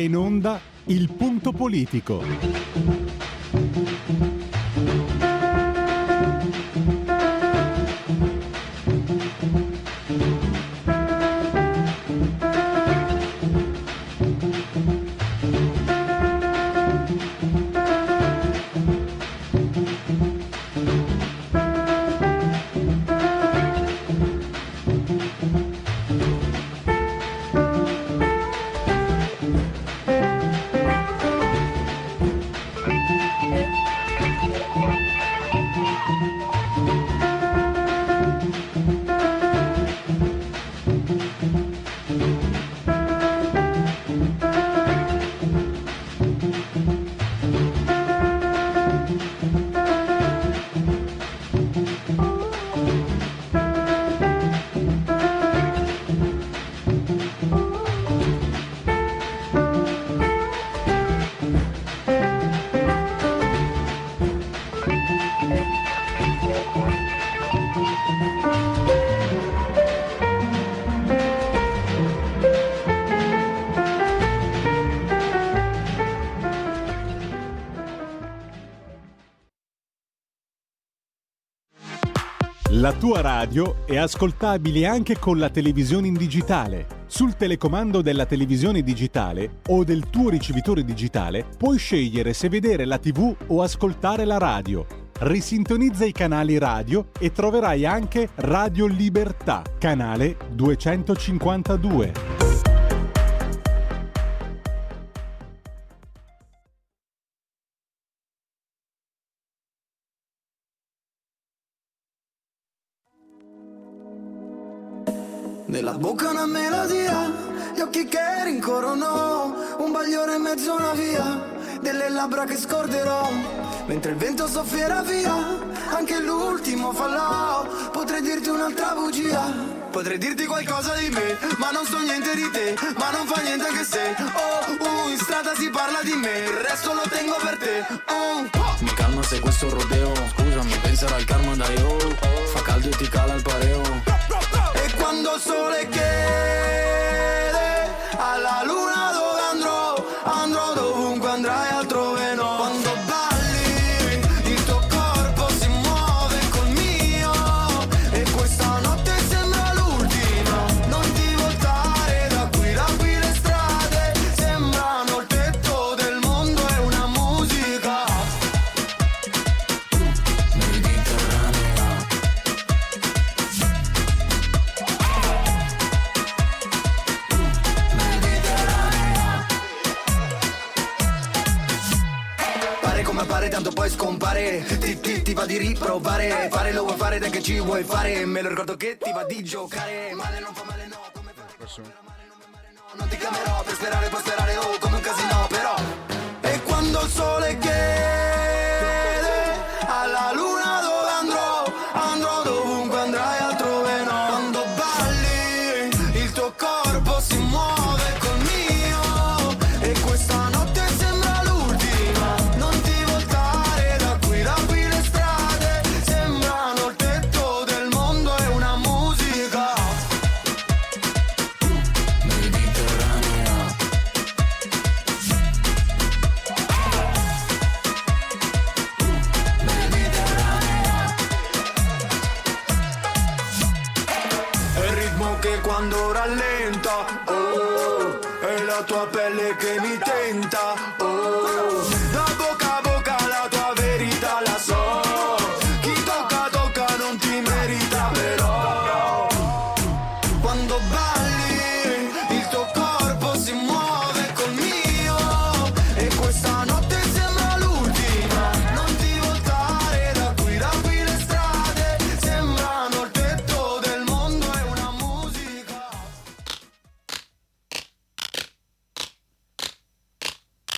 in onda Il Punto Politico. La tua radio è ascoltabile anche con la televisione in digitale. Sul telecomando della televisione digitale o del tuo ricevitore digitale puoi scegliere se vedere la TV o ascoltare la radio. Risintonizza i canali radio e troverai anche Radio Libertà, canale 252. Nella bocca una melodia, gli occhi che rincorrono, un bagliore in mezzo a una via, delle labbra che scorderò, mentre il vento soffierà via, anche l'ultimo fallò. Potrei dirti un'altra bugia, potrei dirti qualcosa di me, ma non so niente di te, ma non fa niente anche se in strada si parla di me, il resto lo tengo per te. Mi calma se questo rodeo, scusami, penserà al karma da io, fa caldo e ti cala il pareo. E quando il sole chiede alla luna dove andrò, andrò dovunque andrai altrove no. Quando balli il tuo corpo si muove col mio, e questa notte sembra l'ultima. Non ti voltare da qui le strade sembrano il tetto del mondo, è una musica mediterranea. Pare tanto poi scompare, ti va di riprovare, fare lo vuoi fare, dai che ci vuoi fare, me lo ricordo che ti va di giocare, male non fa male no, come fai non ti chiamerò per sperare, puoi sperare come un casino però. E quando il sole chiede alla luna dove andrò, andrò dovunque andrai altrove no. Quando balli il tuo corpo si muove col mio, e questa notte sembra l'ultima. Non ti voltare da qui le strade sembrano il tetto del mondo, è una musica mediterranea. È il ritmo che quando rallenta, è la tua pelle che mi tenta, da bocca a bocca la tua verità la so, chi tocca tocca non ti merita però. Quando balli il tuo corpo si muove col mio, e questa notte sembra l'ultima. Non ti voltare da qui le strade sembrano il tetto del mondo, è una musica.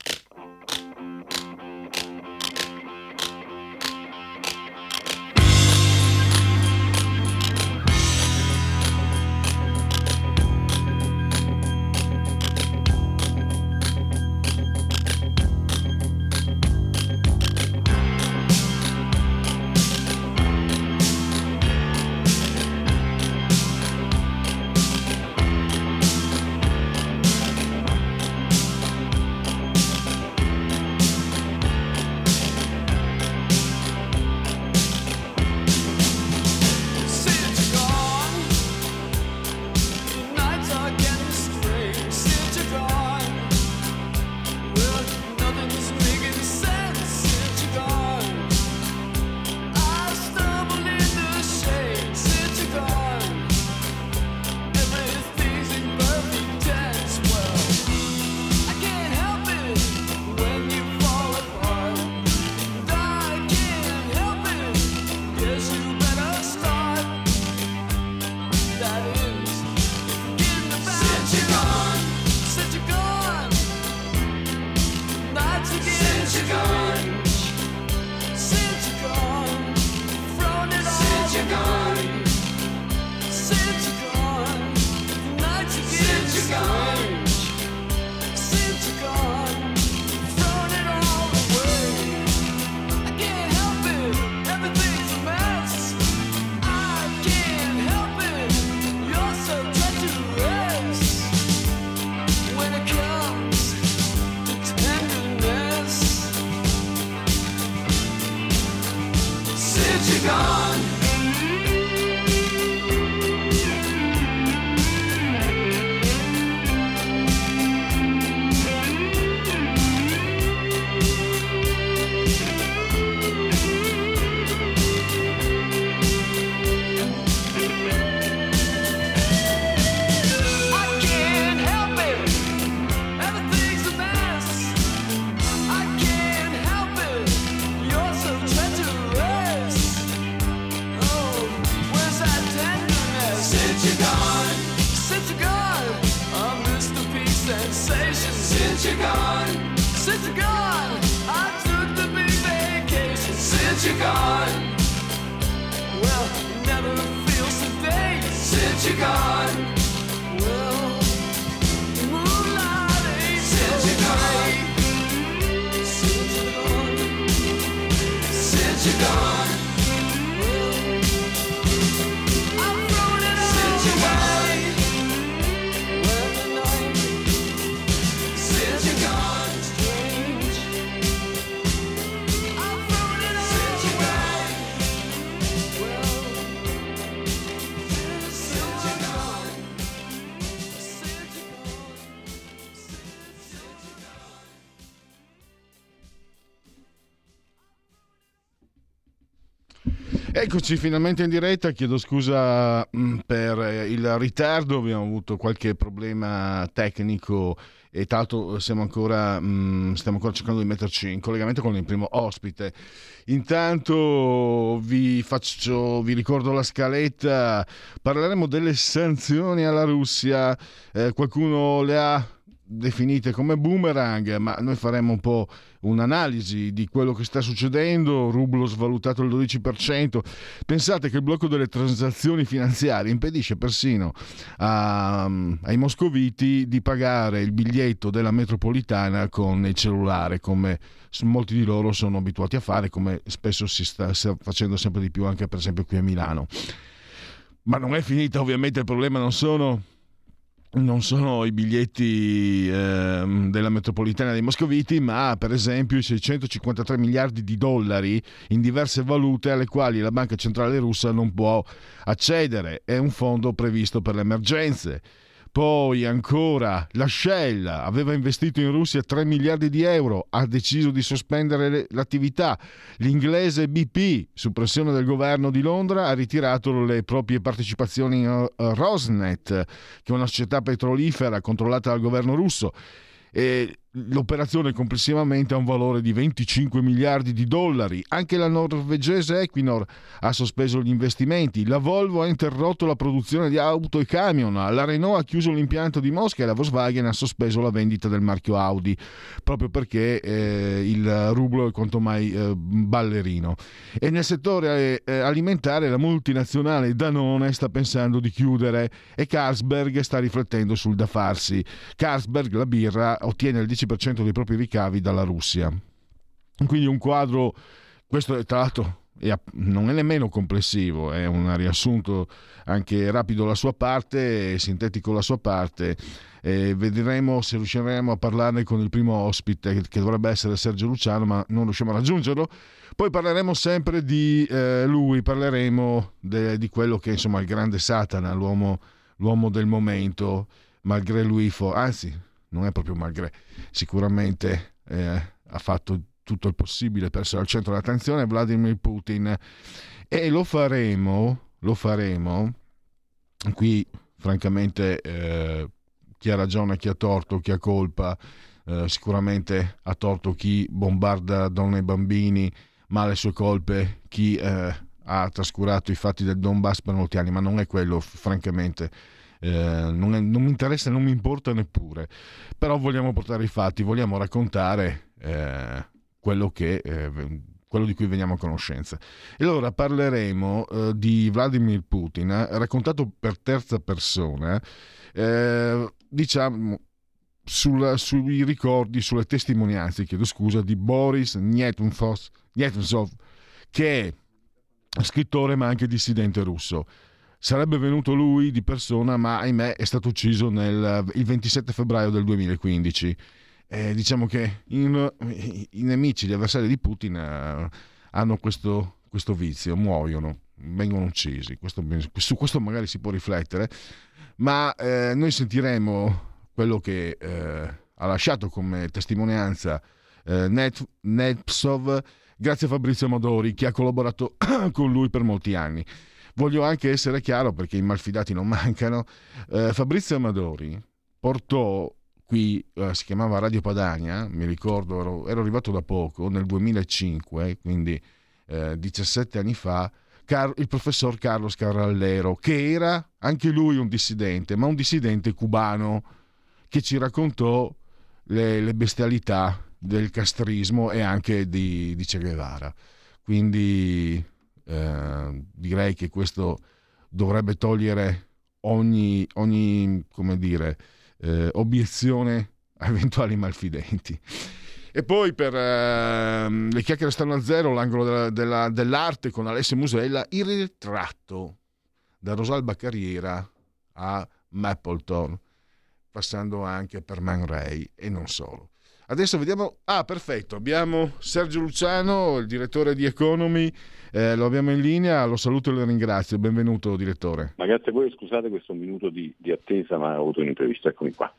since you're gone. Since you're gone, I took the big vacation. Since you're gone, well, never feel so days. Since you're gone, well, moonlight ain't since you're gone. Since you're gone, since you're gone, well, I'm throwing it all since you're gone. Well, the night, since you're gone. Eccoci finalmente in diretta, chiedo scusa per il ritardo, abbiamo avuto qualche problema tecnico e tra l'altro stiamo ancora cercando di metterci in collegamento con il primo ospite. Intanto vi ricordo la scaletta, parleremo delle sanzioni alla Russia, qualcuno le ha definite come boomerang, ma noi faremo un po' un'analisi di quello che sta succedendo. Rublo svalutato il 12%. Pensate che il blocco delle transazioni finanziarie impedisce persino ai moscoviti di pagare il biglietto della metropolitana con il cellulare, come molti di loro sono abituati a fare, come spesso si sta facendo sempre di più anche per esempio qui a Milano. Ma non è finita, ovviamente. Il problema non sono i biglietti della metropolitana dei moscoviti, ma per esempio i 653 miliardi di dollari in diverse valute alle quali la banca centrale russa non può accedere. È un fondo previsto per le emergenze. Poi ancora la Shell aveva investito in Russia 3 miliardi di euro, ha deciso di sospendere l'attività. L'inglese BP, su pressione del governo di Londra, ha ritirato le proprie partecipazioni in Rosneft, che è una società petrolifera controllata dal governo russo. E l'operazione complessivamente ha un valore di 25 miliardi di dollari. Anche la norvegese Equinor ha sospeso gli investimenti, la Volvo ha interrotto la produzione di auto e camion, la Renault ha chiuso l'impianto di Mosca e la Volkswagen ha sospeso la vendita del marchio Audi, proprio perché il rublo è quanto mai ballerino. E nel settore alimentare la multinazionale Danone sta pensando di chiudere e Carlsberg sta riflettendo sul da farsi. Carlsberg, la birra, ottiene il 10% dei propri ricavi dalla Russia. Quindi un quadro, questo tra l'altro non è nemmeno complessivo, è un riassunto anche rapido la sua parte, sintetico la sua parte. Vedremo se riusciremo a parlarne con il primo ospite, che dovrebbe essere Sergio Luciano, ma non riusciamo a raggiungerlo. Poi parleremo sempre di lui, parleremo di quello che insomma il grande Satana, l'uomo del momento, malgré lui, anzi non è proprio malgré, sicuramente ha fatto tutto il possibile per essere al centro dell'attenzione, Vladimir Putin, e lo faremo qui francamente chi ha ragione, chi ha torto, chi ha colpa. Sicuramente ha torto chi bombarda donne e bambini, ma le sue colpe chi ha trascurato i fatti del Donbass per molti anni, ma non è quello francamente. Non mi interessa, non mi importa neppure, però vogliamo portare i fatti, vogliamo raccontare quello di cui veniamo a conoscenza. E allora parleremo di Vladimir Putin, raccontato per terza persona, diciamo sui ricordi, sulle testimonianze, di Boris Nemtsov, che è scrittore ma anche dissidente russo. Sarebbe venuto lui di persona, ma ahimè è stato ucciso il 27 febbraio del 2015. Diciamo che i nemici, gli avversari di Putin hanno questo questo vizio, muoiono, vengono uccisi. Su questo magari si può riflettere, ma noi sentiremo quello che ha lasciato come testimonianza Nepsov, grazie a Fabrizio Amadori, che ha collaborato con lui per molti anni. Voglio anche essere chiaro, perché i malfidati non mancano. Fabrizio Amadori portò qui, si chiamava Radio Padania, mi ricordo, ero arrivato da poco, nel 2005, quindi 17 anni fa, il professor Carlos Carrallero, che era anche lui un dissidente, ma un dissidente cubano, che ci raccontò le bestialità del castrismo e anche di Che Guevara. Quindi direi che questo dovrebbe togliere ogni come dire, obiezione a eventuali malfidenti. E poi per le chiacchiere stanno a zero, l'angolo dell'arte con Alessia Musella, il ritratto da Rosalba Carriera a Mapleton, passando anche per Man Ray e non solo. Adesso vediamo, perfetto, abbiamo Sergio Luciano, il direttore di Economy, lo abbiamo in linea, lo saluto e lo ringrazio, benvenuto direttore. Ma grazie a voi, scusate questo minuto di attesa, ma ho avuto un'intervista, eccomi qua.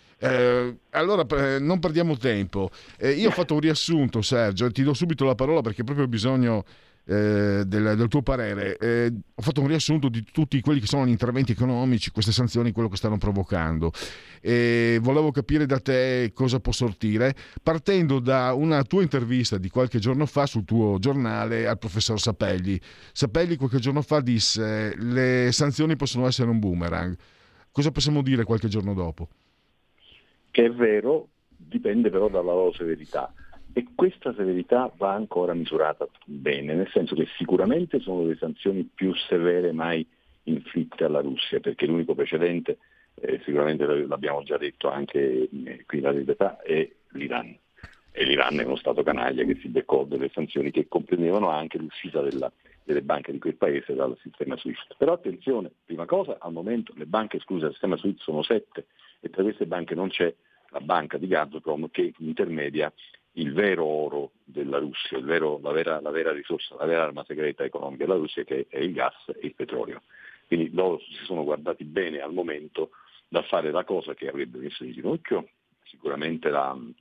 Allora non perdiamo tempo, io ho fatto un riassunto, Sergio, ti do subito la parola perché ho proprio bisogno del tuo parere. Ho fatto un riassunto di tutti quelli che sono gli interventi economici, queste sanzioni, quello che stanno provocando, e volevo capire da te cosa può sortire, partendo da una tua intervista di qualche giorno fa sul tuo giornale al professor Sapelli. Sapelli qualche giorno fa disse: le sanzioni possono essere un boomerang. Cosa possiamo dire qualche giorno dopo? Che è vero, dipende però dalla loro severità. E questa severità va ancora misurata bene, nel senso che sicuramente sono le sanzioni più severe mai inflitte alla Russia, perché l'unico precedente, sicuramente l'abbiamo già detto anche qui in realtà, è l'Iran. E l'Iran è uno Stato canaglia che si beccò delle sanzioni che comprendevano anche l'uscita delle banche di quel paese dal sistema SWIFT. Però attenzione, prima cosa, al momento le banche escluse dal sistema SWIFT sono 7 e tra queste banche non c'è la banca di Gazprom che intermedia il vero oro della Russia, la vera risorsa, la vera arma segreta economica della Russia, che è il gas e il petrolio. Quindi loro si sono guardati bene al momento da fare la cosa che avrebbe messo in ginocchio sicuramente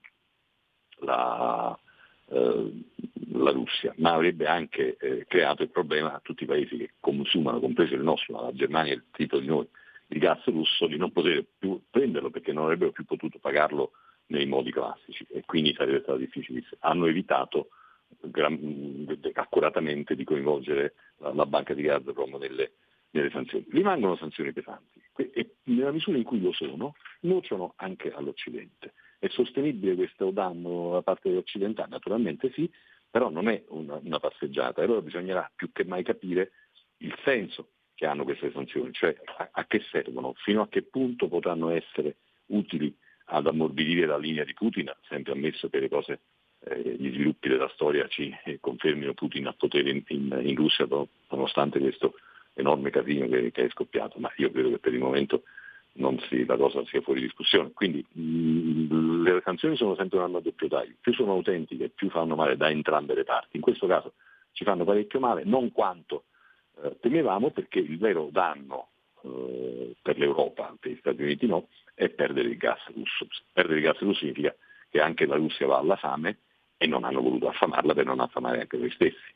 la Russia, ma avrebbe anche creato il problema a tutti i paesi che consumano, compreso il nostro, la Germania, il tipo di noi, il gas russo, di non poter più prenderlo perché non avrebbero più potuto pagarlo nei modi classici e quindi sarebbe stato difficilissimo. Hanno evitato accuratamente di coinvolgere la banca di Gazprom nelle sanzioni. Rimangono sanzioni pesanti e nella misura in cui lo sono, nuociono anche all'Occidente. È sostenibile questo danno da parte degli occidentali? Naturalmente sì, però non è una passeggiata, e allora bisognerà più che mai capire il senso che hanno queste sanzioni, cioè a che servono, fino a che punto potranno essere utili ad ammorbidire la linea di Putin, sempre ammesso che le cose, gli sviluppi della storia ci confermino Putin a potere in Russia, nonostante questo enorme casino che è scoppiato, ma io credo che per il momento la cosa sia fuori discussione. Quindi le sanzioni sono sempre un'arma a doppio taglio, più sono autentiche, più fanno male da entrambe le parti. In questo caso ci fanno parecchio male, non quanto temevamo, perché il vero danno per l'Europa, per gli Stati Uniti no, è perdere il gas russo. Perdere il gas russo significa che anche la Russia va alla fame e non hanno voluto affamarla per non affamare anche noi stessi.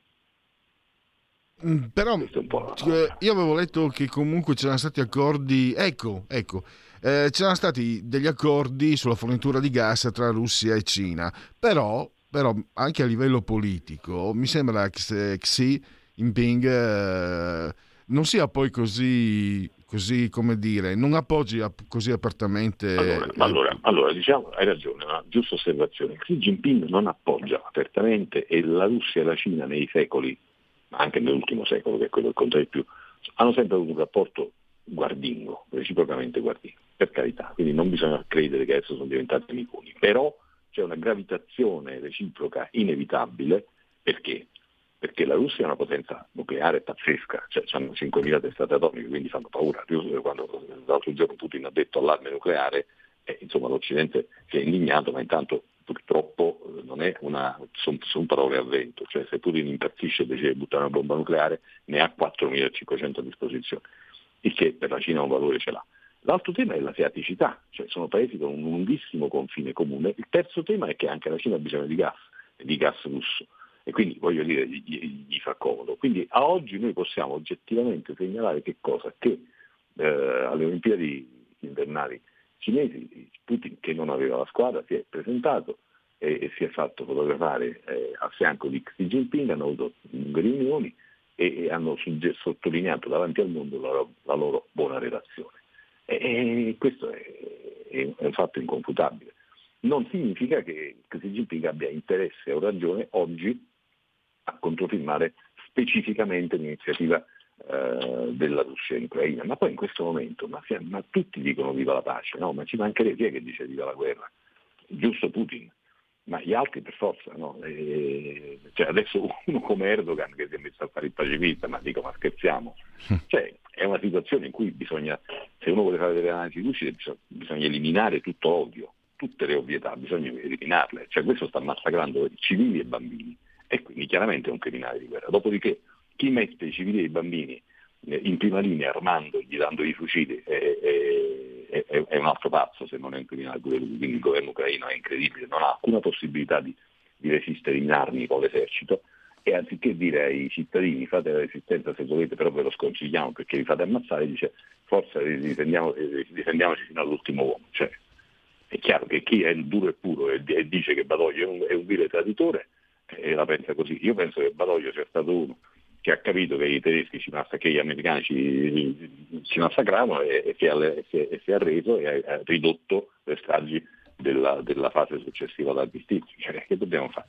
Però io avevo letto che comunque c'erano stati accordi, c'erano stati degli accordi sulla fornitura di gas tra Russia e Cina, però anche a livello politico mi sembra che Xi Jinping non sia poi così come dire, non appoggi così apertamente. Allora, diciamo, hai ragione, una giusta osservazione. Xi Jinping non appoggia apertamente, e la Russia e la Cina nei secoli, ma anche nell'ultimo secolo, che è quello che conta di più, hanno sempre avuto un rapporto guardingo, reciprocamente guardingo, per carità, quindi non bisogna credere che adesso sono diventati amiconi, però c'è una gravitazione reciproca inevitabile. Perché? Perché la Russia è una potenza nucleare pazzesca, cioè hanno 5.000 testate atomiche, quindi fanno paura. Quando l'altro giorno Putin ha detto allarme nucleare, insomma l'Occidente si è indignato, ma intanto purtroppo non non è sono parole a vento, cioè se Putin impazzisce e decide di buttare una bomba nucleare ne ha 4.500 a disposizione, il che per la Cina un valore ce l'ha. L'altro tema è l'asiaticità, cioè sono paesi con un lunghissimo confine comune. Il terzo tema è che anche la Cina ha bisogno di gas russo, e quindi voglio dire gli fa comodo. Quindi a oggi noi possiamo oggettivamente segnalare che cosa? Che alle Olimpiadi invernali cinesi Putin, che non aveva la squadra, si è presentato e si è fatto fotografare a fianco di Xi Jinping, hanno avuto riunioni e hanno sottolineato davanti al mondo la loro buona relazione. E questo è un fatto inconfutabile. Non significa che Xi Jinping abbia interesse o ragione oggi a controfirmare specificamente l'iniziativa della Russia in Ucraina, ma poi in questo momento ma tutti dicono viva la pace, no? Ma ci mancherebbe chi è che dice viva la guerra? Giusto Putin, ma gli altri per forza, no? Cioè adesso uno come Erdogan che si è messo a fare il pacifista, ma dico, ma scherziamo? Cioè è una situazione in cui bisogna, se uno vuole fare delle analisi lucide, bisogna eliminare tutto l'odio, tutte le ovvietà, bisogna eliminarle. Cioè questo sta massacrando civili e bambini e quindi chiaramente è un criminale di guerra. Dopodiché chi mette i civili e i bambini in prima linea armandogli, dandogli i fucili è un altro pazzo, se non è un criminale pure lui. Quindi il governo ucraino è incredibile, non ha alcuna possibilità di resistere in armi con l'esercito, e anziché dire ai cittadini fate la resistenza se volete, però ve lo sconsigliamo perché vi fate ammazzare, dice forza difendiamoci fino all'ultimo uomo. Cioè, è chiaro che chi è duro e puro e dice che Badoglio è un vile traditore la pensa così. Io penso che Badoglio sia stato uno che ha capito che i tedeschi che gli americani ci massacravano e si è arreso e ha ridotto le stragi della fase successiva all'armistizio. Cioè, che dobbiamo fare?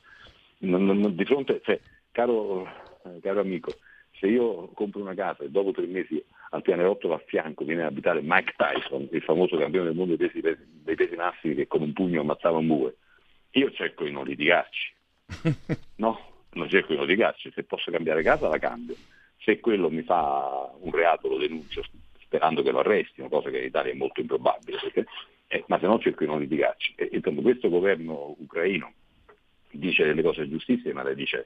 Di fronte, cioè, caro amico, se io compro una casa e dopo 3 mesi al pianerottolo a fianco viene ad abitare Mike Tyson, il famoso campione del mondo dei pesi massimi che con un pugno ammazzava un bue, io cerco di non litigarci. No? Non cerco di non litigarci, se posso cambiare casa la cambio, se quello mi fa un reato lo denuncio sperando che lo arrestino, cosa che in Italia è molto improbabile, ma se no cerco di non litigarci. E insomma, questo governo ucraino dice delle cose giustissime, ma le dice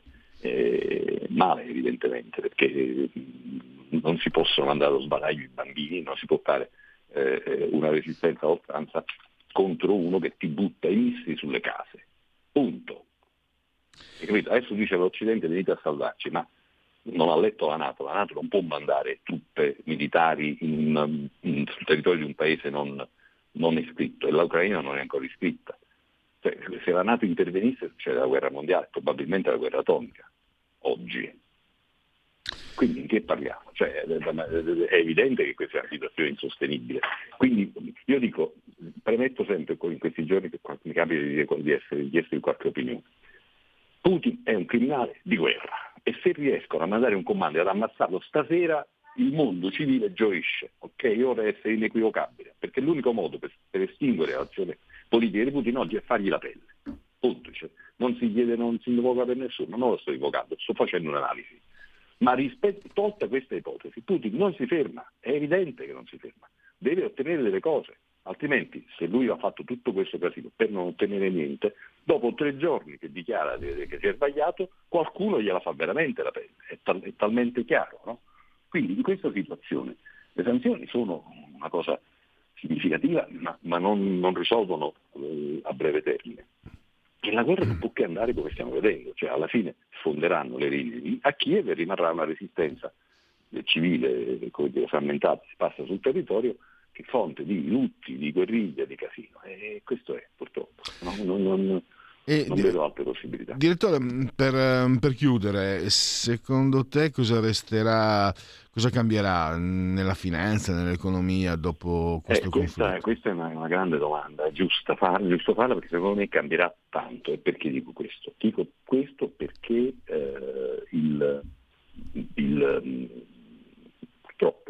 male evidentemente, perché non si possono mandare allo sbaraglio i bambini, non si può fare una resistenza a oltranza contro uno che ti butta i missili sulle case, punto. Adesso dice l'Occidente venite a salvarci, ma non ha letto la NATO non può mandare truppe militari sul territorio di un paese non iscritto, e l'Ucraina non è ancora iscritta. Cioè, se la NATO intervenisse succede la guerra mondiale, probabilmente la guerra atomica, oggi. Quindi di che parliamo? Cioè, è evidente che questa è una situazione insostenibile. Quindi io dico, premetto sempre in questi giorni che mi capita di essere qualche opinione. Putin è un criminale di guerra e se riescono a mandare un comando e ad ammazzarlo stasera il mondo civile gioisce, ok? Ora è essere inequivocabile, perché l'unico modo per estinguere l'azione politica di Putin oggi è fargli la pelle, punto. Cioè, non si invoca per nessuno, non lo sto invocando, sto facendo un'analisi, ma tolta questa ipotesi Putin non si ferma, è evidente che non si ferma, deve ottenere delle cose. Altrimenti, se lui ha fatto tutto questo casino per non ottenere niente, dopo 3 giorni che dichiara che si è sbagliato, qualcuno gliela fa veramente la pelle, è talmente chiaro, no? Quindi in questa situazione le sanzioni sono una cosa significativa, ma non risolvono a breve termine. E la guerra non può che andare come stiamo vedendo, cioè alla fine sfonderanno le linee, a Kiev rimarrà una resistenza civile, come dire, frammentata, si passa sul territorio, che fonte di lutti, di guerriglia, di casino, e questo è purtroppo, non vedo altre possibilità. Direttore, per chiudere, secondo te cosa cambierà nella finanza, nell'economia dopo questo conflitto? Questa è una grande domanda, è giusto farla perché secondo me cambierà tanto. E perché dico questo? Dico questo perché purtroppo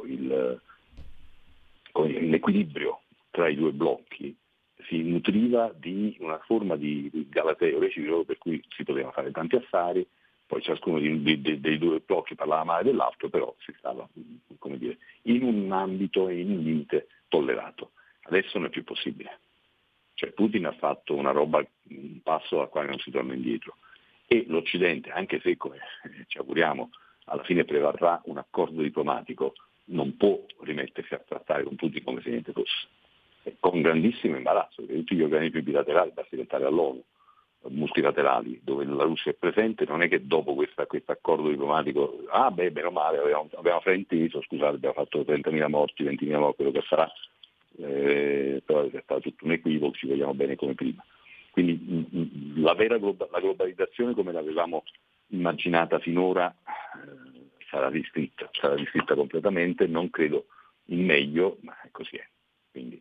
l'equilibrio tra i due blocchi si nutriva di una forma di galateo reciproco per cui si potevano fare tanti affari, poi ciascuno dei due blocchi parlava male dell'altro, però si stava, come dire, in un ambito e in un limite tollerato. Adesso non è più possibile. Cioè Putin ha fatto un passo al quale non si torna indietro, e l'Occidente, anche se, come ci auguriamo, alla fine prevarrà un accordo diplomatico, non può rimettersi a trattare con Putin come se niente fosse, con grandissimo imbarazzo, perché tutti gli organismi bilaterali, basti pensare all'ONU, multilaterali, dove la Russia è presente, non è che dopo questo accordo diplomatico, meno male, abbiamo frainteso, scusate, abbiamo fatto 30.000 morti, 20.000 morti, quello che sarà, però è stato tutto un equivoco, ci vogliamo bene come prima. Quindi la globalizzazione come l'avevamo immaginata finora sarà riscritta completamente, non credo in meglio, ma così è. Quindi.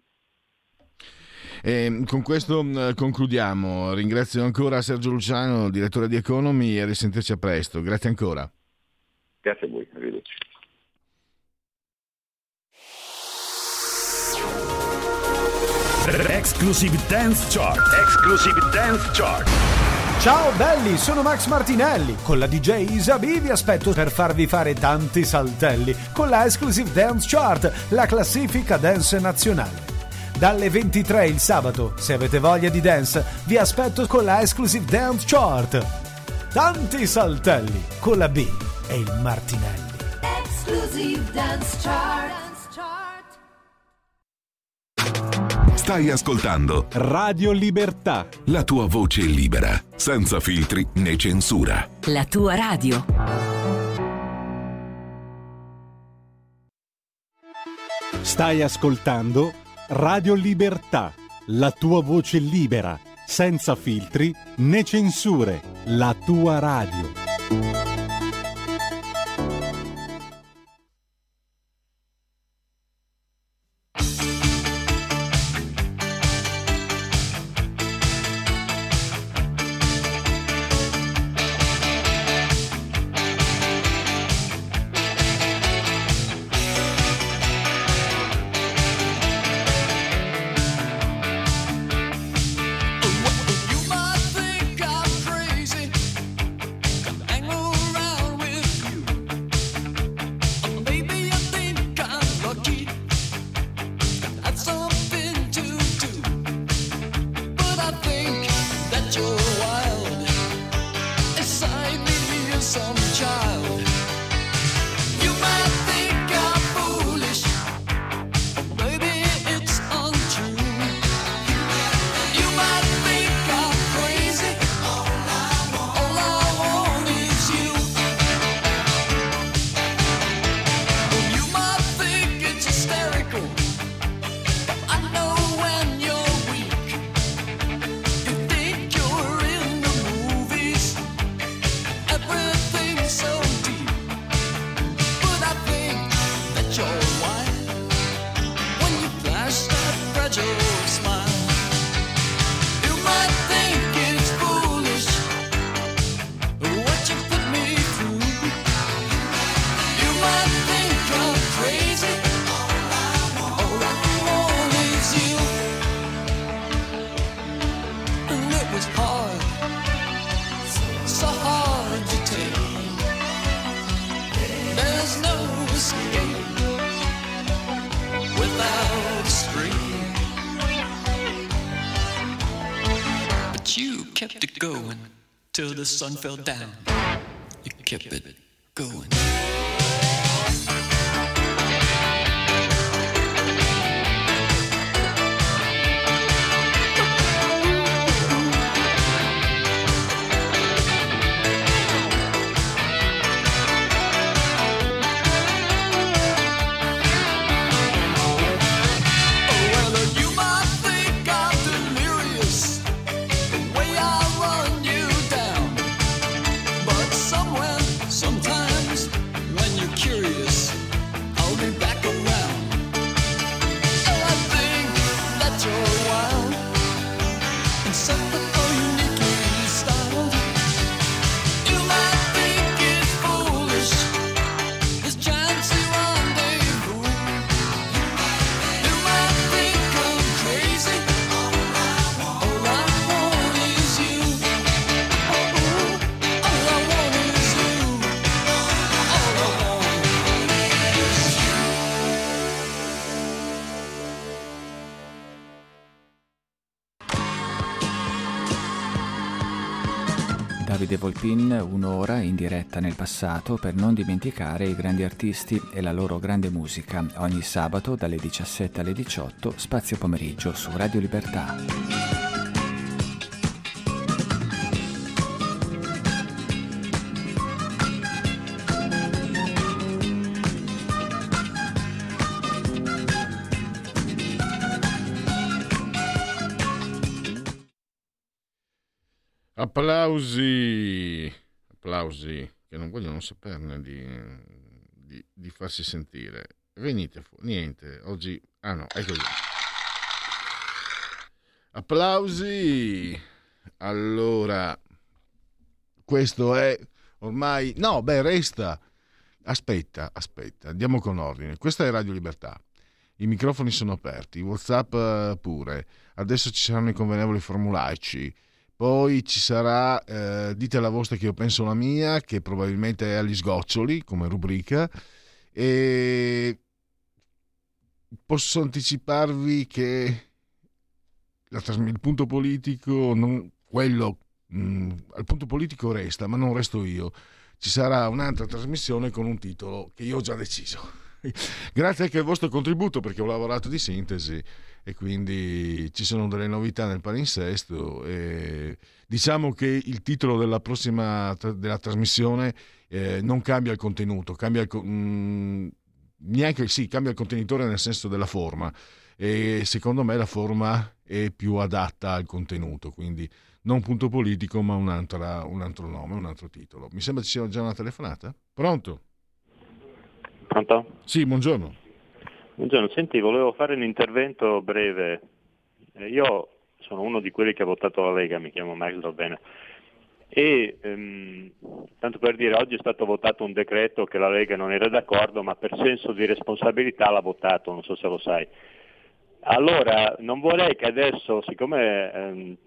Con questo concludiamo. Ringrazio ancora Sergio Luciano, direttore di Economy, e risentirci a presto. Grazie ancora. Grazie a voi, arrivederci. Exclusive Dance Chart. Exclusive Dance Chart. Ciao belli, sono Max Martinelli. Con la DJ Isabi vi aspetto per farvi fare tanti saltelli con la Exclusive Dance Chart, la classifica dance nazionale. Dalle 23 il sabato, se avete voglia di dance, vi aspetto con la Exclusive Dance Chart. Tanti saltelli con la B e il Martinelli. Exclusive Dance Chart. Stai ascoltando Radio Libertà. la tua voce libera, senza filtri né censura. La tua radio. Stai ascoltando Radio Libertà, la tua voce libera, senza filtri né censure, la tua radio. Till the sun fell down, you kept it going. Sometimes Davide Volpin, un'ora in diretta nel passato per non dimenticare i grandi artisti e la loro grande musica. Ogni sabato dalle 17 alle 18, spazio pomeriggio su Radio Libertà. Applausi che non vogliono saperne di farsi sentire. Venite fuori, niente, oggi, no, è così. Applausi. Allora, questo è ormai, no, resta. Aspetta, andiamo con ordine. Questa è Radio Libertà. I microfoni sono aperti, WhatsApp pure. Adesso ci saranno i convenevoli formulaici. Poi ci sarà dite la vostra che io penso la mia, che probabilmente è agli sgoccioli come rubrica, e posso anticiparvi che il punto politico al punto politico resta, ma non resto io. Ci sarà un'altra trasmissione con un titolo che io ho già deciso. Grazie anche al vostro contributo, perché ho lavorato di sintesi e quindi ci sono delle novità nel palinsesto, e diciamo che il titolo della prossima della trasmissione non cambia il contenuto, cambia il contenitore nel senso della forma, e secondo me la forma è più adatta al contenuto, quindi non punto politico ma un altro nome, un altro titolo. Mi sembra ci sia già una telefonata. Pronto? Sì, buongiorno. Buongiorno, senti, volevo fare un intervento breve. Io sono uno di quelli che ha votato la Lega, mi chiamo Max Dalbene, e tanto per dire, oggi è stato votato un decreto che la Lega non era d'accordo, ma per senso di responsabilità l'ha votato, non so se lo sai. Allora, non vorrei che adesso, siccome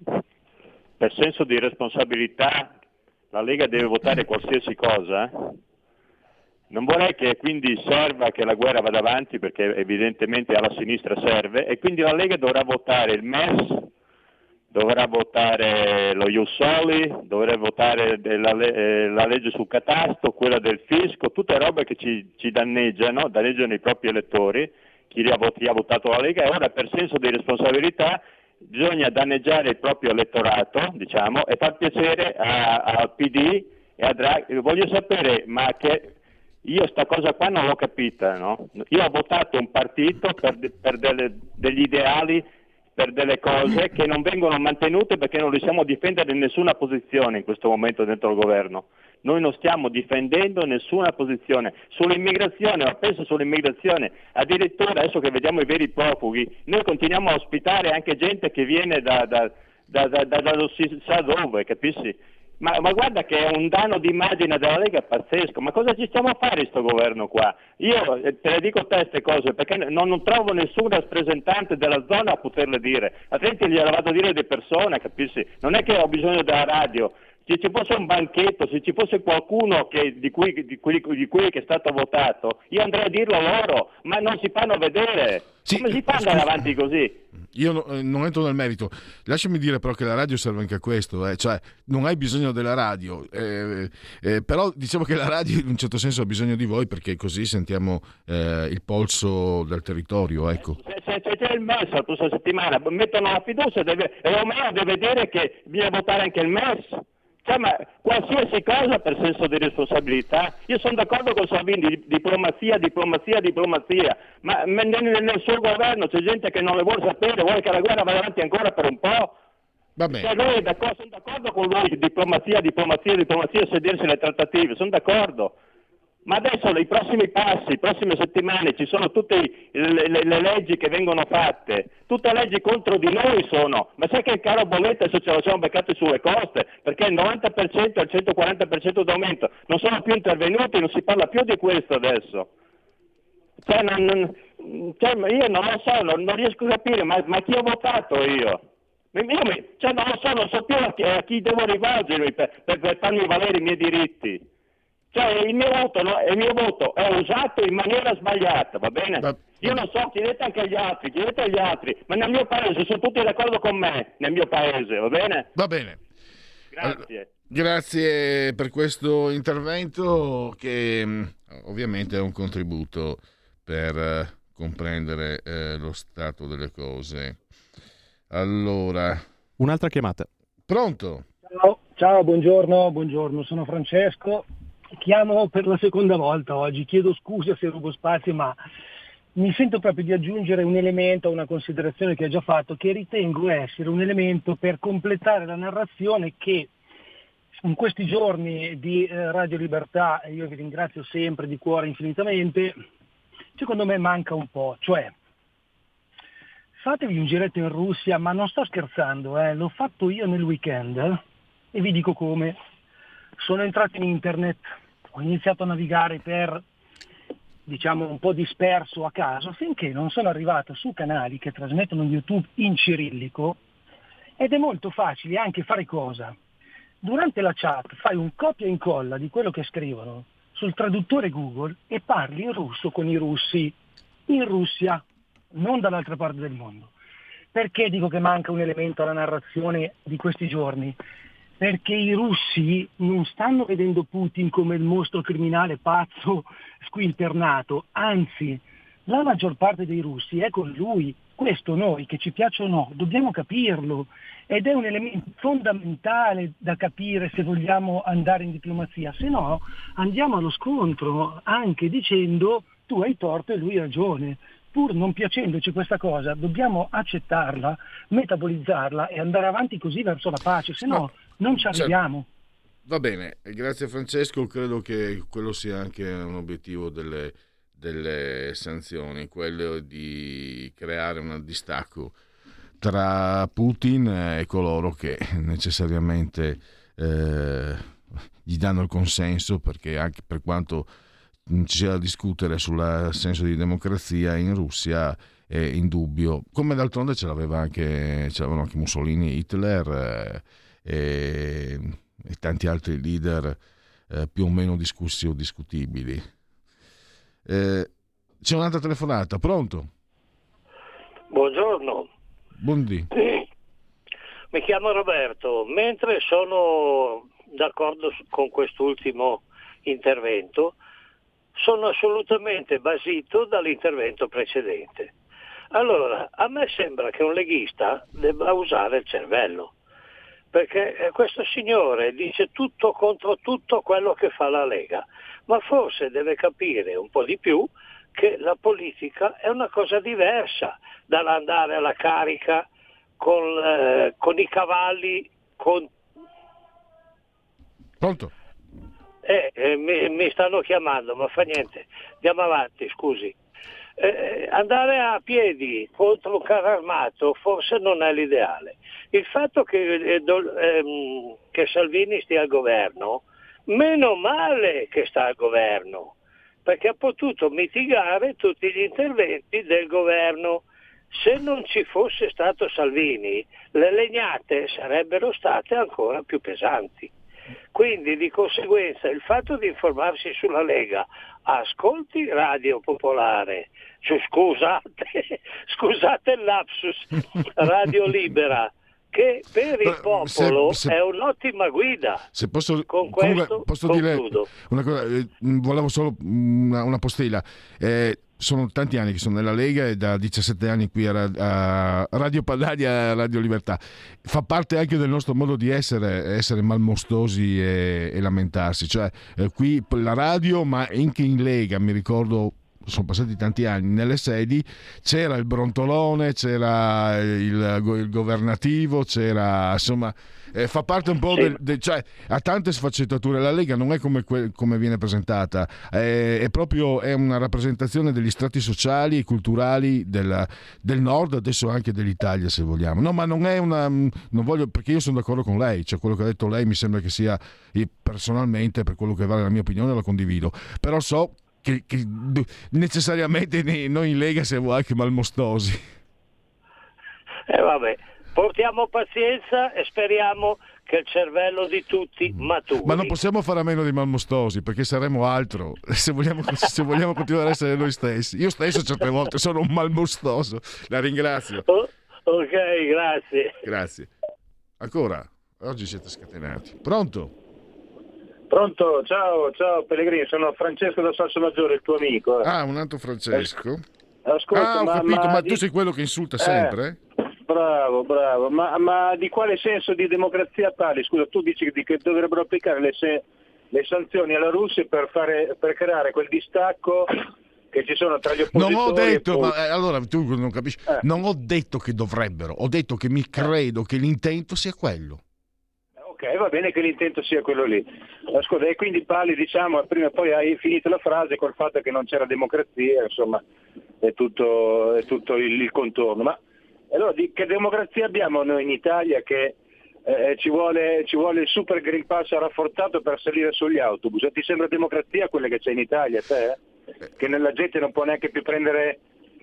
per senso di responsabilità la Lega deve votare qualsiasi cosa, non vorrei che quindi serva che la guerra vada avanti, perché evidentemente alla sinistra serve, e quindi la Lega dovrà votare il MES, dovrà votare lo Ius Soli, dovrà votare la legge sul catasto, quella del fisco, tutte robe che ci danneggiano i propri elettori, chi ha votato la Lega, e ora per senso di responsabilità bisogna danneggiare il proprio elettorato, diciamo, e far piacere al PD e a Draghi. Voglio sapere, ma che io sta cosa qua non l'ho capita, no? Io ho votato un partito per degli ideali, per delle cose che non vengono mantenute perché non riusciamo a difendere nessuna posizione in questo momento dentro il governo. Noi non stiamo difendendo nessuna posizione. Sull'immigrazione, ma penso sull'immigrazione, addirittura adesso che vediamo i veri profughi, noi continuiamo a ospitare anche gente che viene da non si sa dove, capisci? Ma guarda che è un danno d'immagine della Lega pazzesco. Ma cosa ci stiamo a fare in sto governo qua? Io te le dico queste cose perché non trovo nessun rappresentante della zona a poterle dire, altrimenti gliela vado a dire di persona, capisci? Non è che ho bisogno della radio. Se ci fosse un banchetto, se ci fosse qualcuno di cui che è stato votato, io andrei a dirlo loro, ma non si fanno vedere. Sì, come si fa ad andare avanti così? Io non entro nel merito, lasciami dire però che la radio serve anche a questo, cioè non hai bisogno della radio, però diciamo che la radio in un certo senso ha bisogno di voi, perché così sentiamo il polso del territorio, ecco. Se c'è il MES la prossima settimana, mettono la fiducia, Romeo deve vedere che bisogna votare anche il MES. Cioè, ma qualsiasi cosa per senso di responsabilità. Io sono d'accordo con Salvini, diplomazia, ma nel suo governo c'è gente che non le vuole sapere, vuole che la guerra vada avanti ancora per un po'. Va bene. Cioè, noi sono d'accordo con lui, diplomazia, sedersi alle trattative, sono d'accordo. Ma adesso i prossimi passi, le prossime settimane ci sono tutte le leggi che vengono fatte, tutte leggi contro di noi sono, ma sai che il caro bolletta adesso ce lo siamo beccati sulle coste, perché il 90% e il 140% d'aumento non sono più intervenuti, non si parla più di questo adesso. Cioè, io non lo so, non riesco a capire, ma chi ho votato io? Non so più a chi devo rivolgermi per farmi valere i miei diritti. Cioè il mio voto è usato in maniera sbagliata, va bene? Io non so, chiedete anche agli altri, ma nel mio paese sono tutti d'accordo con me, nel mio paese, va bene? Va bene. Grazie. Grazie per questo intervento che ovviamente è un contributo per comprendere lo stato delle cose. Allora, un'altra chiamata. Pronto? Ciao, buongiorno, sono Francesco. Chiamo per la seconda volta oggi, chiedo scusa se rubo spazio, ma mi sento proprio di aggiungere un elemento a una considerazione che ho già fatto, che ritengo essere un elemento per completare la narrazione che in questi giorni di Radio Libertà, e io vi ringrazio sempre di cuore infinitamente, secondo me manca un po', cioè fatevi un giretto in Russia, ma non sto scherzando, l'ho fatto io nel weekend e vi dico come. Sono entrato in internet, ho iniziato a navigare per, diciamo, un po' disperso a caso, finché non sono arrivato su canali che trasmettono YouTube in cirillico, ed è molto facile anche fare cosa? Durante la chat fai un copia e incolla di quello che scrivono sul traduttore Google e parli in russo con i russi, in Russia, non dall'altra parte del mondo. Perché dico che manca un elemento alla narrazione di questi giorni? Perché i russi non stanno vedendo Putin come il mostro criminale pazzo squinternato, anzi la maggior parte dei russi è con lui. Questo noi, che ci piaccia o no, dobbiamo capirlo, ed è un elemento fondamentale da capire se vogliamo andare in diplomazia, se no andiamo allo scontro anche dicendo tu hai torto e lui ha ragione. Pur non piacendoci questa cosa, dobbiamo accettarla, metabolizzarla e andare avanti così verso la pace, se no non ci arriviamo. Va bene, grazie Francesco, credo che quello sia anche un obiettivo delle sanzioni, quello di creare un distacco tra Putin e coloro che necessariamente gli danno il consenso, perché anche per quanto ci sia da discutere sul senso di democrazia in Russia è indubbio, come d'altronde ce l'avevano anche Mussolini, Hitler e tanti altri leader più o meno discussi o discutibili. C'è un'altra telefonata, pronto? Buongiorno. Buondì. Mi chiamo Roberto. Mentre sono d'accordo con quest'ultimo intervento, sono assolutamente basito dall'intervento precedente. Allora, a me sembra che un leghista debba usare il cervello, perché questo signore dice tutto contro tutto quello che fa la Lega, ma forse deve capire un po' di più che la politica è una cosa diversa dall'andare alla carica con i cavalli. Pronto? Mi stanno chiamando, ma fa niente, andiamo avanti, scusi. Andare a piedi contro un carro armato forse non è l'ideale. Il fatto che Salvini stia al governo, meno male che sta al governo, perché ha potuto mitigare tutti gli interventi del governo. Se non ci fosse stato Salvini, le legnate sarebbero state ancora più pesanti. Quindi di conseguenza il fatto di informarsi sulla Lega, ascolti Radio Popolare, scusate il lapsus, Radio Libera, che per il popolo è un'ottima guida. Se posso, con questo posso concludo. Dire una cosa, volevo solo una postilla. Sono tanti anni che sono nella Lega e da 17 anni qui a Radio Padania, a Radio Libertà. Fa parte anche del nostro modo di essere malmostosi e lamentarsi. Cioè, qui la radio, ma anche in Lega, mi ricordo, sono passati tanti anni, nelle sedi c'era il brontolone, c'era il governativo, c'era, insomma, fa parte un po' cioè ha tante sfaccettature. La Lega non è come viene presentata, è una rappresentazione degli strati sociali e culturali del nord, adesso anche dell'Italia, se vogliamo. No, ma non è non voglio, perché io sono d'accordo con lei, cioè quello che ha detto lei mi sembra che sia, personalmente, per quello che vale la mia opinione, la condivido, però so che necessariamente noi in Lega siamo anche malmostosi. Vabbè, portiamo pazienza e speriamo che il cervello di tutti maturi. Ma non possiamo fare a meno di malmostosi, perché saremo altro se vogliamo continuare a essere noi stessi. Io stesso certe volte sono un malmostoso. La ringrazio. Ok, grazie. Grazie. Ancora Oggi siete scatenati. Pronto? Pronto, ciao Pellegrini, sono Francesco da Salsomaggiore, il tuo amico. Ah, un altro Francesco. Ascolta, ho capito, ma tu di... sei quello che insulta sempre? Bravo, ma di quale senso di democrazia parli? Scusa, tu dici che dovrebbero applicare le sanzioni alla Russia per creare quel distacco che ci sono tra gli oppositori. Non ho detto, allora tu non capisci. Non ho detto che dovrebbero, ho detto che mi credo che l'intento sia quello. Ok, va bene che l'intento sia quello lì. Ascolta, e quindi parli, diciamo, prima e poi hai finito la frase col fatto che non c'era democrazia, insomma, è tutto il contorno. Ma allora che democrazia abbiamo noi in Italia che ci vuole il super Green Pass rafforzato per salire sugli autobus? Ti sembra democrazia quella che c'è in Italia, te? Che la gente non può neanche più prendere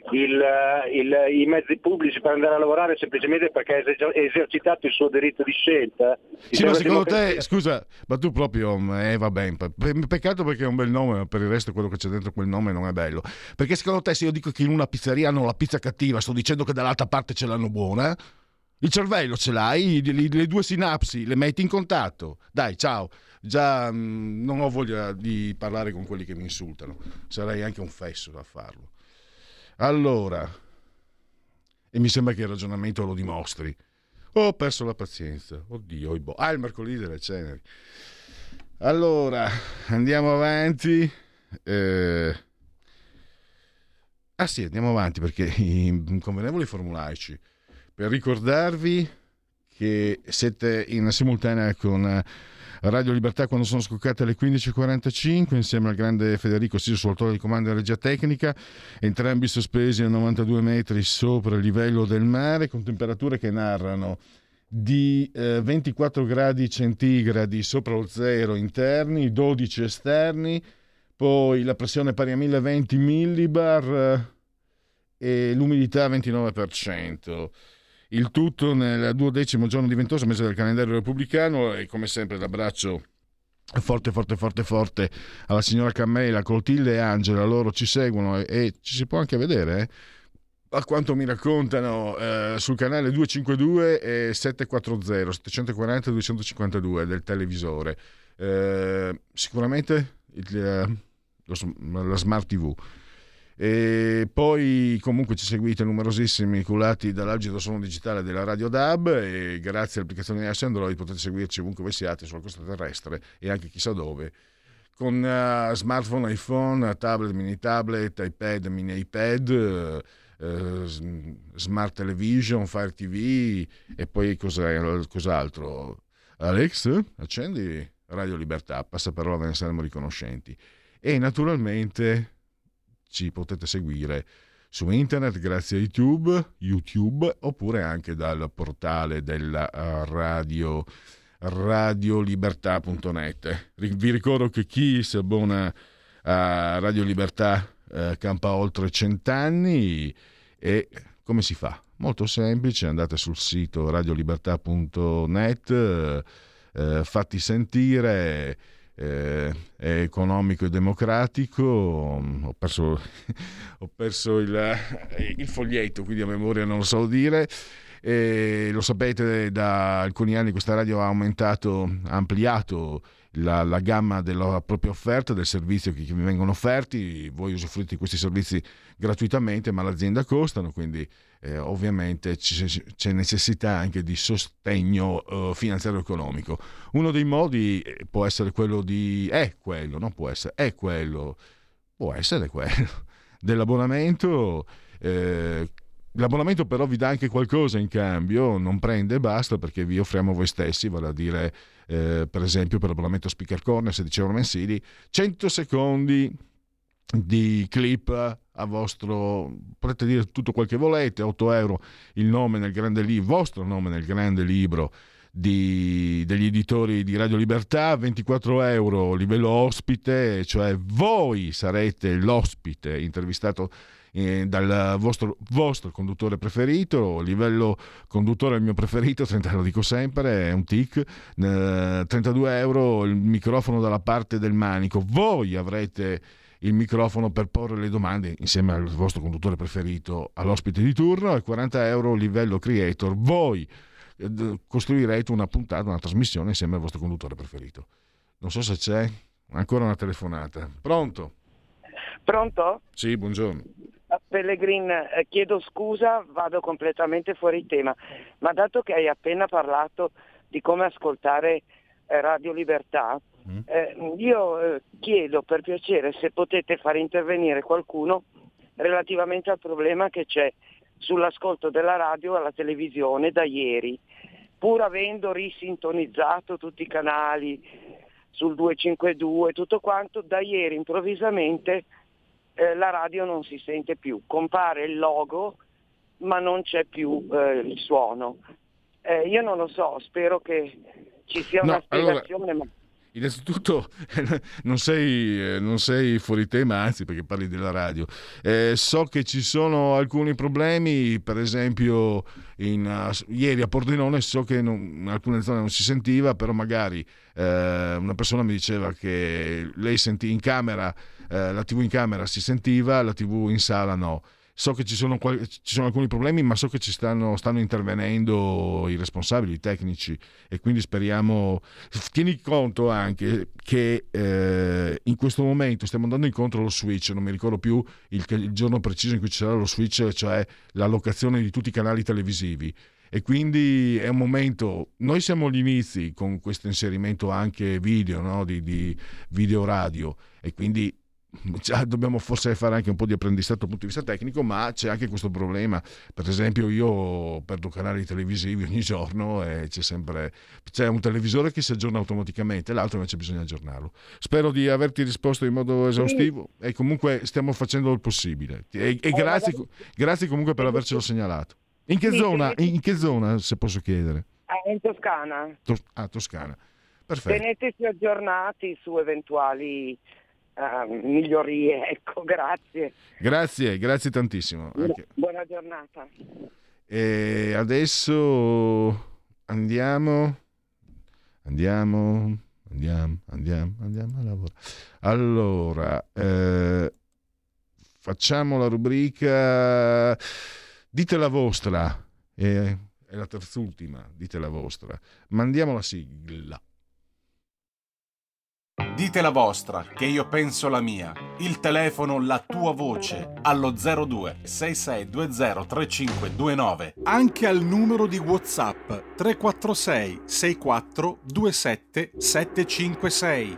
i mezzi pubblici per andare a lavorare semplicemente perché ha esercitato il suo diritto di scelta? Sì, ma secondo te, scusa, ma tu proprio va bene, peccato perché è un bel nome, ma per il resto quello che c'è dentro quel nome non è bello. Perché secondo te, se io dico che in una pizzeria hanno la pizza cattiva, sto dicendo che dall'altra parte ce l'hanno buona? Il cervello ce l'hai, le due sinapsi le metti in contatto. Dai, ciao. Già non ho voglia di parlare con quelli che mi insultano, sarei anche un fesso da farlo. Allora, e mi sembra che il ragionamento lo dimostri. Ho perso la pazienza, oddio, il mercoledì delle ceneri. Allora, andiamo avanti. Andiamo avanti perché inconvenevoli formulaici. Per ricordarvi che siete in simultanea con Radio Libertà quando sono scoccate le 15.45 insieme al grande Federico Siso sull'autore di comando e regia tecnica, entrambi sospesi a 92 metri sopra il livello del mare, con temperature che narrano di 24 gradi centigradi sopra lo zero interni, 12 esterni, poi la pressione pari a 1020 millibar e l'umidità 29%. Il tutto nel 12° giorno di ventoso mese del calendario repubblicano, e come sempre l'abbraccio forte alla signora Cammela, Clotilde e Angela. Loro ci seguono e ci si può anche vedere a quanto mi raccontano sul canale 252 e 740 740 252 del televisore, sicuramente la Smart TV. E poi comunque ci seguite numerosissimi culati dall'algido suono digitale della Radio DAB, e grazie all'applicazione di Android potete seguirci ovunque voi siate sulla costa terrestre e anche chissà dove, con smartphone, iPhone, tablet, mini tablet, iPad, mini iPad, smart television, Fire TV e poi cos'altro. Alex, accendi Radio Libertà, passaparola, ve ne saremo riconoscenti. E naturalmente ci potete seguire su internet grazie a YouTube, oppure anche dal portale della radio, radiolibertà.net. Vi ricordo che chi si abbona a Radio Libertà campa oltre 100 anni. E come si fa? Molto semplice, andate sul sito radiolibertà.net, fatti sentire. È economico e democratico. Ho perso il foglietto, quindi a memoria non lo so dire. E lo sapete, da alcuni anni questa radio ha ampliato la gamma della propria offerta, del servizio che vi vengono offerti. Voi usufruite di questi servizi gratuitamente, ma l'azienda costano, quindi ovviamente c'è necessità anche di sostegno finanziario economico. Uno dei modi può essere quello dell'abbonamento. L'abbonamento però vi dà anche qualcosa in cambio, non prende e basta, perché vi offriamo voi stessi, vale a dire per esempio per l'abbonamento Speaker Corner 16 euro mensili, 100 secondi di clip a vostro, potete dire tutto quel che volete, 8 euro il nome nel grande libro, vostro nome nel grande libro degli editori di Radio Libertà, 24 euro livello ospite, cioè voi sarete l'ospite intervistato dal vostro conduttore preferito. Livello conduttore è il mio preferito, 30, lo dico sempre, è un tic. 32 euro il microfono dalla parte del manico, voi avrete il microfono per porre le domande insieme al vostro conduttore preferito all'ospite di turno. E 40 euro livello creator, voi costruirete una puntata, una trasmissione insieme al vostro conduttore preferito. Non so se c'è ancora una telefonata. Pronto? Pronto? Sì, buongiorno. Pellegrin, chiedo scusa, vado completamente fuori tema, ma dato che hai appena parlato di come ascoltare Radio Libertà, io chiedo per piacere se potete far intervenire qualcuno relativamente al problema che c'è sull'ascolto della radio alla televisione da ieri, pur avendo risintonizzato tutti i canali sul 252 tutto quanto, da ieri improvvisamente la radio non si sente più, compare il logo ma non c'è più il suono. Io non lo so, spero che ci sia una spiegazione. Allora, innanzitutto non sei fuori tema, anzi, perché parli della radio. So che ci sono alcuni problemi, per esempio ieri a Pordenone so che in alcune zone non si sentiva, però magari una persona mi diceva che lei sentì in camera, la TV in camera si sentiva, la TV in sala no. So che ci sono alcuni problemi, ma so che stanno intervenendo i responsabili, i tecnici, e quindi speriamo. Tieni conto anche che in questo momento stiamo andando incontro allo switch, non mi ricordo più il giorno preciso in cui ci sarà lo switch, cioè l'allocazione di tutti i canali televisivi, e quindi è un momento, noi siamo agli inizi con questo inserimento anche video, no? di video radio, e quindi già dobbiamo forse fare anche un po' di apprendistato dal punto di vista tecnico, ma c'è anche questo problema. Per esempio io perdo canali televisivi ogni giorno e c'è un televisore che si aggiorna automaticamente, l'altro invece bisogna aggiornarlo. Spero di averti risposto in modo esaustivo e comunque stiamo facendo il possibile e grazie comunque per avercelo segnalato. In che zona, se posso chiedere? In Toscana. Toscana, perfetto. Teneteci aggiornati su eventuali migliorie, ecco, grazie tantissimo. Buona giornata. E adesso andiamo a lavorare. Allora, facciamo la rubrica dite la vostra, è la terz'ultima, dite la vostra. Mandiamo la sigla. Dite la vostra, che io penso la mia. Il telefono, la tua voce, allo 02 6620 3529. Anche al numero di WhatsApp 346 64 27 756.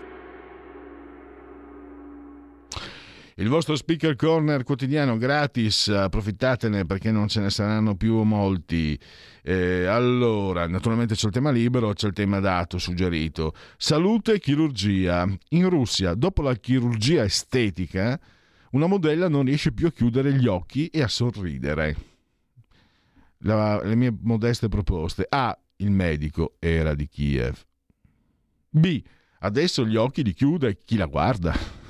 Il vostro speaker corner quotidiano gratis, approfittatene perché non ce ne saranno più molti. Allora, naturalmente c'è il tema libero, c'è il tema dato, suggerito. Salute e chirurgia. In Russia, dopo la chirurgia estetica, una modella non riesce più a chiudere gli occhi e a sorridere. Le mie modeste proposte. A. Il medico era di Kiev. B. Adesso gli occhi li chiude chi la guarda.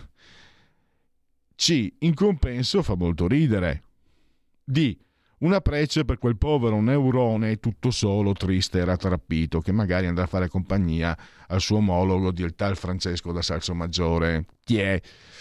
C. In compenso fa molto ridere. D. Una prece per quel povero neurone tutto solo, triste e rattrappito, che magari andrà a fare compagnia al suo omologo del tal Francesco da Salsomaggiore. Chi è?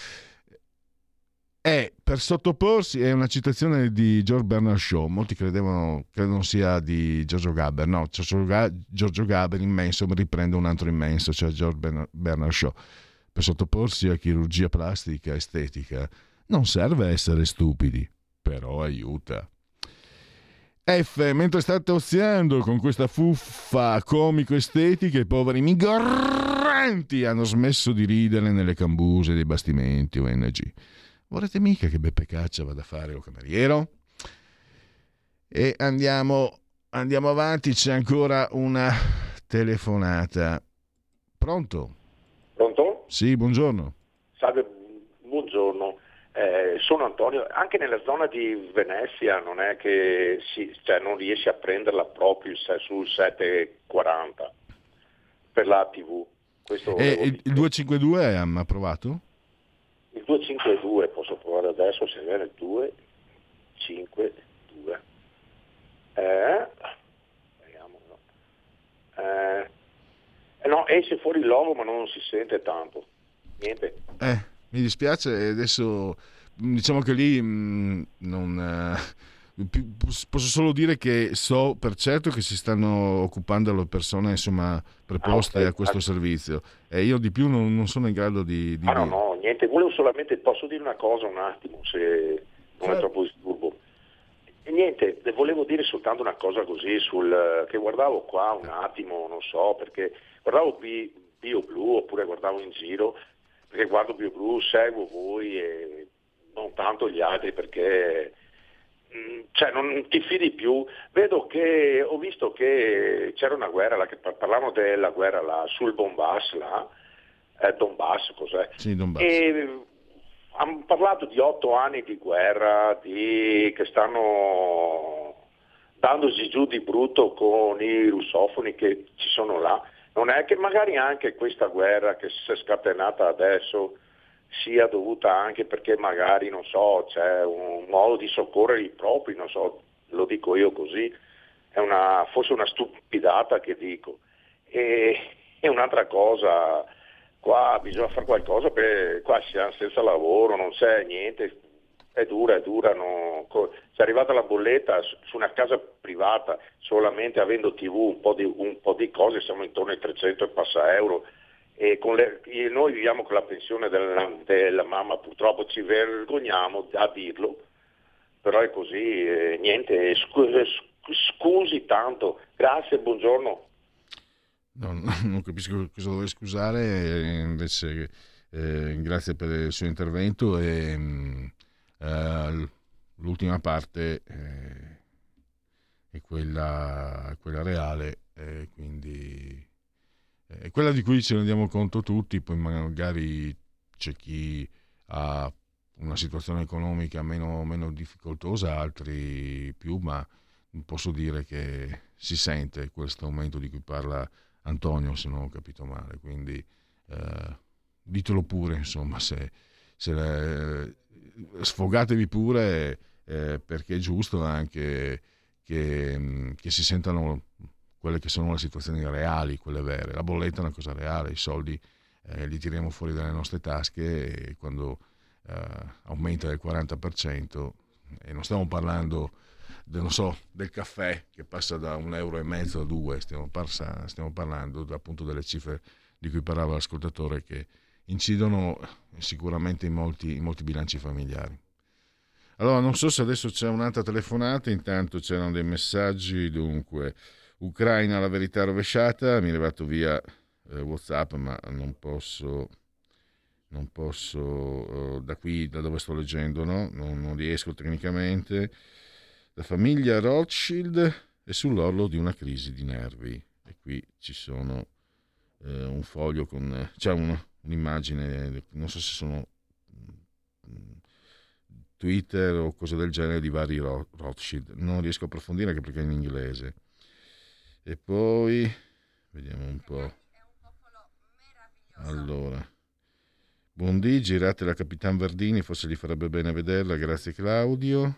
Per sottoporsi, è una citazione di George Bernard Shaw, molti credono sia di Giorgio Gaber. No, Giorgio Gaber immenso riprende un altro immenso, cioè George Bernard Shaw. Per sottoporsi a chirurgia plastica estetica non serve essere stupidi, però aiuta. F. Mentre state oziando con questa fuffa comico-estetica, i poveri migranti hanno smesso di ridere nelle cambuse dei bastimenti ONG. Vorrete mica che Beppe Caccia vada a fare lo cameriero? E andiamo avanti, c'è ancora una telefonata. Pronto? Pronto? Sì, buongiorno. Salve, buongiorno. Sono Antonio. Anche nella zona di Venezia non è che non riesci a prenderla proprio sul 740 per la TV. Questo il 252 ha provato? Il 252 posso provare adesso, se viene il 252. Vediamo. No, esce fuori il logo ma non si sente tanto. Niente. Mi dispiace, adesso diciamo che lì non posso solo dire che so per certo che si stanno occupando le persone, insomma, preposte a questo servizio, e io di più non sono in grado di dire. No, niente, volevo solamente, posso dire una cosa un attimo, se non è troppo disturbo. E niente, volevo dire soltanto una cosa così, che guardavo qua un attimo, non so, perché guardavo BioBlue, oppure guardavo in giro, perché guardo BioBlue, seguo voi e non tanto gli altri, perché non ti fidi più. Ho visto che c'era una guerra, che parlavano della guerra là, sul Donbass, Donbass cos'è? Sì, Donbass. E hanno parlato di 8 anni di guerra, che stanno dandosi giù di brutto con i russofoni che ci sono là. Non è che magari anche questa guerra che si è scatenata adesso sia dovuta anche perché magari, non so, c'è un modo di soccorrere i propri, non so, lo dico io così, è forse una stupidata che dico. E un'altra cosa, qua bisogna fare qualcosa, perché qua siamo senza lavoro, non c'è niente, è dura, c'è arrivata la bolletta su una casa privata, solamente avendo TV, un po' di cose, siamo intorno ai 300 e passa euro. E noi viviamo con la pensione della mamma, purtroppo ci vergogniamo a dirlo, però è così, niente, scusi tanto, grazie, buongiorno. No, non capisco cosa dovrei scusare, invece grazie per il suo intervento, e l'ultima parte è quella reale, quindi è quella di cui ci rendiamo conto tutti. Poi magari c'è chi ha una situazione economica meno difficoltosa, altri più, ma posso dire che si sente questo aumento di cui parla Antonio, se non ho capito male, quindi ditelo pure, insomma, se sfogatevi pure, perché è giusto anche che si sentano quelle che sono le situazioni reali, quelle vere. La bolletta è una cosa reale, i soldi li tiriamo fuori dalle nostre tasche, e quando aumenta del 40%, e non stiamo parlando del caffè che passa da €1,50 a 2, stiamo parlando appunto delle cifre di cui parlava l'ascoltatore, che incidono sicuramente in molti bilanci familiari. Allora, non so se adesso c'è un'altra telefonata, intanto c'erano dei messaggi. Dunque, Ucraina, la verità rovesciata, mi è arrivato via WhatsApp, ma non posso da qui, da dove sto leggendo, no? Non riesco tecnicamente. La famiglia Rothschild è sull'orlo di una crisi di nervi, e qui ci sono un foglio con c'è un'immagine, non so se sono Twitter o cose del genere, di vari Rothschild, non riesco a approfondire anche perché è in inglese. E poi vediamo un po'. Allora, buondì, girate la Capitan Verdini, forse gli farebbe bene vederla, grazie Claudio.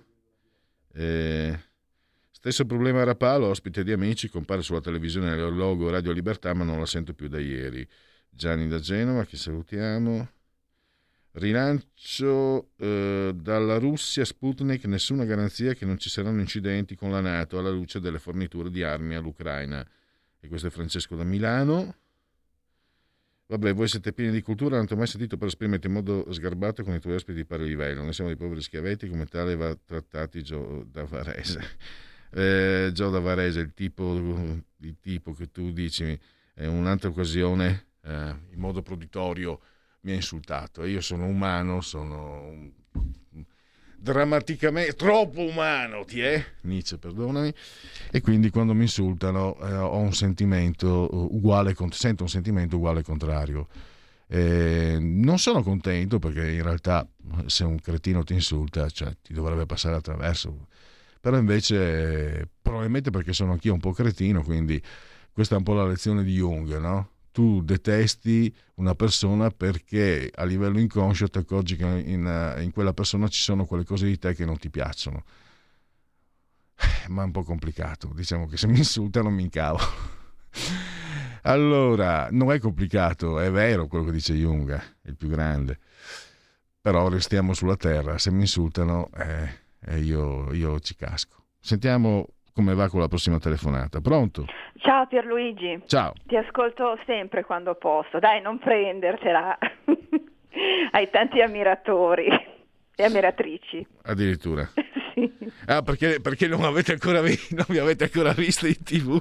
Stesso problema a Rapallo, ospite di Amici, compare sulla televisione il logo Radio Libertà, ma non la sento più da ieri. Gianni da Genova, che salutiamo. Rilancio dalla Russia Sputnik, nessuna garanzia che non ci saranno incidenti con la NATO alla luce delle forniture di armi all'Ucraina. E questo è Francesco da Milano. Vabbè, voi siete pieni di cultura, non ti ho mai sentito per esprimerti in modo sgarbato con i tuoi ospiti di pari livello. Noi siamo dei poveri schiavetti, come tale va trattati Gio da Varese. Gio da Varese, il tipo che tu dici, in un'altra occasione, in modo proditorio, mi ha insultato. E io sono umano, sono drammaticamente troppo umano, Nietzsche, perdonami, e quindi quando mi insultano ho un sentimento uguale, sento un sentimento uguale e contrario. Non sono contento, perché in realtà se un cretino ti insulta, cioè, ti dovrebbe passare attraverso, però invece probabilmente perché sono anch'io un po' cretino, quindi questa è un po' la lezione di Jung, no? Tu detesti una persona perché a livello inconscio ti accorgi che in quella persona ci sono quelle cose di te che non ti piacciono. Ma è un po' complicato, diciamo che se mi insultano mi incavo. Allora, non è complicato, è vero quello che dice Jung, è il più grande, però restiamo sulla terra. Se mi insultano e io ci casco. Sentiamo come va con la prossima telefonata. Pronto? Ciao Pierluigi. Ciao. Ti ascolto sempre quando posso. Dai, non prendertela. Hai tanti ammiratori e ammiratrici. Addirittura. Sì. Ah, perché non mi avete ancora visto in TV?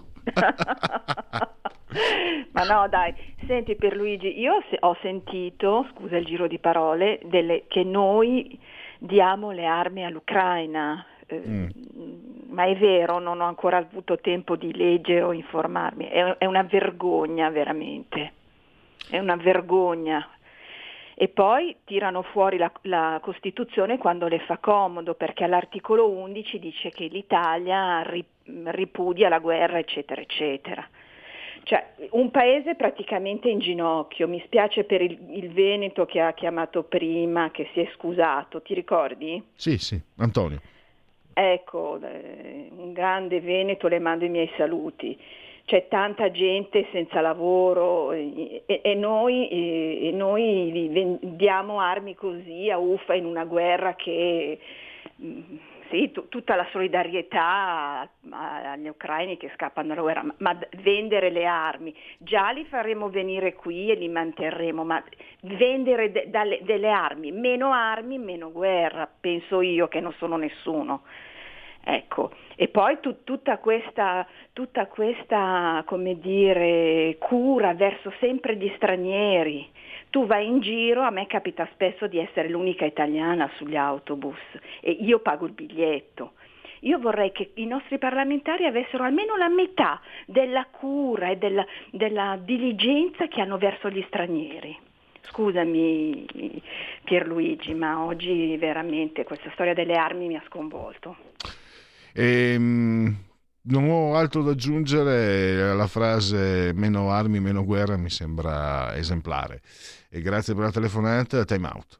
Ma no, dai. Senti Pierluigi, io ho sentito, scusa il giro di parole, che noi diamo le armi all'Ucraina. Ma è vero, non ho ancora avuto tempo di leggere o informarmi. È una vergogna, veramente. È una vergogna. E poi tirano fuori la Costituzione quando le fa comodo, perché all'articolo 11 dice che l'Italia ripudia la guerra, eccetera, eccetera. Cioè, un paese praticamente in ginocchio. Mi spiace per il Veneto che ha chiamato prima, che si è scusato. Ti ricordi? Sì, Antonio. Ecco, un grande Veneto, le mando i miei saluti. C'è tanta gente senza lavoro e noi vendiamo armi così a uffa in una guerra che, sì, tutta la solidarietà agli ucraini che scappano dalla guerra, ma vendere le armi, già li faremo venire qui e li manterremo, ma vendere delle armi, meno guerra, penso io che non sono nessuno. Ecco, e poi tutta questa, come dire, cura verso sempre gli stranieri. Tu vai in giro, a me capita spesso di essere l'unica italiana sugli autobus e io pago il biglietto. Io vorrei che i nostri parlamentari avessero almeno la metà della cura e della diligenza che hanno verso gli stranieri. Scusami Pierluigi, ma oggi veramente questa storia delle armi mi ha sconvolto. Non ho altro da aggiungere, la frase meno armi, meno guerra mi sembra esemplare. E grazie per la telefonata, time out.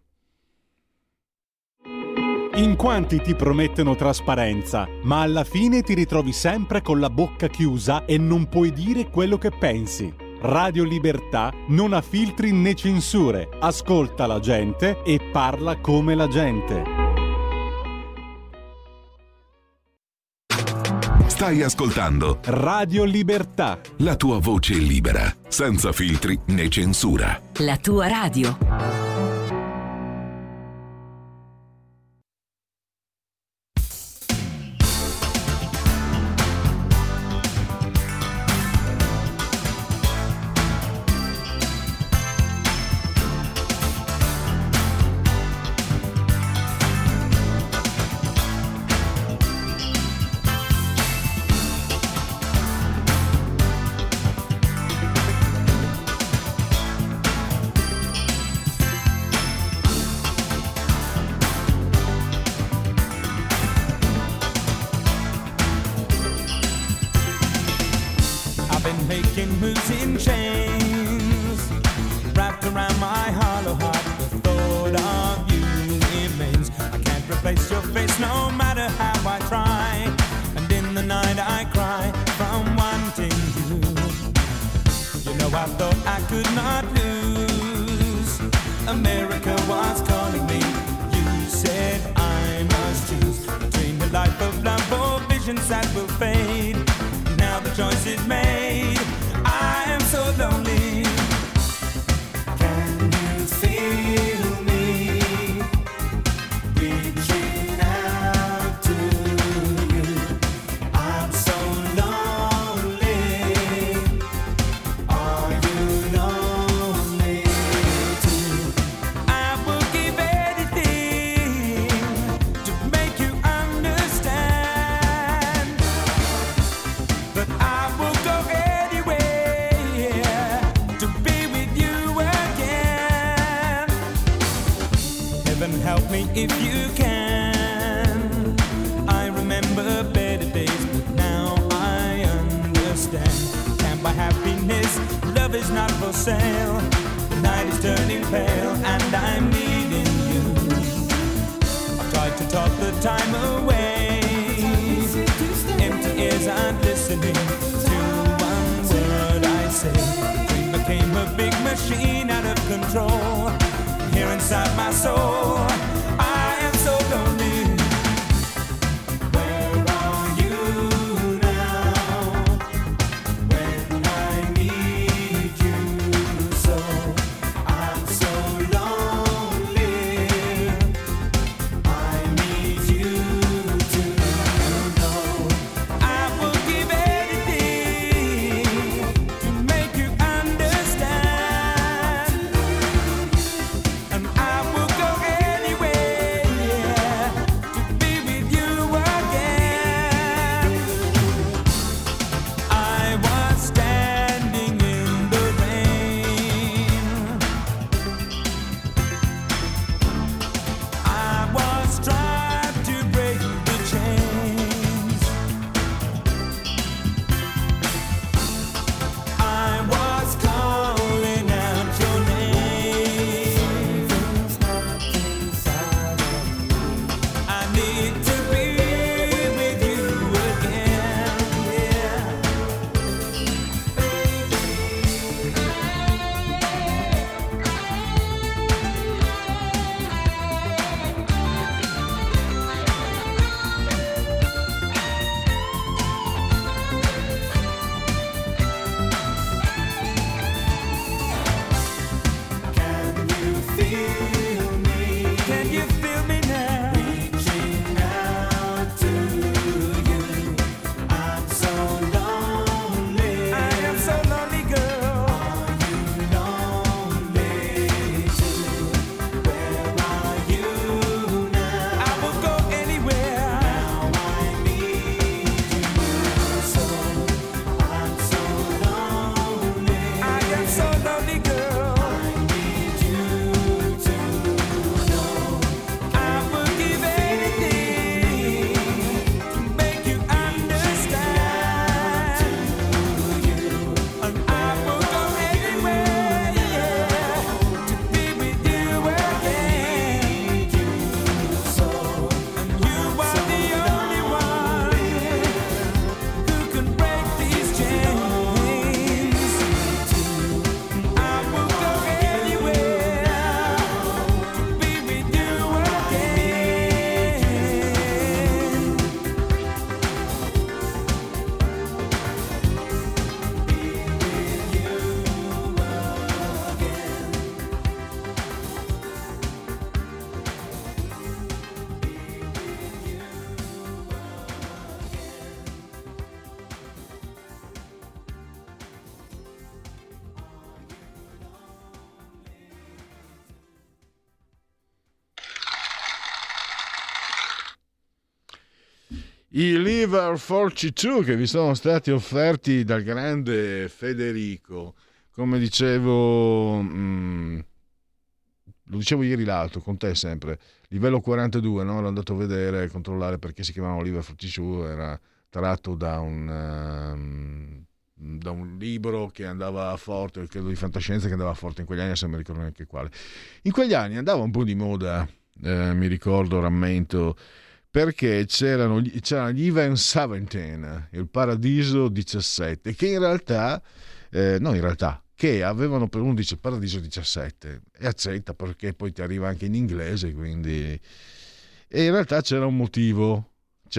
In quanti ti promettono trasparenza, ma alla fine ti ritrovi sempre con la bocca chiusa e non puoi dire quello che pensi. Radio Libertà non ha filtri né censure, ascolta la gente e parla come la gente. Stai ascoltando Radio Libertà, la tua voce libera, senza filtri né censura. La tua radio. I Liver 42 che vi sono stati offerti dal grande Federico, come dicevo, lo dicevo ieri l'altro, con te sempre, livello 42, no? L'ho andato a vedere, controllare perché si chiamavano Liver 42, era tratto da un libro che andava forte, credo di fantascienza, che andava forte in quegli anni, se non mi ricordo neanche quale. In quegli anni andava un po' di moda, mi ricordo, rammento, perché c'erano gli Even 17, il Paradiso 17, che in realtà, che avevano, per uno dice Paradiso 17 e accetta perché poi ti arriva anche in inglese, quindi, e in realtà c'era un motivo,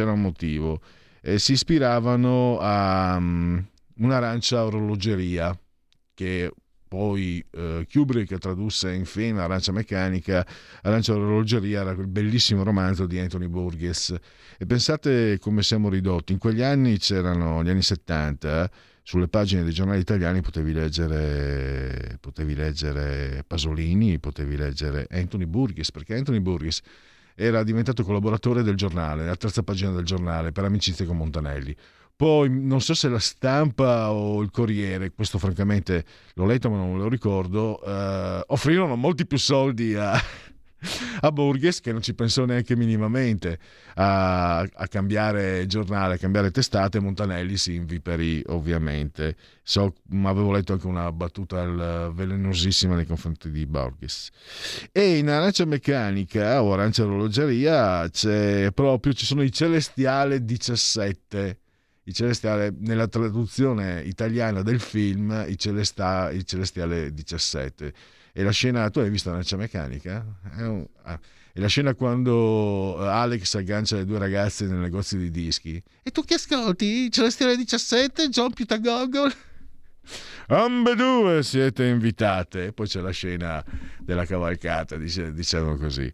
si ispiravano a un'arancia orologeria che poi Kubrick tradusse in film Arancia meccanica. Arancia orologeria era quel bellissimo romanzo di Anthony Burgess, e pensate come siamo ridotti. In quegli anni, c'erano gli anni 70, sulle pagine dei giornali italiani potevi leggere Pasolini, potevi leggere Anthony Burgess, perché Anthony Burgess era diventato collaboratore del giornale, la terza pagina del giornale, per amicizia con Montanelli. Poi non so se La Stampa o il Corriere, questo francamente l'ho letto ma non me lo ricordo, offrirono molti più soldi a Burgess, che non ci pensò neanche minimamente a cambiare giornale, a cambiare testate. Montanelli si inviperì, ovviamente. Ma avevo letto anche una battuta velenosissima nei confronti di Burgess. E in Arancia meccanica o Arancia orologeria ci sono i Celestiale 17. I Celestiale, nella traduzione italiana del film, i Celestiale 17. E la scena, tu hai visto Arancia meccanica? È la scena quando Alex aggancia le due ragazze nel negozio di dischi. E tu che ascolti? Celestiale 17, John Pitagogol? Ambedue siete invitate. E poi c'è la scena della cavalcata, diciamo così.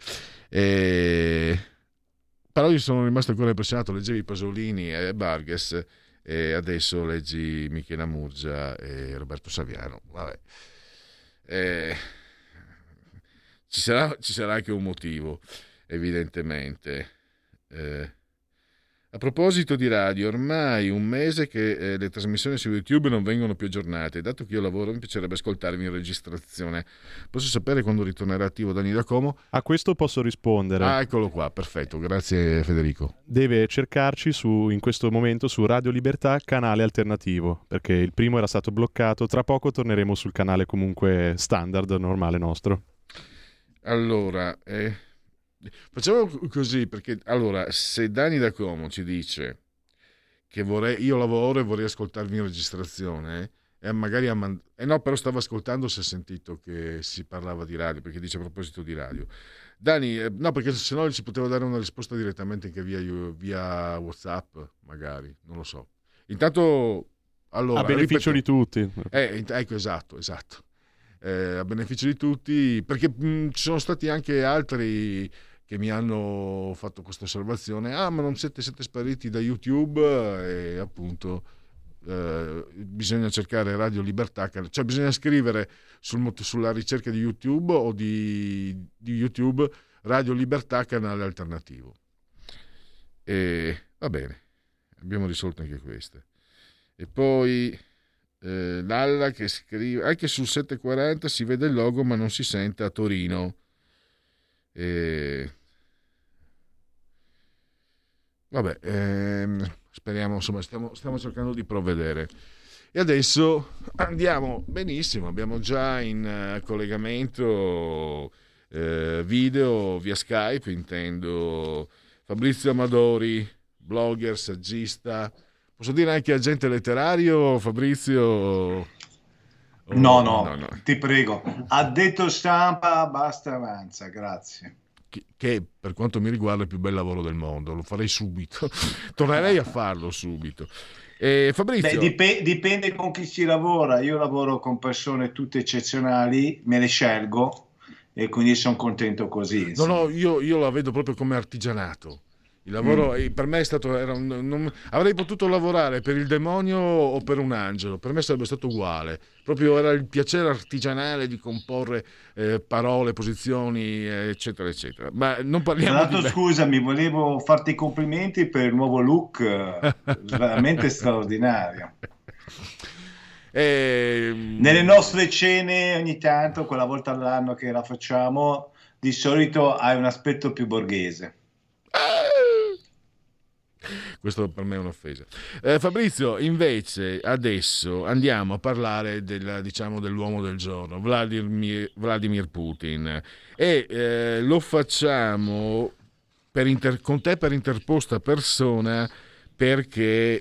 Però io sono rimasto ancora impressionato. Leggevi Pasolini e Burgess, e adesso leggi Michela Murgia e Roberto Saviano. Vabbè. Ci sarà anche un motivo, evidentemente. A proposito di radio, ormai un mese che le trasmissioni su YouTube non vengono più aggiornate. Dato che io lavoro, mi piacerebbe ascoltarvi in registrazione. Posso sapere quando ritornerà attivo Dani da Como? A questo posso rispondere. Eccolo qua, perfetto, grazie Federico. Deve cercarci in questo momento su Radio Libertà, canale alternativo, perché il primo era stato bloccato. Tra poco torneremo sul canale comunque standard, normale nostro. Allora, facciamo così, perché allora, se Dani da Como ci dice che io lavoro e vorrei ascoltarvi in registrazione, e magari no, però stavo ascoltando, se ha sentito che si parlava di radio, perché dice a proposito di radio. Dani, no, perché se no ci poteva dare una risposta direttamente anche via WhatsApp, magari, non lo so. Intanto, allora, a beneficio di tutti. Ecco, esatto. A beneficio di tutti, perché ci sono stati anche altri che mi hanno fatto questa osservazione: ma non siete spariti da YouTube, e appunto bisogna cercare Radio Libertà, cioè bisogna scrivere sulla ricerca di YouTube o di YouTube Radio Libertà canale alternativo, e va bene, abbiamo risolto anche queste. E poi Lalla che scrive: anche sul 740 si vede il logo ma non si sente a Torino. Vabbè, speriamo, insomma, stiamo cercando di provvedere. E adesso andiamo benissimo, abbiamo già in collegamento video via Skype, intendo, Fabrizio Amadori, blogger, saggista. Posso dire anche agente letterario, Fabrizio? No, ti prego. Addetto stampa, basta, avanza, grazie. Che per quanto mi riguarda è il più bel lavoro del mondo, lo farei subito. Tornerei a farlo subito. Fabrizio? Dipende con chi ci lavora. Io lavoro con persone tutte eccezionali, me le scelgo e quindi sono contento così. No, io la vedo proprio come artigianato. Il lavoro per me è stato, avrei potuto lavorare per il demonio o per un angelo, per me sarebbe stato uguale, proprio era il piacere artigianale di comporre parole, posizioni, eccetera eccetera. Ma non parliamo di scusami, volevo farti i complimenti per il nuovo look, veramente straordinario. Nelle nostre cene ogni tanto, quella volta all'anno che la facciamo, di solito hai un aspetto più borghese. Questo per me è un'offesa. Fabrizio, invece, adesso andiamo a parlare dell'uomo del giorno, Vladimir Putin, e lo facciamo con te per interposta persona, perché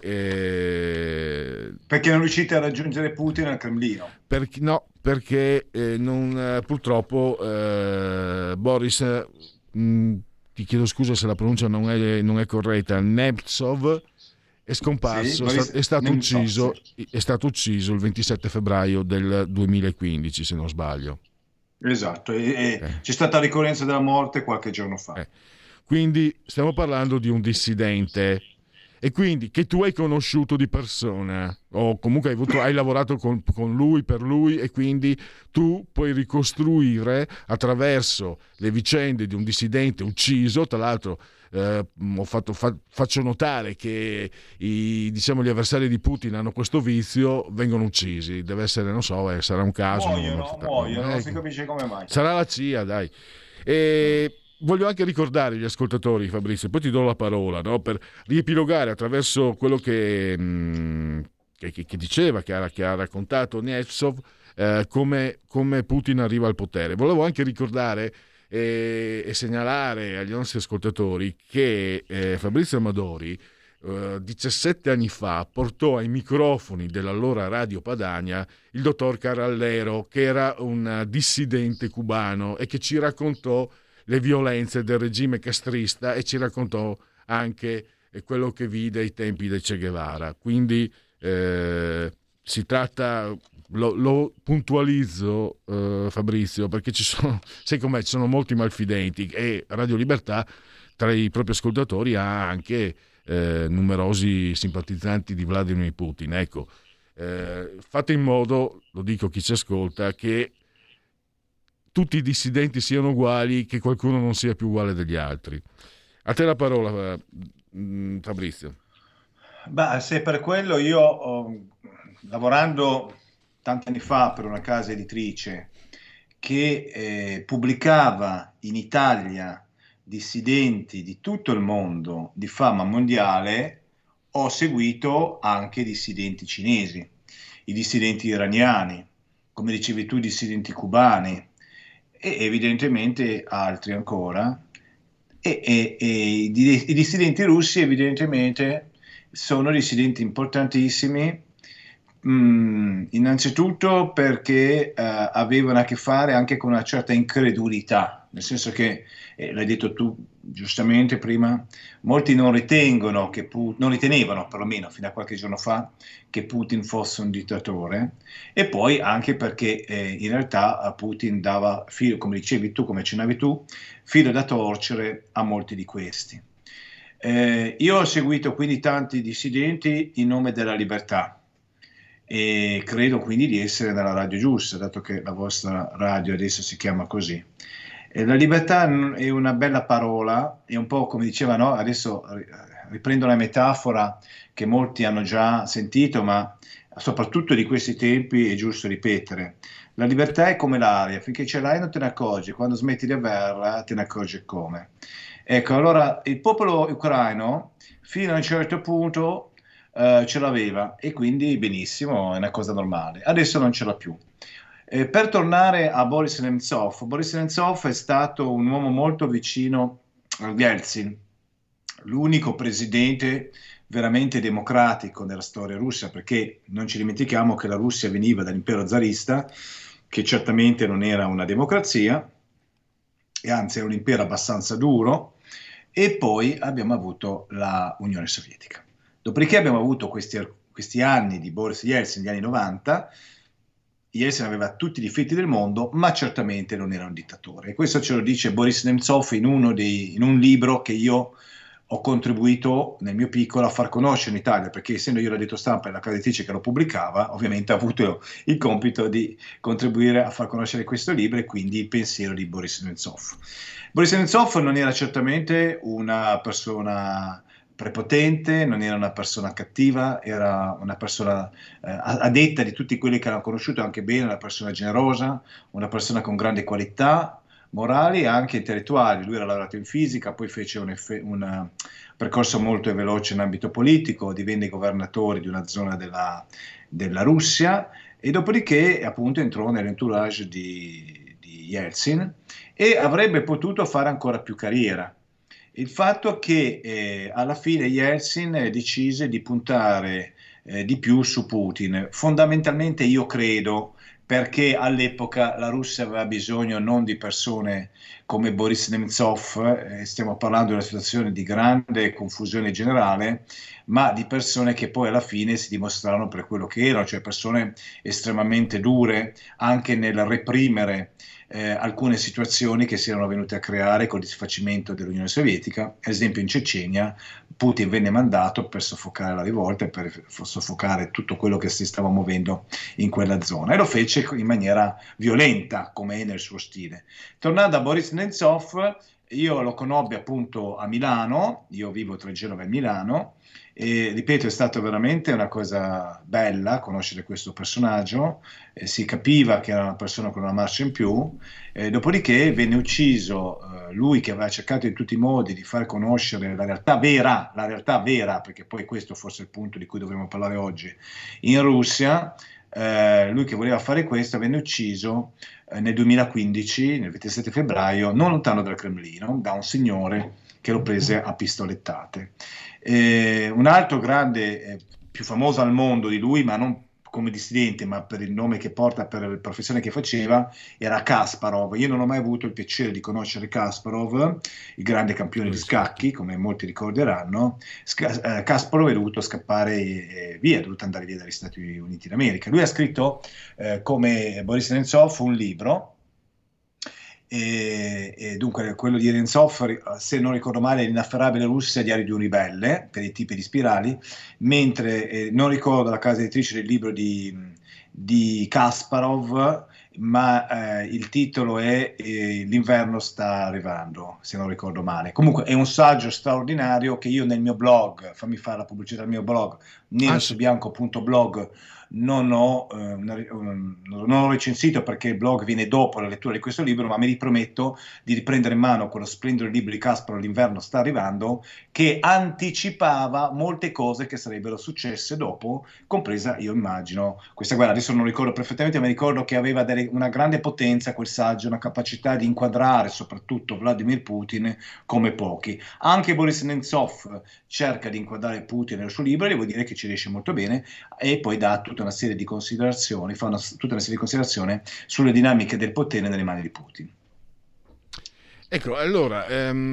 non riuscite a raggiungere Putin al Cremlino? Perché purtroppo Boris... ti chiedo scusa se la pronuncia non è corretta, Nemtsov è scomparso, è stato ucciso il 27 febbraio del 2015, se non sbaglio. Esatto, c'è stata la ricorrenza della morte qualche giorno fa. Quindi stiamo parlando di un dissidente, e quindi che tu hai conosciuto di persona, o comunque hai lavorato con lui, per lui, e quindi tu puoi ricostruire attraverso le vicende di un dissidente ucciso. Tra l'altro faccio notare che gli avversari di Putin hanno questo vizio, vengono uccisi, deve essere, non so, sarà un caso, muoiono, non si capisce come mai. Sarà la CIA, dai. E voglio anche ricordare agli ascoltatori, Fabrizio, poi ti do la parola, no? Per riepilogare attraverso quello che diceva, che ha raccontato Nemtsov, come Putin arriva al potere. Volevo anche ricordare e segnalare agli nostri ascoltatori che Fabrizio Amadori 17 anni fa portò ai microfoni dell'allora Radio Padania il dottor Carallero, che era un dissidente cubano e che ci raccontò le violenze del regime castrista e ci raccontò anche quello che vide ai tempi del Che Guevara. Quindi si tratta, lo puntualizzo, Fabrizio, perché sai com'è, ci sono molti malfidenti, e Radio Libertà tra i propri ascoltatori ha anche numerosi simpatizzanti di Vladimir Putin. Ecco, fate in modo, lo dico a chi ci ascolta, che tutti i dissidenti siano uguali, che qualcuno non sia più uguale degli altri. A te la parola, Fabrizio. Se per quello io, lavorando tanti anni fa per una casa editrice che pubblicava in Italia dissidenti di tutto il mondo di fama mondiale, ho seguito anche dissidenti cinesi, i dissidenti iraniani, come dicevi tu, i dissidenti cubani, e evidentemente altri ancora, e i dissidenti russi evidentemente sono dissidenti importantissimi, innanzitutto perché avevano a che fare anche con una certa incredulità, nel senso che, l'hai detto tu giustamente prima, molti non ritenevano perlomeno fino a qualche giorno fa, che Putin fosse un dittatore, e poi anche perché in realtà Putin dava filo, come dicevi tu, come accennavi tu, filo da torcere a molti di questi. Io ho seguito quindi tanti dissidenti in nome della libertà, e credo quindi di essere nella radio giusta, dato che la vostra radio adesso si chiama così. La libertà è una bella parola, è un po' come diceva, no? Adesso riprendo una metafora che molti hanno già sentito, ma soprattutto di questi tempi è giusto ripetere. La libertà è come l'aria, finché ce l'hai non te ne accorgi, quando smetti di averla te ne accorgi come. Ecco, allora il popolo ucraino fino a un certo punto ce l'aveva, e quindi benissimo, è una cosa normale. Adesso non ce l'ha più. Per tornare a Boris Nemtsov è stato un uomo molto vicino a Yeltsin, l'unico presidente veramente democratico nella storia russa, perché non ci dimentichiamo che la Russia veniva dall'impero zarista, che certamente non era una democrazia, e anzi era un impero abbastanza duro, e poi abbiamo avuto la Unione Sovietica. Dopodiché abbiamo avuto questi anni di Boris Yeltsin, gli anni 90. Yeltsin aveva tutti i difetti del mondo, ma certamente non era un dittatore. E questo ce lo dice Boris Nemtsov in un libro che io ho contribuito nel mio piccolo a far conoscere in Italia, perché essendo io l'addetto stampa e la casa editrice che lo pubblicava, ovviamente ho avuto il compito di contribuire a far conoscere questo libro e quindi il pensiero di Boris Nemtsov. Boris Nemtsov non era certamente una persona prepotente, non era una persona cattiva, era una persona a detta di tutti quelli che l'hanno conosciuto anche bene, una persona generosa, una persona con grandi qualità morali e anche intellettuali. Lui era laureato in fisica, poi fece un percorso molto veloce in ambito politico, divenne governatore di una zona della Russia e dopodiché appunto entrò nell'entourage di Yeltsin e avrebbe potuto fare ancora più carriera. Il fatto che alla fine Yeltsin decise di puntare di più su Putin, fondamentalmente io credo perché all'epoca la Russia aveva bisogno non di persone come Boris Nemtsov, stiamo parlando di una situazione di grande confusione generale, ma di persone che poi alla fine si dimostrarono per quello che erano, cioè persone estremamente dure anche nel reprimere alcune situazioni che si erano venute a creare con il disfacimento dell'Unione Sovietica. Ad esempio in Cecenia Putin venne mandato per soffocare la rivolta e per soffocare tutto quello che si stava muovendo in quella zona, e lo fece in maniera violenta, come è nel suo stile. Tornando a Boris Nemtsov, io lo conobbi appunto a Milano, io vivo tra Genova e Milano, e ripeto, è stato veramente una cosa bella conoscere questo personaggio, si capiva che era una persona con una marcia in più, dopodiché venne ucciso lui che aveva cercato in tutti i modi di far conoscere la realtà vera, perché poi questo forse è il punto di cui dovremmo parlare oggi, in Russia. Lui che voleva fare questo venne ucciso nel 2015, nel 27 febbraio, non lontano dal Cremlino, da un signore che lo prese a pistolettate. Un altro grande, più famoso al mondo di lui, ma non come dissidente, ma per il nome che porta, per la professione che faceva, era Kasparov. Io non ho mai avuto il piacere di conoscere Kasparov, il grande campione di scacchi, come molti ricorderanno. Kasparov è dovuto scappare via, è dovuto andare via dagli Stati Uniti d'America. Lui ha scritto, come Boris Nemtsov, un libro, e dunque quello di Nemtsov, se non ricordo male, L'inafferrabile Russia, diario di un ribelle, per i tipi di spirali, mentre non ricordo la casa editrice del libro di Kasparov, ma il titolo è L'inverno sta arrivando, se non ricordo male. Comunque è un saggio straordinario che io nel mio blog, fammi fare la pubblicità del mio blog, nerosubianco.blog, non ho recensito perché il blog viene dopo la lettura di questo libro, ma mi riprometto di riprendere in mano quello splendido libro di Kasparov, L'inverno sta arrivando, che anticipava molte cose che sarebbero successe dopo, compresa, io immagino, questa guerra. Adesso non ricordo perfettamente, ma ricordo che aveva una grande potenza quel saggio, una capacità di inquadrare soprattutto Vladimir Putin come pochi. Anche Boris Nemtsov cerca di inquadrare Putin nel suo libro e devo dire che ci riesce molto bene, e poi dà tutta una serie di considerazioni, tutta una serie di considerazioni sulle dinamiche del potere nelle mani di Putin. Ecco, allora,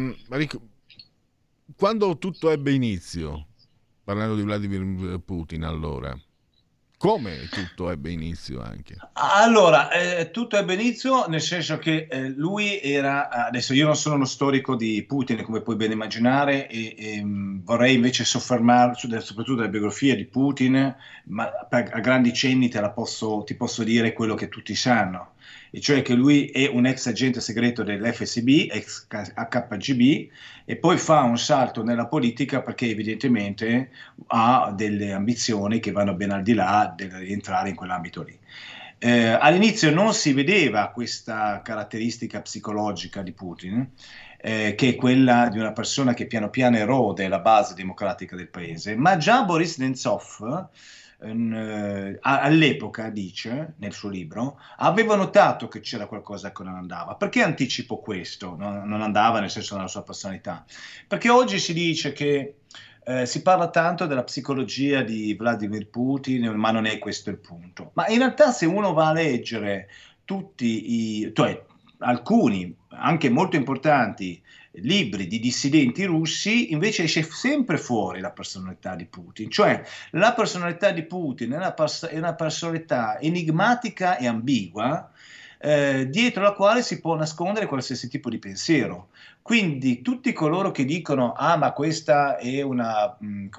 quando tutto ebbe inizio, parlando di Vladimir Putin, allora, come tutto ebbe inizio anche? Allora, tutto ebbe inizio nel senso che lui era, adesso io non sono uno storico di Putin, come puoi ben immaginare, e vorrei invece soffermarmi soprattutto della biografia di Putin, ma a grandi cenni ti posso dire quello che tutti sanno, e cioè che lui è un ex agente segreto dell'FSB, ex KGB, e poi fa un salto nella politica perché evidentemente ha delle ambizioni che vanno ben al di là di entrare in quell'ambito lì. All'inizio non si vedeva questa caratteristica psicologica di Putin, che è quella di una persona che piano piano erode la base democratica del paese, ma già Boris Nemtsov all'epoca, dice nel suo libro, aveva notato che c'era qualcosa che non andava. Perché anticipo questo? Non andava nel senso della sua personalità, perché oggi si dice che si parla tanto della psicologia di Vladimir Putin, ma non è questo il punto. Ma in realtà se uno va a leggere cioè alcuni anche molto importanti libri di dissidenti russi, invece esce sempre fuori la personalità di Putin. Cioè la personalità di Putin è una personalità enigmatica e ambigua, dietro la quale si può nascondere qualsiasi tipo di pensiero. Quindi tutti coloro che dicono ma questa è una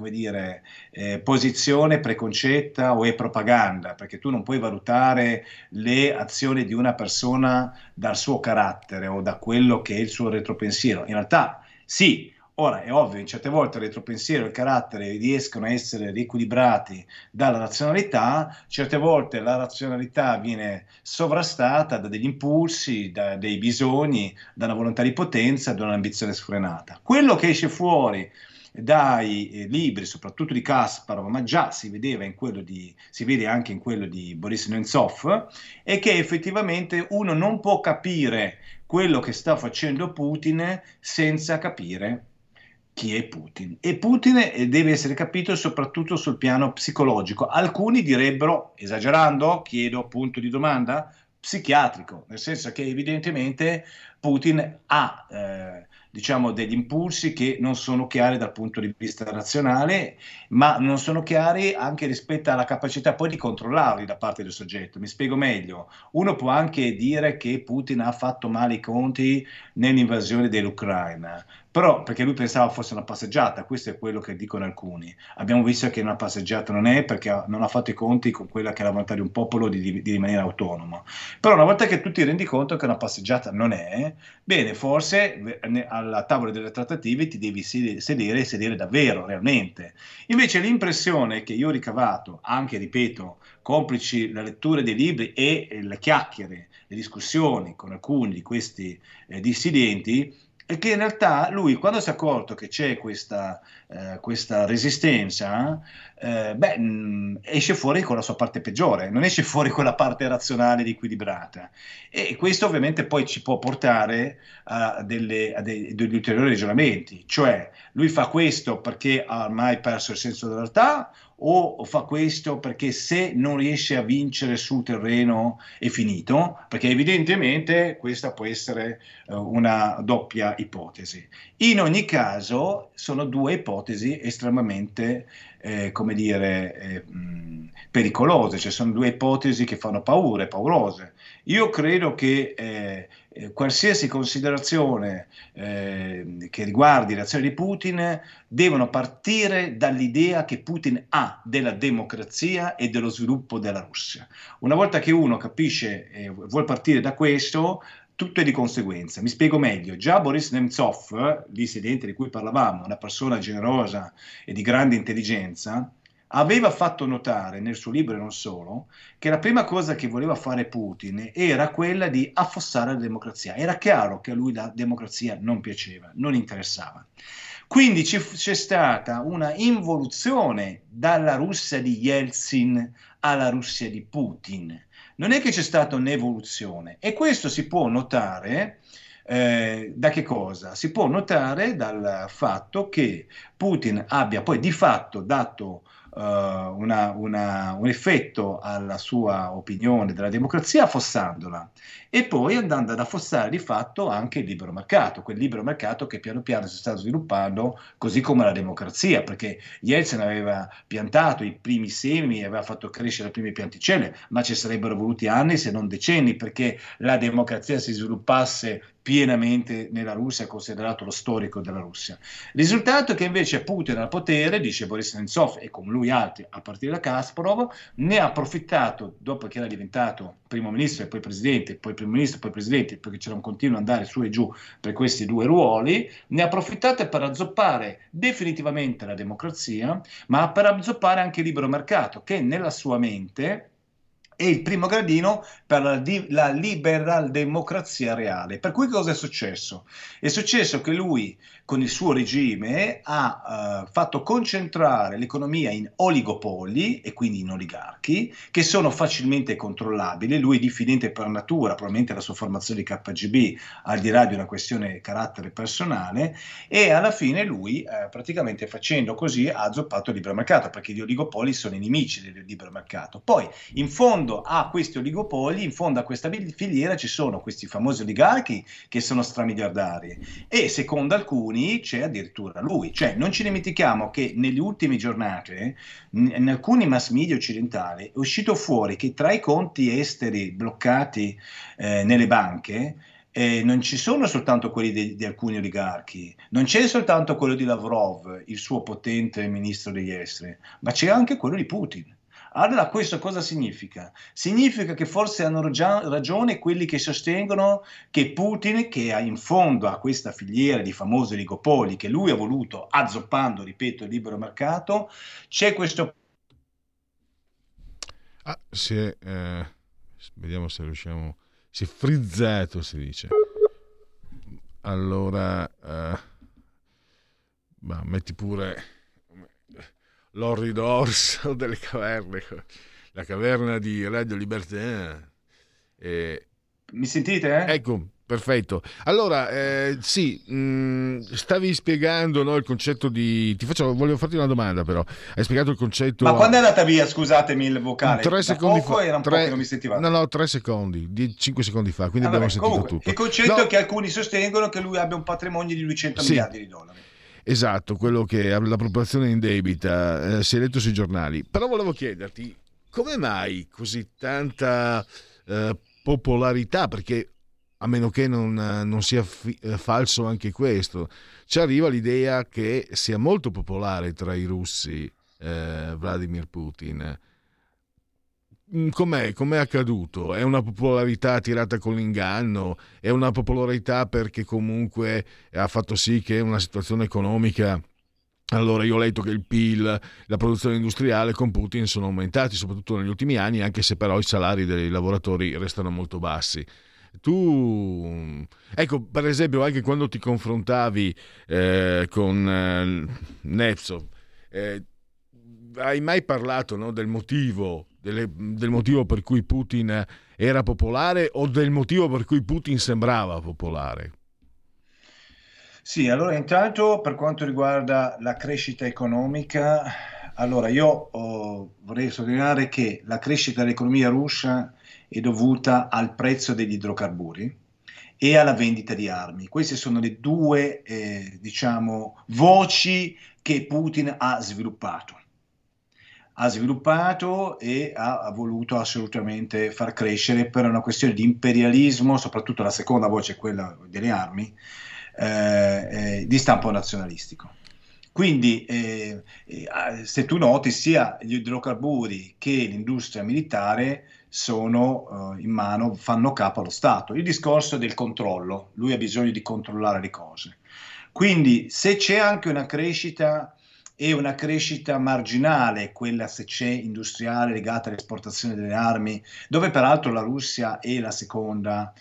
posizione preconcetta o è propaganda, perché tu non puoi valutare le azioni di una persona dal suo carattere o da quello che è il suo retropensiero. In realtà sì. Ora è ovvio, in certe volte il retropensiero e il carattere riescono a essere riequilibrati dalla razionalità, certe volte la razionalità viene sovrastata da degli impulsi, da dei bisogni, da una volontà di potenza, da un'ambizione sfrenata. Quello che esce fuori dai libri, soprattutto di Kasparov, ma già si vede anche in quello di Boris Nemtsov, è che effettivamente uno non può capire quello che sta facendo Putin senza capire chi è Putin. E Putin deve essere capito soprattutto sul piano psicologico. Alcuni direbbero, esagerando, chiedo punto di domanda, psichiatrico, nel senso che evidentemente Putin ha degli impulsi che non sono chiari dal punto di vista razionale, ma non sono chiari anche rispetto alla capacità poi di controllarli da parte del soggetto. Mi spiego meglio. Uno può anche dire che Putin ha fatto male i conti nell'invasione dell'Ucraina, però perché lui pensava fosse una passeggiata, questo è quello che dicono alcuni. Abbiamo visto che una passeggiata non è, perché non ha fatto i conti con quella che è la volontà di un popolo di rimanere autonomo. Però una volta che tu ti rendi conto che una passeggiata non è, bene, forse alla tavola delle trattative ti devi sedere davvero, realmente. Invece l'impressione che io ho ricavato, anche, ripeto, complici la lettura dei libri e le chiacchiere, le discussioni con alcuni di questi dissidenti, è che in realtà lui, quando si è accorto che c'è questa resistenza, esce fuori con la sua parte peggiore, non esce fuori con la parte razionale ed equilibrata. E questo ovviamente poi ci può portare a degli ulteriori ragionamenti, cioè lui fa questo perché ha ormai perso il senso della realtà, o fa questo perché se non riesce a vincere sul terreno è finito, perché evidentemente questa può essere una doppia ipotesi. In ogni caso sono due ipotesi estremamente pericolose, cioè sono due ipotesi che fanno paurose. Io credo che qualsiasi considerazione che riguardi l'azione di Putin devono partire dall'idea che Putin ha della democrazia e dello sviluppo della Russia. Una volta che uno capisce e vuol partire da questo, tutto è di conseguenza. Mi spiego meglio. Già Boris Nemtsov, dissidente di cui parlavamo, una persona generosa e di grande intelligenza, aveva fatto notare nel suo libro e non solo che la prima cosa che voleva fare Putin era quella di affossare la democrazia. Era chiaro che a lui la democrazia non piaceva, non interessava. Quindi c'è stata una involuzione dalla Russia di Yeltsin alla Russia di Putin. Non è che c'è stata un'evoluzione, e questo si può notare da che cosa? Si può notare dal fatto che Putin abbia poi di fatto dato un effetto alla sua opinione della democrazia affossandola, e poi andando ad affossare di fatto anche il libero mercato, quel libero mercato che piano piano si sta sviluppando, così come la democrazia, perché Yeltsin aveva piantato i primi semi, aveva fatto crescere le prime pianticelle, ma ci sarebbero voluti anni se non decenni perché la democrazia si sviluppasse pienamente nella Russia, considerato lo storico della Russia. Il risultato è che invece Putin al potere, dice Boris Nemtsov e con lui altri a partire da Kasparov, ne ha approfittato dopo che era diventato primo ministro e poi presidente, poi primo ministro e poi presidente, perché c'era un continuo andare su e giù per questi due ruoli, ne ha approfittato per azzoppare definitivamente la democrazia, ma per azzoppare anche il libero mercato, che nella sua mente è il primo gradino per la liberal democrazia reale. Per cui cosa è successo? È successo che lui, con il suo regime, ha fatto concentrare l'economia in oligopoli e quindi in oligarchi, che sono facilmente controllabili. Lui è diffidente per natura, probabilmente la sua formazione di KGB, al di là di una questione carattere personale, e alla fine lui, praticamente facendo così, ha azzoppato il libero mercato, perché gli oligopoli sono i nemici del libero mercato. Poi, in fondo, fondo a questi oligopoli, in fondo a questa filiera ci sono questi famosi oligarchi che sono stramiliardari e secondo alcuni c'è addirittura lui. Cioè non ci dimentichiamo che nelle ultime giornate in alcuni mass media occidentali è uscito fuori che tra i conti esteri bloccati nelle banche non ci sono soltanto quelli di alcuni oligarchi, non c'è soltanto quello di Lavrov, il suo potente ministro degli esteri, ma c'è anche quello di Putin. Allora questo cosa significa? Significa che forse hanno ragione quelli che sostengono che Putin, che ha in fondo a questa filiera di famosi oligopoli che lui ha voluto azzoppando, ripeto, il libero mercato, c'è questo... Vediamo se riusciamo... Si è frizzato, si dice. Allora, metti pure l'orrido orso delle caverne, la caverna di Radio Libertà. Mi sentite? Ecco, perfetto. Allora, sì, stavi spiegando, no, il concetto di... volevo farti una domanda però. Hai spiegato il concetto... Ma quando è andata via, scusatemi, il vocale? 3 secondi fa. Era un po' che non mi sentivate. No, 3 secondi, 5 secondi fa, quindi abbiamo sentito comunque, tutto. Il concetto è che alcuni sostengono che lui abbia un patrimonio di 200 miliardi di dollari. Esatto, quello che la popolazione in debita, si è letto sui giornali. Però volevo chiederti, come mai così tanta popolarità? Perché a meno che non sia falso anche questo, ci arriva l'idea che sia molto popolare tra i russi Vladimir Putin. Com'è accaduto? È una popolarità tirata con l'inganno? È una popolarità perché comunque ha fatto sì che una situazione economica... Allora, io ho letto che il PIL, la produzione industriale con Putin sono aumentati, soprattutto negli ultimi anni, anche se però i salari dei lavoratori restano molto bassi. Tu, ecco, per esempio, anche quando ti confrontavi con Nevzov, hai mai parlato, no, del motivo per cui Putin era popolare o del motivo per cui Putin sembrava popolare? Sì, allora intanto per quanto riguarda la crescita economica, allora io vorrei sottolineare che la crescita dell'economia russa è dovuta al prezzo degli idrocarburi e alla vendita di armi. Queste sono le due, voci che Putin ha sviluppato. E ha voluto assolutamente far crescere per una questione di imperialismo, soprattutto la seconda voce, quella delle armi, di stampo nazionalistico. Quindi se tu noti, sia gli idrocarburi che l'industria militare sono in mano, fanno capo allo Stato. Il discorso del controllo, lui ha bisogno di controllare le cose. Quindi se c'è anche una crescita e una crescita marginale, quella se c'è industriale legata all'esportazione delle armi, dove peraltro la Russia è il secondo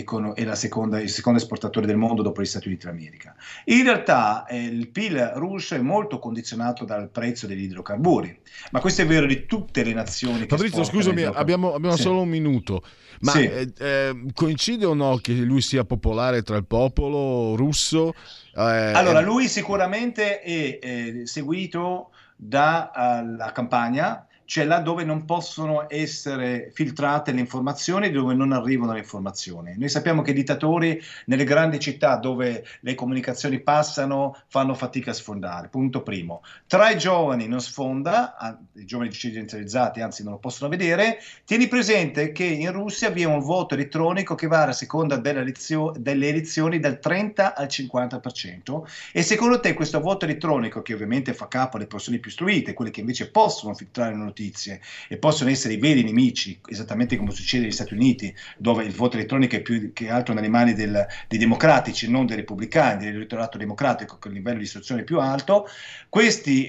esportatore del mondo dopo gli Stati Uniti d'America. In realtà il PIL russo è molto condizionato dal prezzo degli idrocarburi, ma questo è vero di tutte le nazioni che Fabrizio, scusami, abbiamo sì. Solo un minuto, ma sì. Coincide o no che lui sia popolare tra il popolo russo? Allora, lui sicuramente è seguito dalla campagna, cioè là dove non possono essere filtrate le informazioni, dove non arrivano le informazioni. Noi sappiamo che i dittatori nelle grandi città dove le comunicazioni passano fanno fatica a sfondare, punto primo. Tra i giovani non sfonda, i giovani occidentalizzati anzi non lo possono vedere. Tieni presente che in Russia vi è un voto elettronico che varia a seconda delle elezioni dal 30 al 50%, e secondo te questo voto elettronico, che ovviamente fa capo alle persone più istruite, quelle che invece possono filtrare le notizie e possono essere i veri nemici, esattamente come succede negli Stati Uniti, dove il voto elettronico è più che altro nelle mani dei democratici, non dei repubblicani, dell'elettorato democratico, che è il livello di istruzione più alto. Questi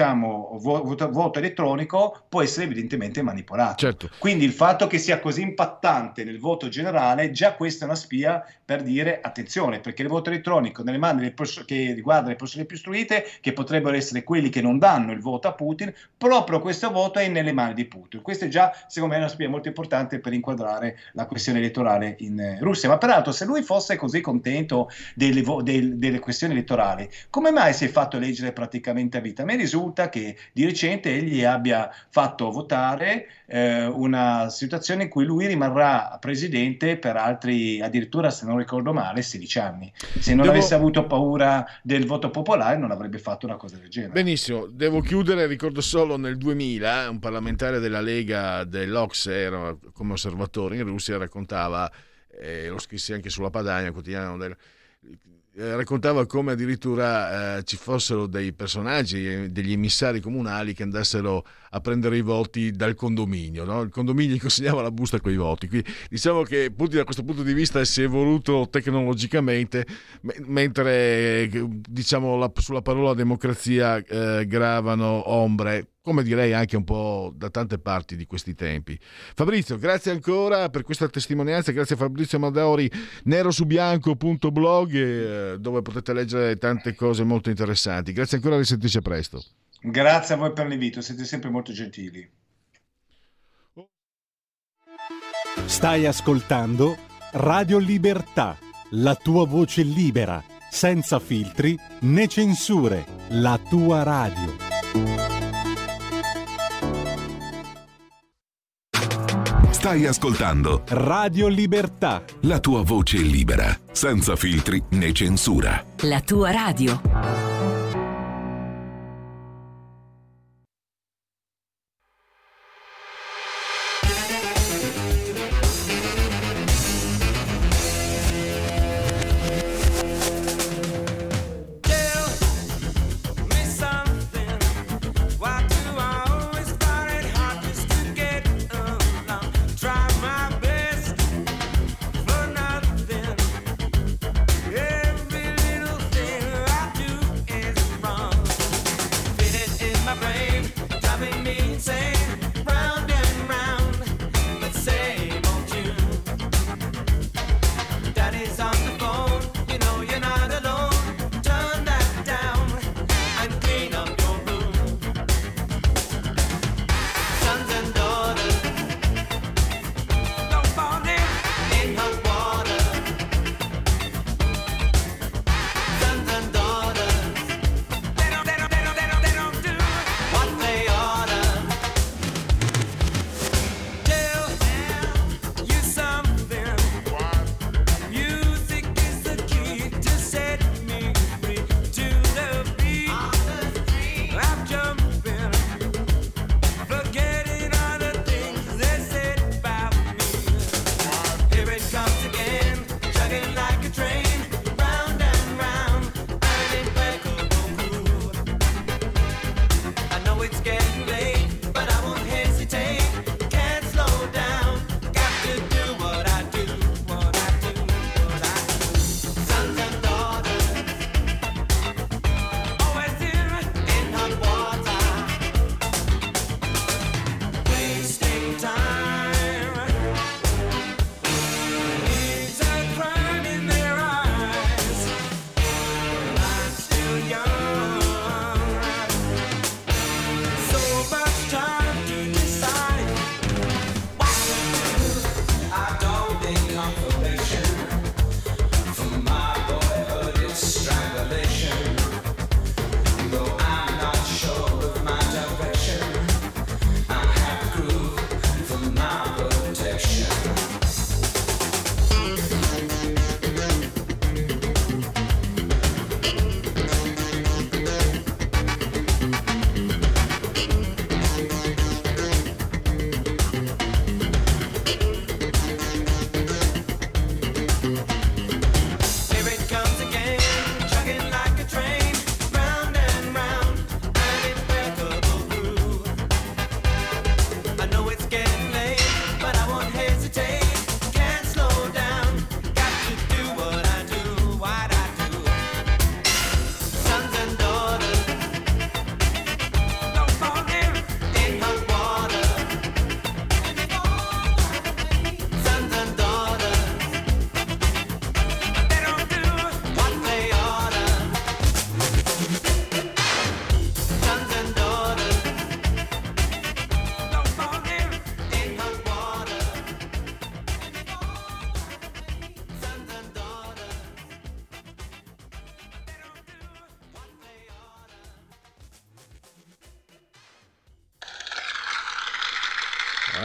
voto elettronico può essere evidentemente manipolato. Certo. Quindi il fatto che sia così impattante nel voto generale, già questa è una spia per dire attenzione, perché il voto elettronico nelle mani che riguarda le persone più istruite, che potrebbero essere quelli che non danno il voto a Putin, proprio questo voto voto è nelle mani di Putin. Questo è già, secondo me, una spia molto importante per inquadrare la questione elettorale in Russia. Ma peraltro, se lui fosse così contento delle questioni elettorali, come mai si è fatto eleggere praticamente a vita? A me risulta che di recente egli abbia fatto votare una situazione in cui lui rimarrà presidente per altri, addirittura, se non ricordo male, 16 anni. Se non avesse avuto paura del voto popolare non avrebbe fatto una cosa del genere. Benissimo, devo chiudere. Ricordo solo nel 2000 un parlamentare della Lega dell'Ocse, era come osservatore in Russia, raccontava, lo scrissi anche sulla Padania, quotidiano raccontava come addirittura ci fossero dei personaggi, degli emissari comunali che andassero a prendere i voti dal condominio, no? Il condominio gli consegnava la busta con i voti. Quindi diciamo che Putin da questo punto di vista si è evoluto tecnologicamente, mentre diciamo sulla parola democrazia gravano ombre, come direi anche un po' da tante parti di questi tempi. Fabrizio, grazie ancora per questa testimonianza, grazie a Fabrizio Amadori, nerosubianco.blog, dove potete leggere tante cose molto interessanti. Grazie ancora, risentirci presto. Grazie a voi per l'invito, siete sempre molto gentili. Stai ascoltando Radio Libertà, la tua voce libera, senza filtri né censure, la tua radio. Stai ascoltando Radio Libertà, la tua voce libera, senza filtri né censura. La tua radio.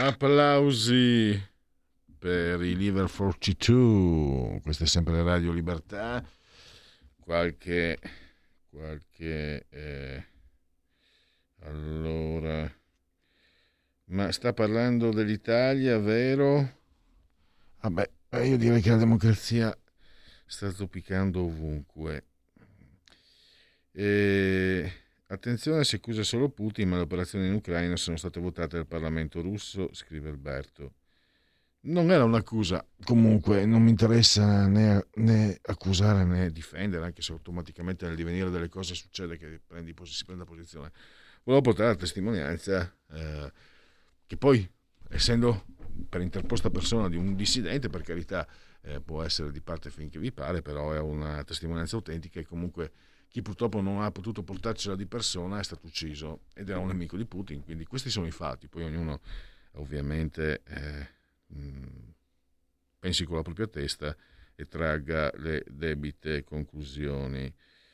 Applausi per i Liver 42. Questa è sempre Radio Libertà. Allora, ma sta parlando dell'Italia, vero? Vabbè, io direi che la democrazia sta zoppicando ovunque. Attenzione, si accusa solo Putin, ma le operazioni in Ucraina sono state votate dal Parlamento russo, scrive Alberto. Non era un'accusa, comunque non mi interessa né accusare né difendere, anche se automaticamente nel divenire delle cose succede che si prenda posizione. Volevo portare la testimonianza che poi, essendo per interposta persona di un dissidente, per carità, può essere di parte finché vi pare, però è una testimonianza autentica e comunque chi purtroppo non ha potuto portarcela di persona è stato ucciso ed era un nemico di Putin, quindi questi sono i fatti, poi ognuno ovviamente pensi con la propria testa e tragga le debite conclusioni.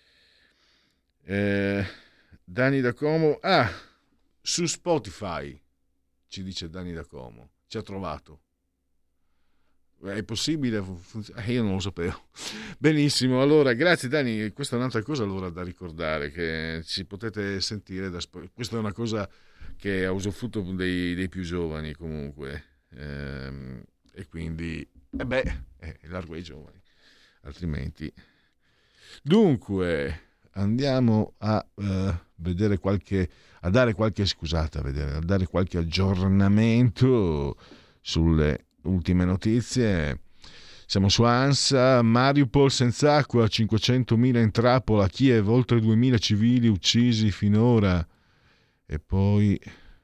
Dani da Como, su Spotify ci dice Dani da Como, ci ha trovato. È possibile? Io non lo sapevo. Benissimo, allora grazie Dani. Questa è un'altra cosa allora da ricordare, che ci potete sentire questa è una cosa che ha usufrutto dei più giovani comunque, e quindi largo ai giovani, altrimenti. Dunque andiamo a vedere a dare qualche aggiornamento sulle ultime notizie. Siamo su ANSA. Mariupol senza acqua, 500.000 in trappola, Kiev oltre 2.000 civili uccisi finora. E poi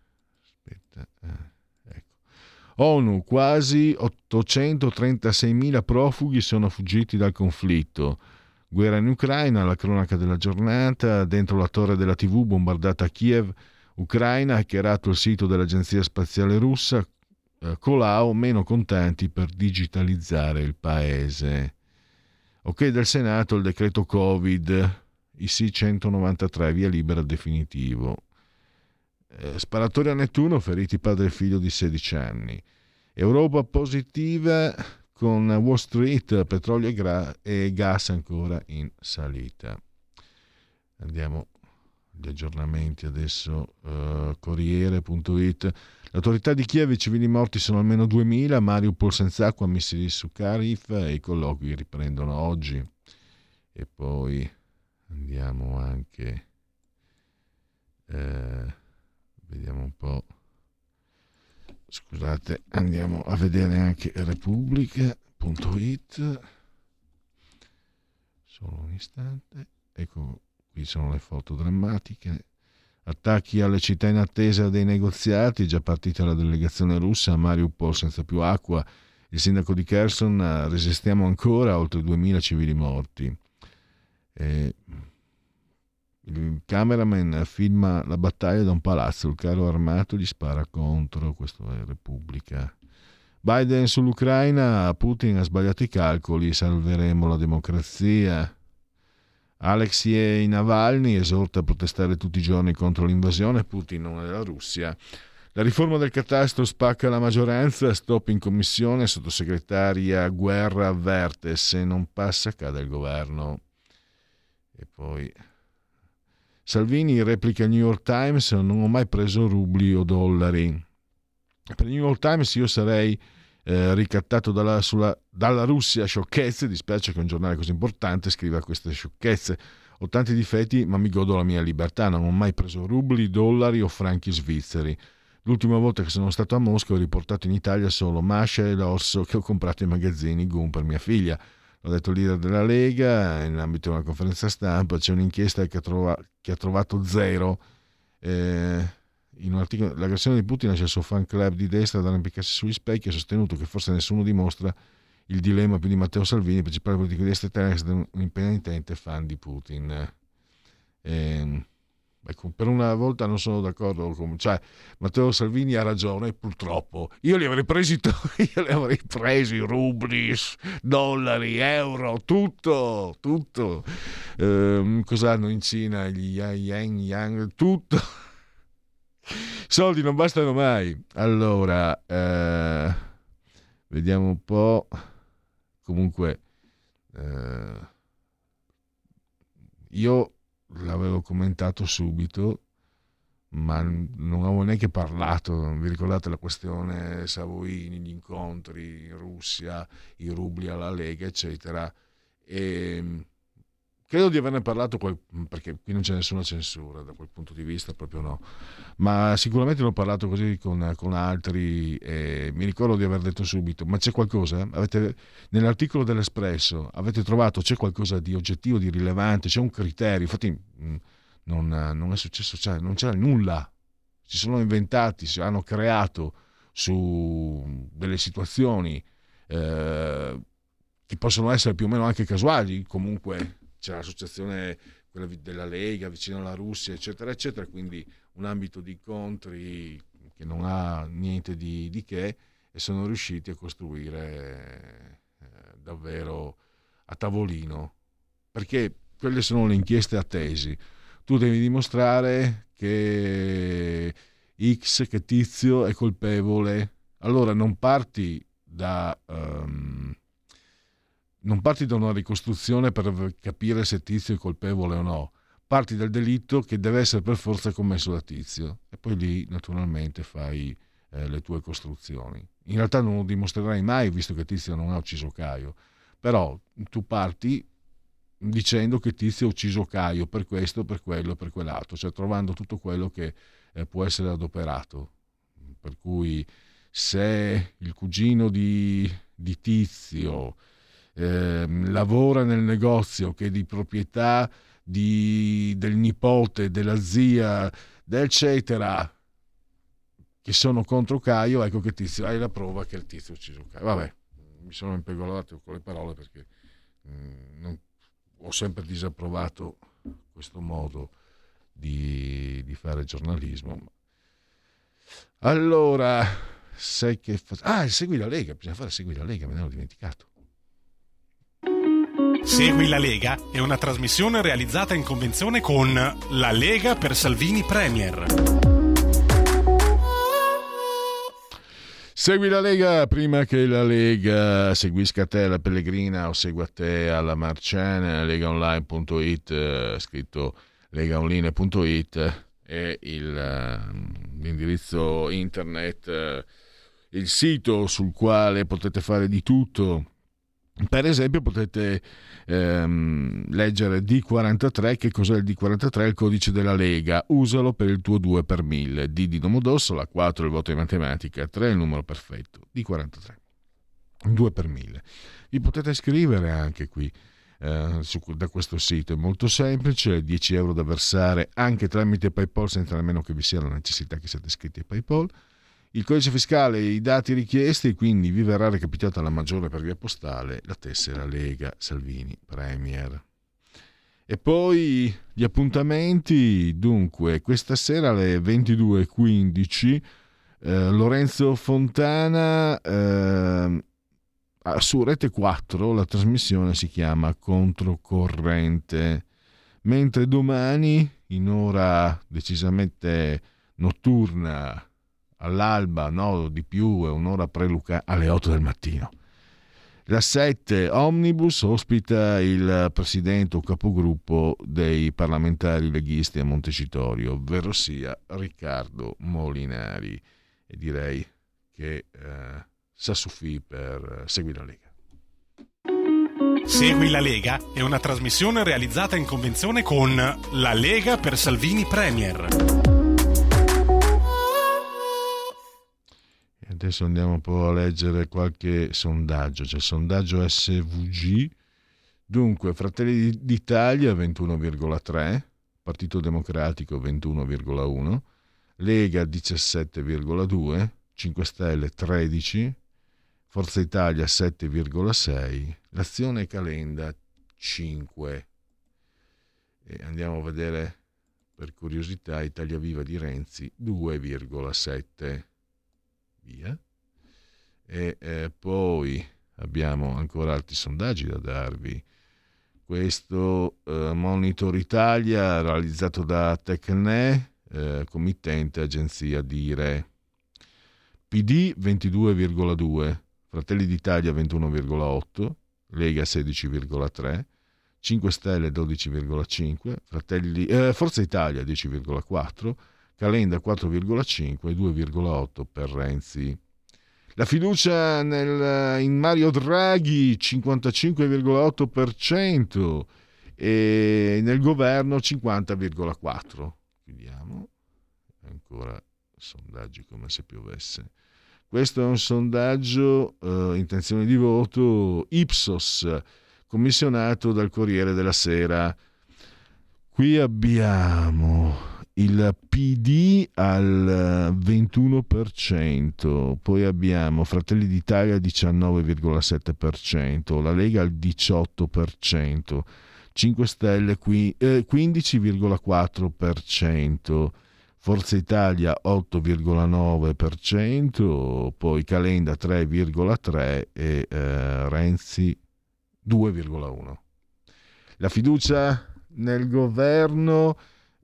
ONU, quasi 836.000 profughi sono fuggiti dal conflitto. Guerra in Ucraina, la cronaca della giornata. Dentro la torre della TV bombardata a Kiev, Ucraina, hackerato il sito dell'agenzia spaziale russa. Colau, meno contanti per digitalizzare il paese. Ok del Senato, il decreto Covid, IC 193, via libera definitivo. Sparatoria a Nettuno, feriti padre e figlio di 16 anni. Europa positiva con Wall Street, petrolio e gas ancora in salita. Andiamo agli aggiornamenti adesso. Corriere.it. L'autorità di Kiev, i civili morti sono almeno 2.000, Mariupol senza acqua, missili su Kharkiv e i colloqui riprendono oggi. E poi andiamo anche vediamo un po', scusate, andiamo a vedere anche Repubblica.it, solo un istante. Ecco, qui sono le foto drammatiche. Attacchi alle città in attesa dei negoziati, già partita la delegazione russa a Mariupol senza più acqua. Il sindaco di Kherson, resistiamo ancora, oltre 2.000 civili morti. Il cameraman filma la battaglia da un palazzo, il carro armato gli spara contro. Questo è Repubblica. Biden sull'Ucraina, Putin ha sbagliato i calcoli, salveremo la democrazia. Alexei Navalny esorta a protestare tutti i giorni contro l'invasione, Putin non è della Russia. La riforma del catasto spacca la maggioranza, stop in commissione, sottosegretaria Guerra avverte, se non passa cade il governo. E poi Salvini replica il New York Times, non ho mai preso rubli o dollari. Per il New York Times io sarei ricattato dalla Russia, sciocchezze, dispiace che un giornale così importante scriva queste sciocchezze. Ho tanti difetti ma mi godo la mia libertà, non ho mai preso rubli, dollari o franchi svizzeri. L'ultima volta che sono stato a Mosca ho riportato in Italia solo mascia e l'orso che ho comprato ai magazzini GUM per mia figlia. L'ho detto il leader della Lega in ambito di una conferenza stampa. C'è un'inchiesta che ha trovato zero. In un articolo, l'aggressione di Putin c'è il suo fan club di destra da arrampicarsi sugli specchi, ha sostenuto che forse nessuno dimostra il dilemma più di Matteo Salvini, principale politico di destra italiano, che è stato un impenitente fan di Putin. Ecco, per una volta non sono d'accordo con, cioè Matteo Salvini ha ragione, purtroppo io li avrei presi rubli, dollari, euro, tutto. Cos'hanno in Cina gli yang, tutto. Soldi non bastano mai. Allora, vediamo un po'. Comunque, io l'avevo commentato subito, ma non avevo neanche parlato. Vi ricordate la questione Savoini, gli incontri in Russia, i rubli alla Lega, eccetera? E credo di averne parlato perché qui non c'è nessuna censura da quel punto di vista, proprio no, ma sicuramente ne ho parlato così con altri e mi ricordo di aver detto subito: ma c'è qualcosa? Nell'articolo dell'Espresso avete trovato, c'è qualcosa di oggettivo, di rilevante, c'è un criterio? Infatti non è successo, cioè non c'era nulla, si sono inventati, si hanno creato su delle situazioni che possono essere più o meno anche casuali. Comunque c'è l'associazione, quella della Lega vicino alla Russia, eccetera eccetera, quindi un ambito di incontri che non ha niente di che, e sono riusciti a costruire davvero a tavolino, perché quelle sono le inchieste a tesi. Tu devi dimostrare che X, che Tizio è colpevole. Allora non parti da una ricostruzione per capire se Tizio è colpevole o no, parti dal delitto che deve essere per forza commesso da Tizio, e poi lì naturalmente fai le tue costruzioni. In realtà non lo dimostrerai mai, visto che Tizio non ha ucciso Caio, però tu parti dicendo che Tizio ha ucciso Caio per questo, per quello, per quell'altro, cioè trovando tutto quello che può essere adoperato. Per cui se il cugino di Tizio lavora nel negozio che è di proprietà del nipote, della zia, eccetera, che sono contro Caio, ecco che Tizio, hai la prova che il Tizio ha ucciso Caio. Vabbè, mi sono impegolato con le parole perché ho sempre disapprovato questo modo di fare giornalismo. Allora, sai che Segui la Lega, bisogna fare Segui la Lega, me ne ero dimenticato. Segui la Lega è una trasmissione realizzata in convenzione con La Lega per Salvini Premier. Segui la Lega prima che la Lega seguisca te alla Pellegrina o segua te alla Marciana. Legaonline.it, scritto legaonline.it è l'indirizzo internet, il sito sul quale potete fare di tutto. Per esempio potete leggere D43. Che cos'è il D43? È il codice della Lega, usalo per il tuo 2 per 1000. D di Domodossola, 4 il voto di matematica, 3 il numero perfetto. D43, 2 per 1000. Vi potete scrivere anche qui da questo sito, è molto semplice, 10 euro da versare anche tramite PayPal senza nemmeno che vi sia la necessità che siate iscritti a PayPal. Il codice fiscale, i dati richiesti, quindi vi verrà recapitata la maggiore per via postale, la tessera Lega Salvini Premier. E poi gli appuntamenti, dunque, questa sera alle 22:15 Lorenzo Fontana su Rete 4, la trasmissione si chiama Controcorrente, mentre domani in ora decisamente notturna, all'alba, no di più, è un'ora preluca, alle 8 del mattino. La 7 Omnibus ospita il presidente o capogruppo dei parlamentari leghisti a Montecitorio, ovverosia Riccardo Molinari, e direi che sa suffì per Segui la Lega. Segui la Lega è una trasmissione realizzata in convenzione con La Lega per Salvini Premier. Adesso andiamo un po' a leggere qualche sondaggio. C'è il sondaggio SVG. Dunque, Fratelli d'Italia 21,3, Partito Democratico 21,1, Lega 17,2, 5 Stelle 13, Forza Italia 7,6, l'Azione e Calenda 5. E andiamo a vedere per curiosità Italia Viva di Renzi 2,7. Via. E poi abbiamo ancora altri sondaggi da darvi. Questo Monitor Italia realizzato da Tecne, committente agenzia Dire. PD 22,2, Fratelli d'Italia 21,8, Lega 16,3, 5 Stelle 12,5, Forza Italia 10,4, Calenda 4,5 e 2,8 per Renzi. La fiducia in Mario Draghi 55,8% e nel governo 50,4%. Chiudiamo. Ancora sondaggi come se piovesse. Questo è un sondaggio intenzione di voto Ipsos, commissionato dal Corriere della Sera. Qui abbiamo il PD al 21%, poi abbiamo Fratelli d'Italia al 19,7%, la Lega al 18%, 5 Stelle 15,4%, Forza Italia 8,9%, poi Calenda 3,3% e Renzi 2,1%. La fiducia nel governo,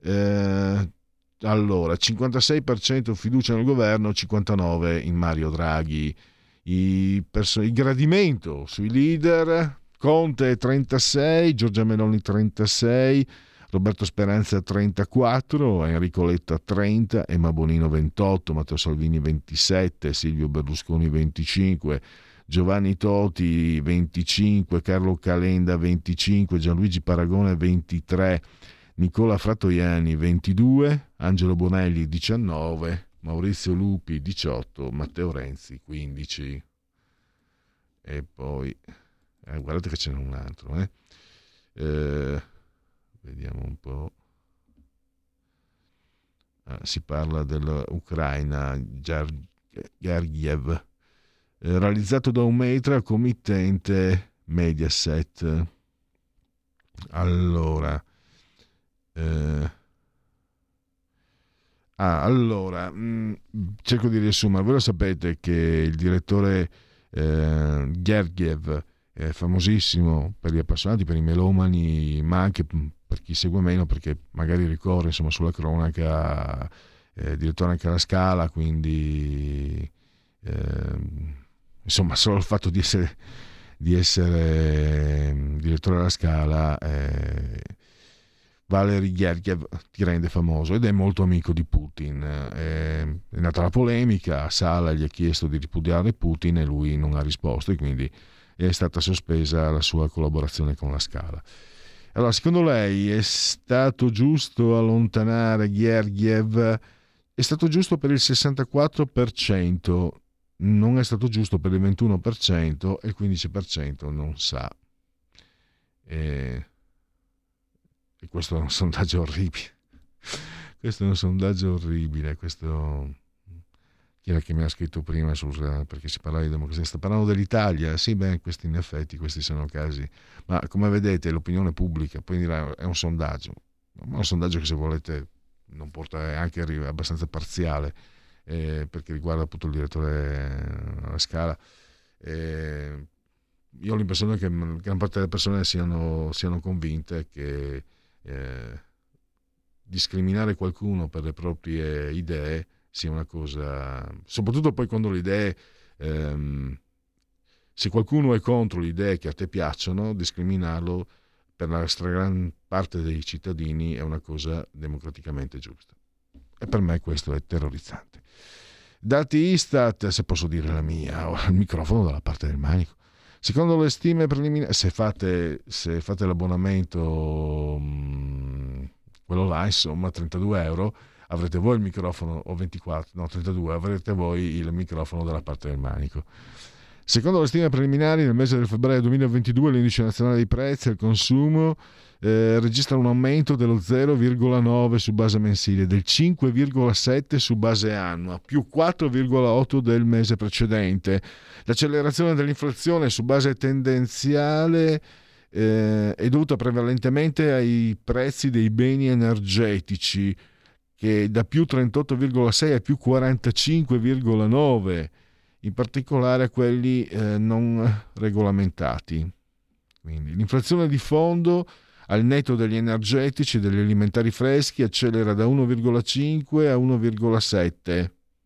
allora 56% fiducia nel governo, 59% in Mario Draghi. Il gradimento sui leader: Conte 36, Giorgia Meloni 36, Roberto Speranza 34, Enrico Letta 30, Emma Bonino 28, Matteo Salvini 27, Silvio Berlusconi 25, Giovanni Toti 25, Carlo Calenda 25, Gianluigi Paragone 23, Nicola Frattoiani 22, Angelo Bonelli 19, Maurizio Lupi 18, Matteo Renzi 15. E poi guardate che ce n'è un altro, vediamo un po'. Si parla dell'Ucraina, Gergiev, realizzato da un Meitra, committente Mediaset. Allora cerco di riassumere. Voi lo sapete che il direttore Gergiev è famosissimo per gli appassionati, per i melomani, ma anche per chi segue meno, perché magari ricorre insomma sulla cronaca, direttore anche alla Scala, quindi insomma solo il fatto di essere direttore alla Scala, Valery Gergiev ti rende famoso, ed è molto amico di Putin. È nata la polemica, Sala gli ha chiesto di ripudiare Putin e lui non ha risposto, e quindi è stata sospesa la sua collaborazione con la Scala. Allora, secondo lei è stato giusto allontanare Gergiev? È stato giusto per il 64%, non è stato giusto per il 21% e il 15% non sa. E questo è un sondaggio orribile. Questo è un sondaggio orribile. Questo chi era che mi ha scritto prima perché si parlava di democrazia? Sta parlando dell'Italia. Sì, beh, questi in effetti, questi sono casi. Ma come vedete, l'opinione pubblica poi dirà è un sondaggio. Ma è un sondaggio che, se volete, non porta, è anche abbastanza parziale, perché riguarda appunto il direttore alla Scala. Io ho l'impressione che gran parte delle persone siano convinte che discriminare qualcuno per le proprie idee sia una cosa, soprattutto poi quando le idee, se qualcuno è contro le idee che a te piacciono, discriminarlo per la stragrande parte dei cittadini è una cosa democraticamente giusta, e per me questo è terrorizzante. Dati Istat, se posso dire la mia, ho il microfono dalla parte del manico. Secondo le stime preliminari, se fate l'abbonamento, quello là, insomma, 32 euro, avrete voi il microfono, o 32, avrete voi il microfono dalla parte del manico. Secondo le stime preliminari, nel mese del febbraio 2022 l'indice nazionale dei prezzi al consumo registra un aumento dello 0,9 su base mensile, del 5,7 su base annua, più 4,8 del mese precedente. L'accelerazione dell'inflazione su base tendenziale è dovuta prevalentemente ai prezzi dei beni energetici, che da più 38,6 a più 45,9, in particolare a quelli non regolamentati. Quindi l'inflazione di fondo al netto degli energetici e degli alimentari freschi accelera da 1,5 a 1,7.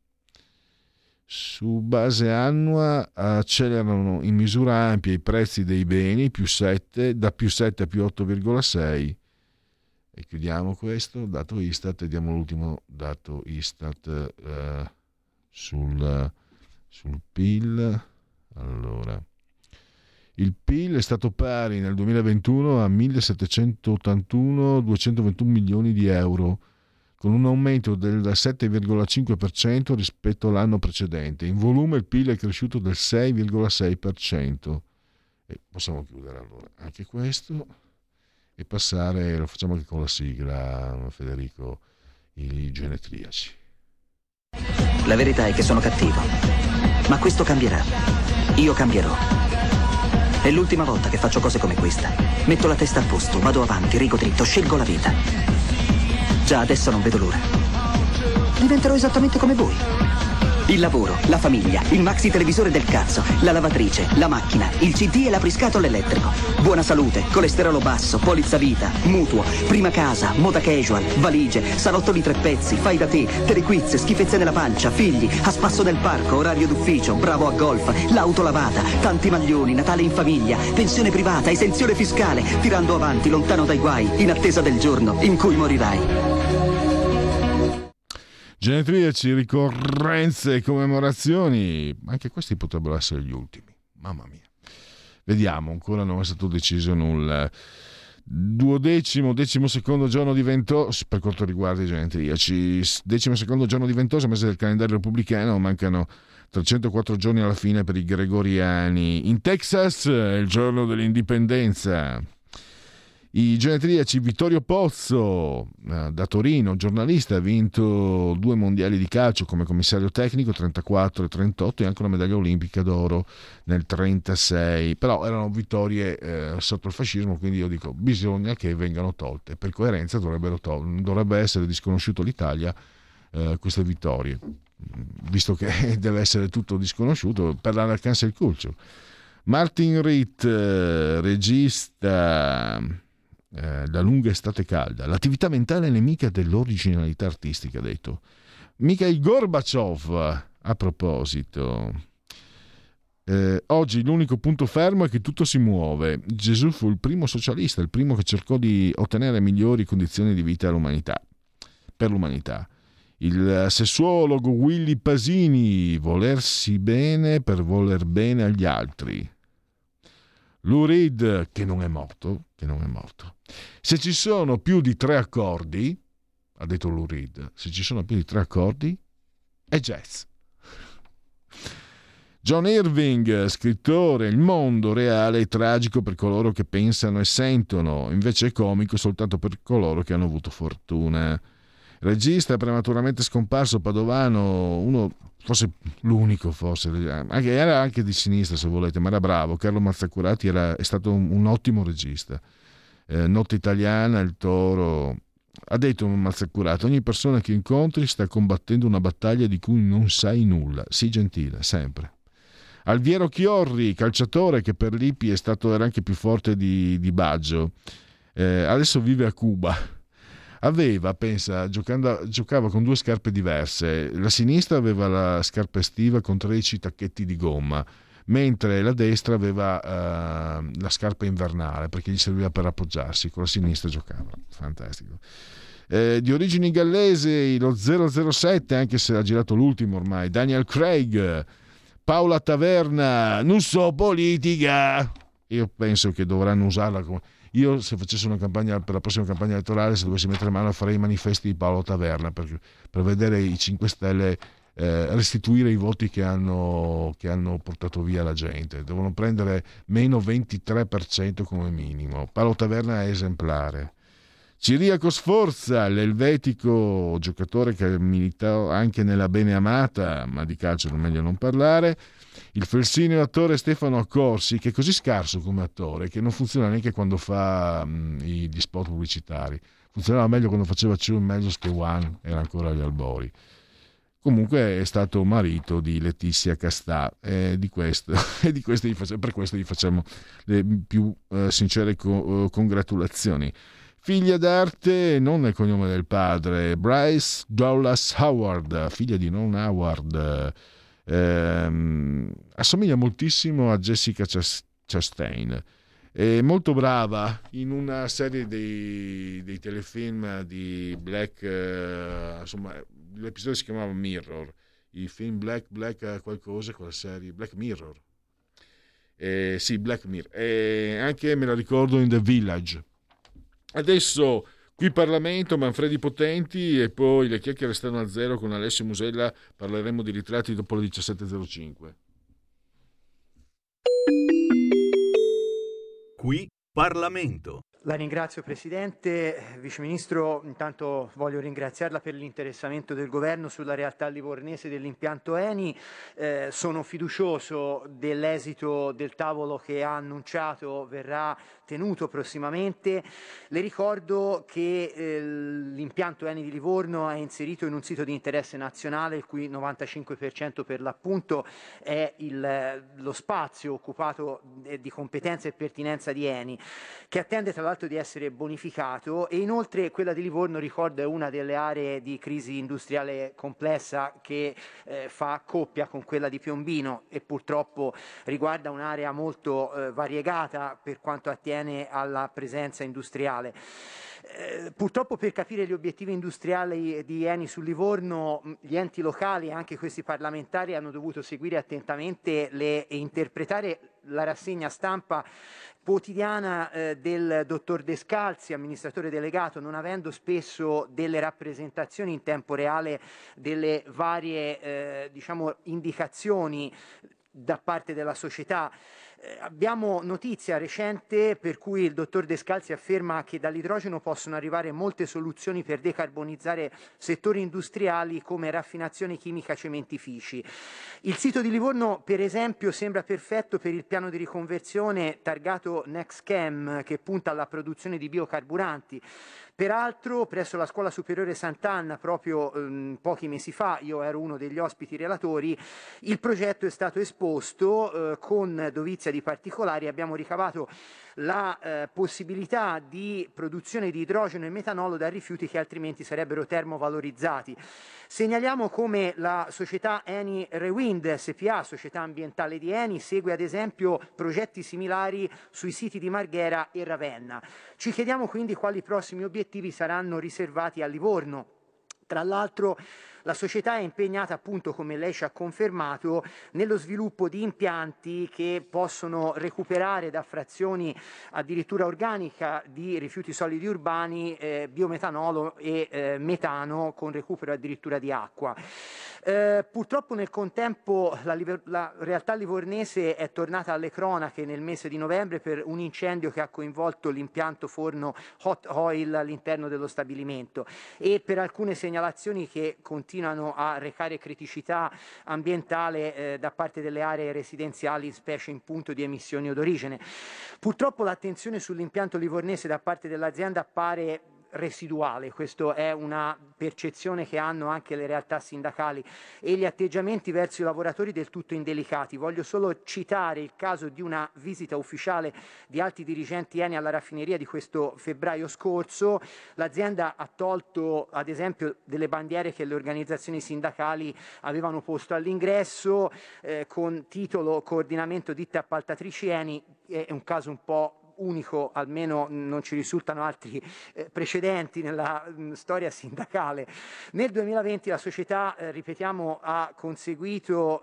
Su base annua accelerano in misura ampia i prezzi dei beni, più 7, da più 7 a più 8,6. E chiudiamo questo dato Istat e diamo l'ultimo dato Istat sul PIL. Allora, il PIL è stato pari nel 2021 a 1.781.221 milioni di euro, con un aumento del 7,5% rispetto all'anno precedente. In volume il PIL è cresciuto del 6,6%. E possiamo chiudere allora anche questo e passare, lo facciamo anche con la sigla, Federico, i genetriaci. La verità è che sono cattivo, ma questo cambierà. Io cambierò. È l'ultima volta che faccio cose come questa. Metto la testa a posto, vado avanti, rigo dritto, scelgo la vita. Già adesso non vedo l'ora. Diventerò esattamente come voi. Il lavoro, la famiglia, il maxi televisore del cazzo, la lavatrice, la macchina, il CD e l'apriscatole elettrico. Buona salute, colesterolo basso, polizza vita, mutuo, prima casa, moda casual, valigie, salotto di 3 pezzi, fai da te, telequiz, schifezze nella pancia, figli, a spasso nel parco, orario d'ufficio, bravo a golf, l'auto lavata, tanti maglioni, Natale in famiglia, pensione privata, esenzione fiscale, tirando avanti, lontano dai guai, in attesa del giorno in cui morirai. Genetriaci, ricorrenze e commemorazioni, anche questi potrebbero essere gli ultimi, mamma mia. Vediamo, ancora non è stato deciso nulla. 12° giorno di Ventoso, per quanto riguarda i genetriaci, 12° giorno di Ventoso, mese del calendario repubblicano, mancano 304 giorni alla fine per i gregoriani. In Texas è il giorno dell'indipendenza. I genetriaci, Vittorio Pozzo, da Torino, giornalista, ha vinto 2 mondiali di calcio come commissario tecnico, 34 e 38, e anche una medaglia olimpica d'oro nel 36. Però erano vittorie sotto il fascismo, quindi io dico bisogna che vengano tolte. Per coerenza dovrebbe essere disconosciuto l'Italia queste vittorie, visto che deve essere tutto disconosciuto per la cancel culture. Martin Ritt, regista, La lunga estate calda, l'attività mentale è nemica dell'originalità artistica, ha detto Mikhail Gorbaciov. A proposito, oggi l'unico punto fermo è che tutto si muove. Gesù fu il primo socialista, il primo che cercò di ottenere migliori condizioni di vita per l'umanità. Il sessuologo Willy Pasini, volersi bene per voler bene agli altri. Lou Reed, che non è morto. Se ci sono più di 3 accordi, ha detto Lou Reed, se ci sono più di 3 accordi, è jazz. John Irving, scrittore, il mondo reale è tragico per coloro che pensano e sentono, invece è comico soltanto per coloro che hanno avuto fortuna. Regista prematuramente scomparso padovano, uno forse l'unico, era anche di sinistra se volete, ma era bravo. Carlo Mazzacurati è stato un ottimo regista. Notte italiana, Il Toro. Ha detto Mazzacurati: ogni persona che incontri sta combattendo una battaglia di cui non sai nulla. Sii gentile, sempre. Alviero Chiorri, calciatore che per l'Ipi era anche più forte di Baggio, adesso vive a Cuba. Giocava con 2 scarpe diverse. La sinistra aveva la scarpa estiva con 13 tacchetti di gomma, mentre la destra aveva la scarpa invernale perché gli serviva per appoggiarsi. Con la sinistra giocava. Fantastico. Di origini gallesi, lo 007, anche se ha girato l'ultimo ormai, Daniel Craig. Paola Taverna, non so politica. Io penso che dovranno usarla come... Io, se facessi una campagna per la prossima campagna elettorale, se dovessi mettere mano, farei i manifesti di Paolo Taverna per vedere i 5 Stelle restituire i voti che hanno portato via la gente. Devono prendere meno 23% come minimo. Paolo Taverna è esemplare. Ciriaco Sforza, l'elvetico giocatore che militò anche nella Beneamata, ma di calcio è meglio non parlare. Il felsineo attore Stefano Accorsi, che è così scarso come attore che non funziona neanche quando fa gli spot pubblicitari. Funzionava meglio quando faceva Two Measures che One, era ancora agli albori. comunque è stato marito di Letizia Castà, per questo gli facciamo le più sincere congratulazioni. Figlia d'arte, non nel cognome del padre, Bryce Dallas Howard, figlia di Ron Howard, assomiglia moltissimo a Jessica Chastain. È molto brava in una serie dei telefilm di Black, insomma l'episodio si chiamava Mirror, il film Black qualcosa con la serie Black Mirror, sì, Black Mirror, e anche me la ricordo in The Village. Adesso qui Parlamento, Manfredi Potenti e poi le chiacchiere stanno a zero con Alessio Musella, parleremo di ritratti dopo le 17.05. Qui Parlamento. La ringrazio Presidente. Vice Ministro, intanto voglio ringraziarla per l'interessamento del Governo sulla realtà livornese dell'impianto ENI. Sono fiducioso dell'esito del tavolo che ha annunciato verrà tenuto prossimamente. Le ricordo che l'impianto ENI di Livorno è inserito in un sito di interesse nazionale, il cui 95% per l'appunto è lo spazio occupato di competenza e pertinenza di ENI, che attende tra l'altro di essere bonificato, e inoltre quella di Livorno, ricordo, è una delle aree di crisi industriale complessa che fa coppia con quella di Piombino e purtroppo riguarda un'area molto variegata per quanto attiene alla presenza industriale. Purtroppo, per capire gli obiettivi industriali di ENI su Livorno, gli enti locali e anche questi parlamentari hanno dovuto seguire attentamente e interpretare la rassegna stampa quotidiana del dottor Descalzi, amministratore delegato, non avendo spesso delle rappresentazioni in tempo reale delle varie indicazioni da parte della società. Abbiamo notizia recente per cui il dottor Descalzi afferma che dall'idrogeno possono arrivare molte soluzioni per decarbonizzare settori industriali come raffinazione chimica, cementifici. Il sito di Livorno, per esempio, sembra perfetto per il piano di riconversione targato NextChem, che punta alla produzione di biocarburanti. Peraltro, presso la Scuola Superiore Sant'Anna, proprio pochi mesi fa, io ero uno degli ospiti relatori, il progetto è stato esposto con dovizia di particolari. Abbiamo ricavato la possibilità di produzione di idrogeno e metanolo da rifiuti che altrimenti sarebbero termovalorizzati. Segnaliamo come la società Eni Rewind SPA, società ambientale di Eni, segue ad esempio progetti similari sui siti di Marghera e Ravenna. Ci chiediamo quindi quali prossimi obiettivi saranno riservati a Livorno. Tra l'altro la società è impegnata, appunto, come lei ci ha confermato, nello sviluppo di impianti che possono recuperare da frazioni addirittura organica di rifiuti solidi urbani biometanolo e metano, con recupero addirittura di acqua. Purtroppo nel contempo la realtà livornese è tornata alle cronache nel mese di novembre per un incendio che ha coinvolto l'impianto forno Hot Oil all'interno dello stabilimento e per alcune segnalazioni che continuano a recare criticità ambientale da parte delle aree residenziali, specie in punto di emissioni odorigene. Purtroppo l'attenzione sull'impianto livornese da parte dell'azienda appare residuale, questa è una percezione che hanno anche le realtà sindacali, e gli atteggiamenti verso i lavoratori del tutto indelicati. Voglio solo citare il caso di una visita ufficiale di alti dirigenti Eni alla raffineria di questo febbraio scorso. L'azienda ha tolto ad esempio delle bandiere che le organizzazioni sindacali avevano posto all'ingresso con titolo Coordinamento ditte appaltatrici Eni. È un caso un po' unico, almeno non ci risultano altri precedenti nella storia sindacale. Nel 2020 la società, ripetiamo, ha conseguito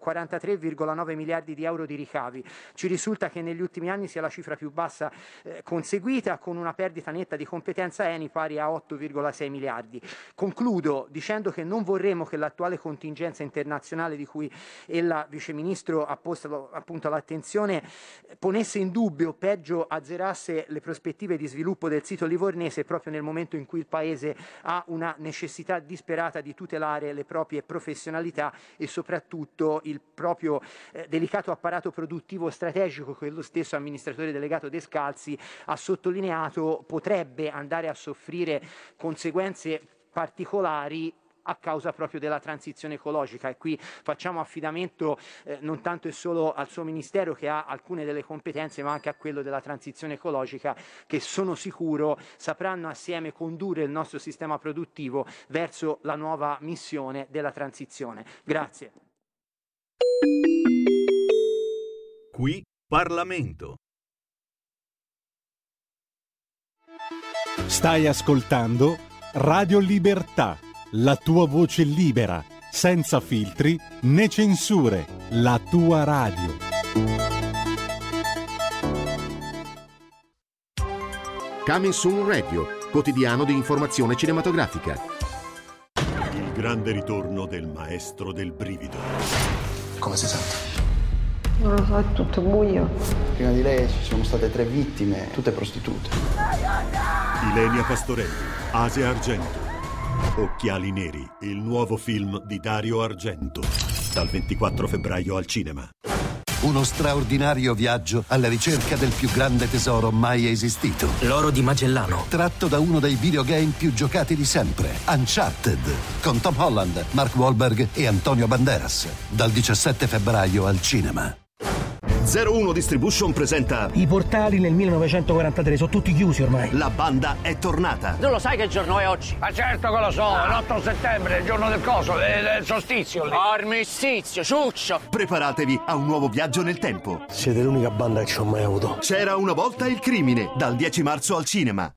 43,9 miliardi di euro di ricavi. Ci risulta che negli ultimi anni sia la cifra più bassa conseguita, con una perdita netta di competenza Eni pari a 8,6 miliardi. Concludo dicendo che non vorremmo che l'attuale contingenza internazionale di cui il Vice Ministro ha posto appunto l'attenzione ponesse in dubbio, peggio azzerasse le prospettive di sviluppo del sito livornese proprio nel momento in cui il Paese ha una necessità disperata di tutelare le proprie professionalità e soprattutto il proprio delicato apparato produttivo strategico che lo stesso amministratore delegato Descalzi ha sottolineato potrebbe andare a soffrire conseguenze particolari a causa proprio della transizione ecologica, e qui facciamo affidamento non tanto e solo al suo Ministero, che ha alcune delle competenze, ma anche a quello della transizione ecologica, che sono sicuro sapranno assieme condurre il nostro sistema produttivo verso la nuova missione della transizione. Grazie. Qui Parlamento. Stai ascoltando Radio Libertà, la tua voce libera, senza filtri né censure, la tua radio. Coming Soon Radio, quotidiano di informazione cinematografica. Il grande ritorno del maestro del brivido. Come si sente? Non lo so, è tutto buio. Prima di lei ci sono state 3 vittime, tutte prostitute. Ilenia Pastorelli, Asia Argento. Occhiali neri, il nuovo film di Dario Argento. Dal 24 febbraio al cinema. Uno straordinario viaggio alla ricerca del più grande tesoro mai esistito. L'oro di Magellano. Tratto da uno dei videogame più giocati di sempre, Uncharted, con Tom Holland, Mark Wahlberg e Antonio Banderas. Dal 17 febbraio al cinema. 01 Distribution presenta... I portali nel 1943 sono tutti chiusi ormai. La banda è tornata. Tu lo sai che giorno è oggi? Ma certo che lo so, è l'8 settembre, il giorno del coso, del solstizio. Armistizio, ciuccio. Preparatevi a un nuovo viaggio nel tempo. Siete l'unica banda che ci ho mai avuto. C'era una volta il crimine, dal 10 marzo al cinema.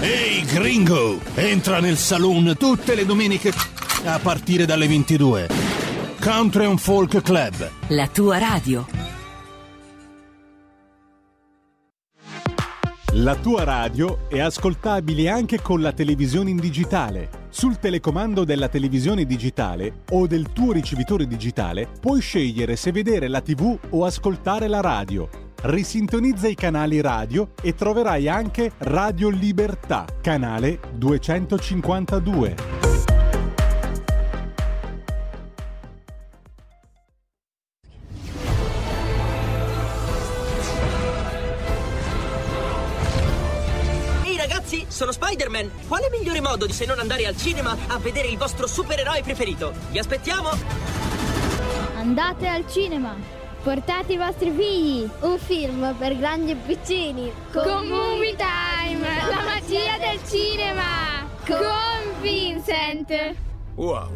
Ehi gringo, entra nel saloon tutte le domeniche a partire dalle 22. Country and Folk Club, la tua radio. La tua radio è ascoltabile anche con la televisione in digitale. Sul telecomando della televisione digitale o del tuo ricevitore digitale puoi scegliere se vedere la TV o ascoltare la radio. Risintonizza i canali radio e troverai anche Radio Libertà, canale 252. Sono Spider-Man! Quale migliore modo di se non andare al cinema a vedere il vostro supereroe preferito? Vi aspettiamo! Andate al cinema! Portate i vostri figli! Un film per grandi e piccini! Con Movie Time! La magia del cinema! Con Vincent! Wow!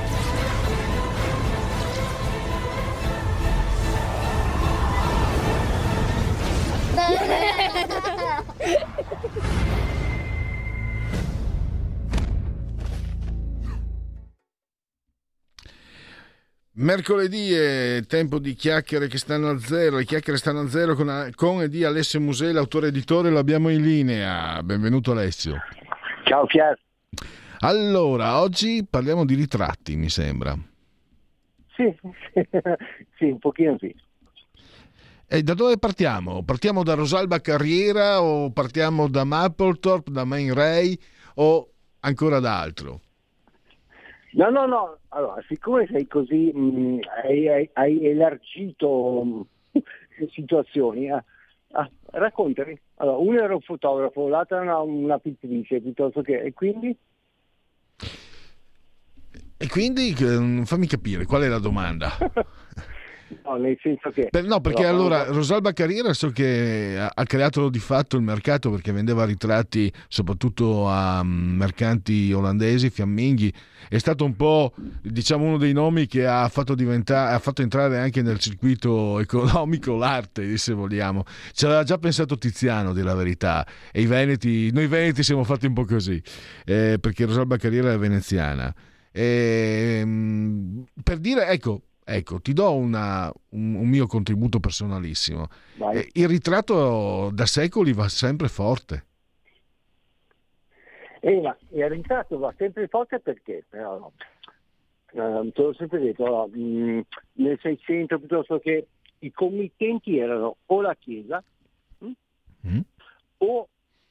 Mercoledì è tempo di chiacchiere che stanno a zero. Le chiacchiere stanno a zero con e di Alessio Musè, l'autore editore. Lo abbiamo in linea. Benvenuto Alessio. Ciao Pier. Allora, oggi parliamo di ritratti, mi sembra. Sì, sì, un pochino sì. E da dove partiamo? Partiamo da Rosalba Carriera o partiamo da Mapplethorpe, da Man Ray o ancora da altro? No. Allora, siccome sei così, hai elargito situazioni, raccontami. Allora, uno era un fotografo, l'altra era una pittrice, piuttosto che... E quindi? E quindi fammi capire, qual è la domanda? No, nel senso che... No, perché allora Rosalba Carriera so che ha creato di fatto il mercato perché vendeva ritratti soprattutto a mercanti olandesi, fiamminghi. È stato un po', diciamo, uno dei nomi che ha fatto entrare anche nel circuito economico l'arte, se vogliamo. Ci aveva già pensato Tiziano, di la verità. E noi veneti siamo fatti un po' così, perché Rosalba Carriera è veneziana. Per dire, ecco, ti do un mio contributo personalissimo. Il ritratto da secoli va sempre forte. Ma il ritratto va sempre forte perché? Però, te l'ho sempre detto, nel 600 piuttosto che i committenti erano o la Chiesa o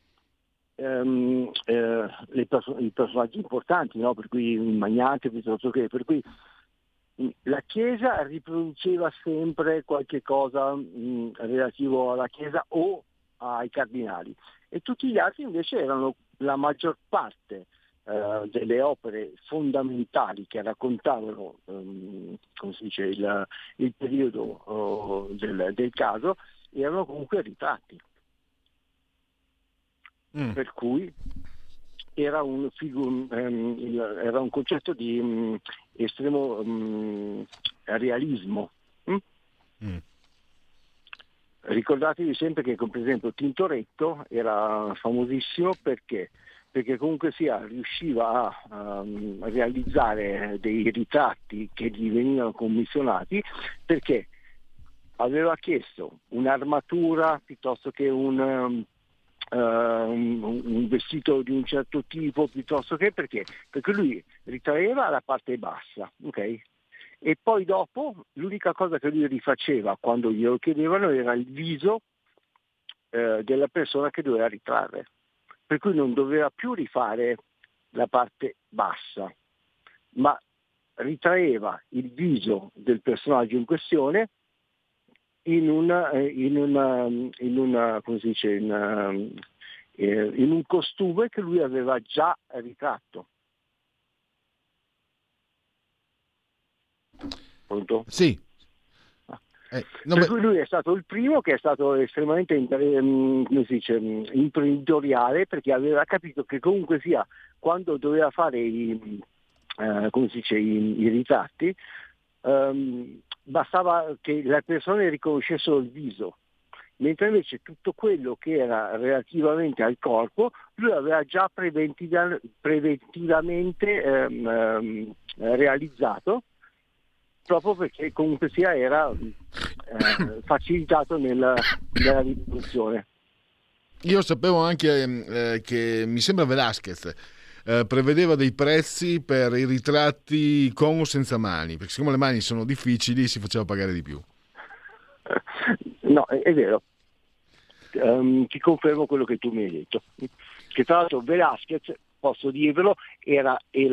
i personaggi importanti, no? Per cui il magnate piuttosto che, per cui la Chiesa riproduceva sempre qualche cosa relativo alla Chiesa o ai cardinali, e tutti gli altri invece erano la maggior parte delle opere fondamentali che raccontavano come si dice, il periodo del caso, erano comunque ritratti. Per cui era un concetto di estremo realismo. Ricordatevi sempre che, per esempio, Tintoretto era famosissimo perché comunque sia riusciva a realizzare dei ritratti che gli venivano commissionati, perché aveva chiesto un'armatura piuttosto che un vestito di un certo tipo, piuttosto che perché lui ritraeva la parte bassa, ok? E poi dopo l'unica cosa che lui rifaceva quando glielo chiedevano era il viso della persona che doveva ritrarre, per cui non doveva più rifare la parte bassa, ma ritraeva il viso del personaggio in questione in un costume che lui aveva già ritratto. Pronto? Sì. Per cui lui è stato il primo che è stato estremamente imprenditoriale, perché aveva capito che comunque sia, quando doveva fare i ritratti, bastava che le persone riconoscessero il viso, mentre invece tutto quello che era relativamente al corpo lui aveva già preventivamente realizzato, proprio perché comunque sia era facilitato nella riproduzione. Io sapevo anche che mi sembra Velázquez prevedeva dei prezzi per i ritratti con o senza mani, perché siccome le mani sono difficili si faceva pagare di più. No, è vero. Ti confermo quello che tu mi hai detto, che tra l'altro Velázquez, posso dirvelo, era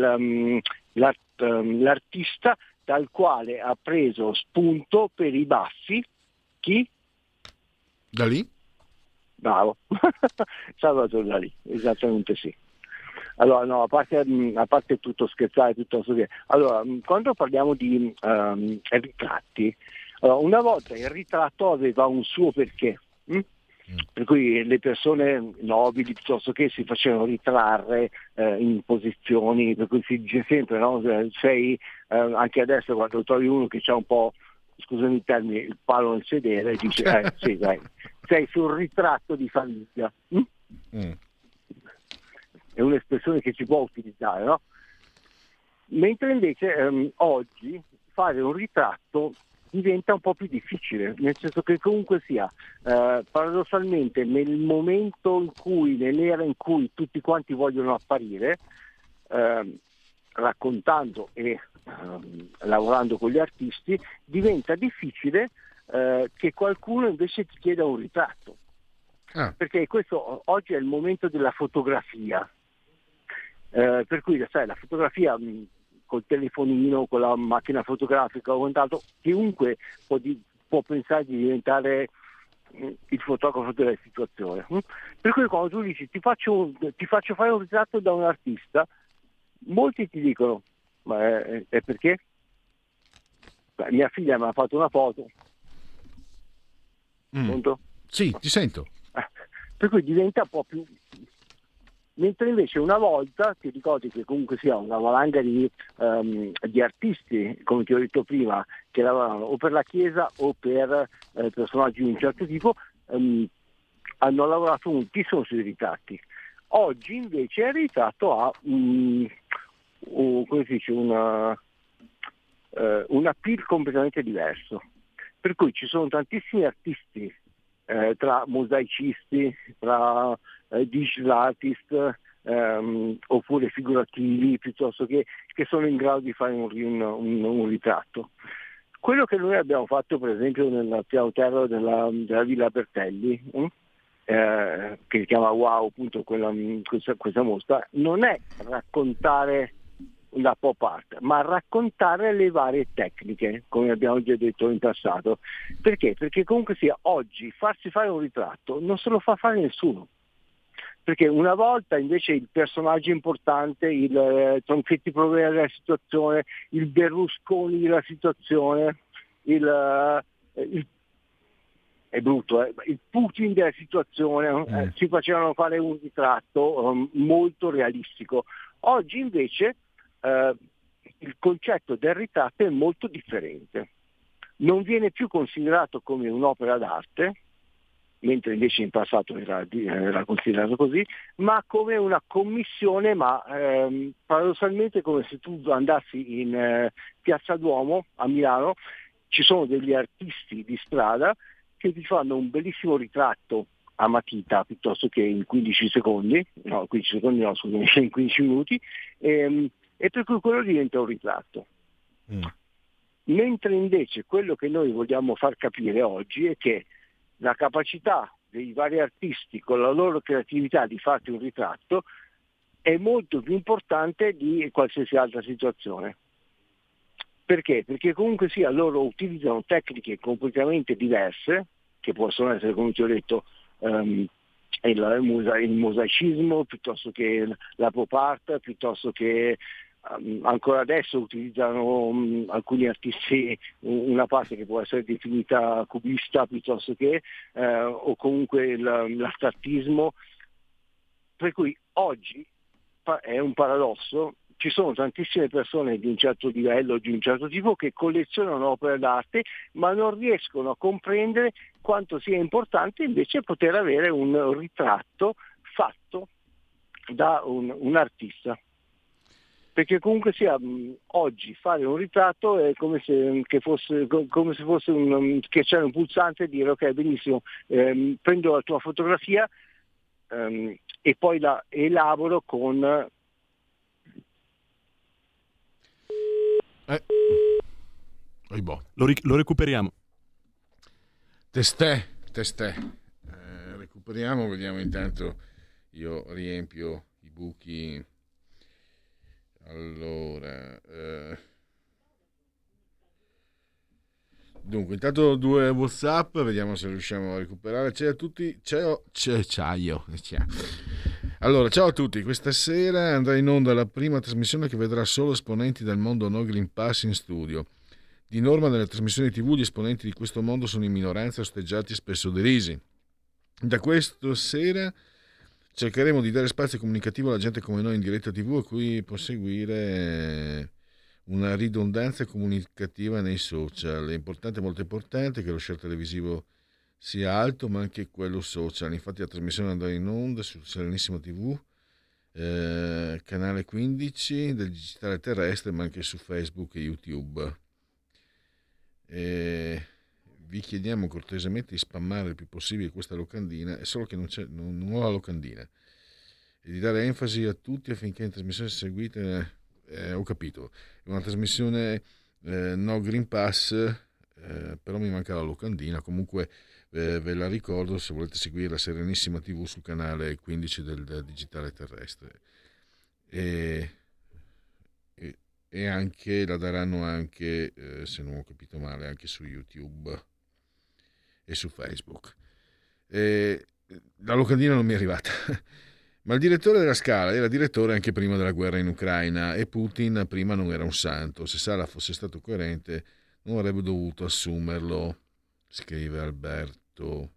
l'artista dal quale ha preso spunto per i baffi. Chi? Dalì? Bravo. Salvatore Dalì, esattamente sì. Allora, no, a parte tutto scherzare, piuttosto che... Allora, quando parliamo di ritratti, allora, una volta il ritratto aveva un suo perché, per cui le persone nobili piuttosto che si facevano ritrarre in posizioni, per cui si dice sempre, no? Sei, anche adesso quando trovi uno che c'ha un po', scusami il termine, il palo nel sedere, dice sì, dai, sei sul ritratto di famiglia. È un'espressione che si può utilizzare, no? Mentre invece oggi fare un ritratto diventa un po' più difficile, nel senso che comunque sia, paradossalmente nel momento in cui, nell'era in cui tutti quanti vogliono apparire, raccontando e lavorando con gli artisti, diventa difficile che qualcuno invece ti chieda un ritratto. Perché questo oggi è il momento della fotografia, per cui sai, la fotografia col telefonino, con la macchina fotografica o quant'altro, chiunque può pensare di diventare il fotografo della situazione. Per cui quando tu dici ti faccio fare un ritratto da un artista, molti ti dicono ma è perché? Beh, mia figlia mi ha fatto una foto. Pronto? Sì, ti sento. Per cui diventa un po' più... Mentre invece una volta ti ricordi che comunque sia una valanga di artisti, come ti ho detto prima, che lavoravano o per la Chiesa o per personaggi di un certo tipo, hanno lavorato moltissimo sui ritratti. Oggi invece il ritratto ha un appeal completamente diverso, per cui ci sono tantissimi artisti, tra mosaicisti, tra digital artist, oppure figurativi, piuttosto che sono in grado di fare un ritratto. Quello che noi abbiamo fatto per esempio nel piano terra della Villa Bertelli, che si chiama Wow, appunto questa mostra, non è raccontare la pop art, ma raccontare le varie tecniche, come abbiamo già detto in passato. Perché? Perché comunque sia oggi farsi fare un ritratto non se lo fa fare nessuno. Perché una volta invece il personaggio importante, il Tronchetti Provera della situazione, il Berlusconi della situazione, è brutto, il Putin della situazione, si facevano fare un ritratto molto realistico. Oggi invece il concetto del ritratto è molto differente. Non viene più considerato come un'opera d'arte, mentre invece in passato era considerato così, ma come una commissione, ma paradossalmente come se tu andassi in Piazza Duomo a Milano, ci sono degli artisti di strada che ti fanno un bellissimo ritratto a matita piuttosto che in 15 secondi, in 15 minuti, e per cui quello diventa un ritratto. Mentre invece quello che noi vogliamo far capire oggi è che la capacità dei vari artisti con la loro creatività di farti un ritratto è molto più importante di qualsiasi altra situazione. Perché? Perché comunque sia loro utilizzano tecniche completamente diverse, che possono essere, come ti ho detto, il mosaicismo, piuttosto che la pop art, piuttosto che ancora adesso utilizzano alcuni artisti una parte che può essere definita cubista, piuttosto che o comunque l'astrattismo. Per cui oggi è un paradosso, ci sono tantissime persone di un certo livello, di un certo tipo, che collezionano opere d'arte, ma non riescono a comprendere quanto sia importante invece poter avere un ritratto fatto da un artista. Perché comunque sia, oggi fare un ritratto è come se fosse schiacciare un pulsante e dire ok, benissimo, prendo la tua fotografia e poi la elaboro con... Lo recuperiamo. Testè. Recuperiamo, vediamo intanto, io riempio i buchi. Allora, dunque, intanto 2 WhatsApp, vediamo se riusciamo a recuperare. Ciao a tutti, Allora, ciao a tutti. Questa sera andrà in onda la prima trasmissione che vedrà solo esponenti del mondo no Green Pass in studio. Di norma nelle trasmissioni TV gli esponenti di questo mondo sono in minoranza, osteggiati e spesso derisi. Da questa sera cercheremo di dare spazio comunicativo alla gente come noi in diretta TV, a cui può seguire una ridondanza comunicativa nei social. È importante, molto importante, che lo share televisivo sia alto, ma anche quello social. Infatti la trasmissione andrà in onda su Serenissimo TV, canale 15 del digitale terrestre, ma anche su Facebook e YouTube. Vi chiediamo cortesemente di spammare il più possibile questa locandina, è solo che non ho la locandina, e di dare enfasi a tutti affinché in trasmissione seguite, ho capito, è una trasmissione no Green Pass, però mi manca la locandina. Comunque ve la ricordo se volete seguire la Serenissima TV sul canale 15 del digitale terrestre, e anche la daranno anche, se non ho capito male, anche su YouTube e su Facebook. La locandina non mi è arrivata, ma il direttore della Scala era direttore anche prima della guerra in Ucraina, e Putin prima non era un santo. Se Sala fosse stato coerente non avrebbe dovuto assumerlo, scrive Alberto.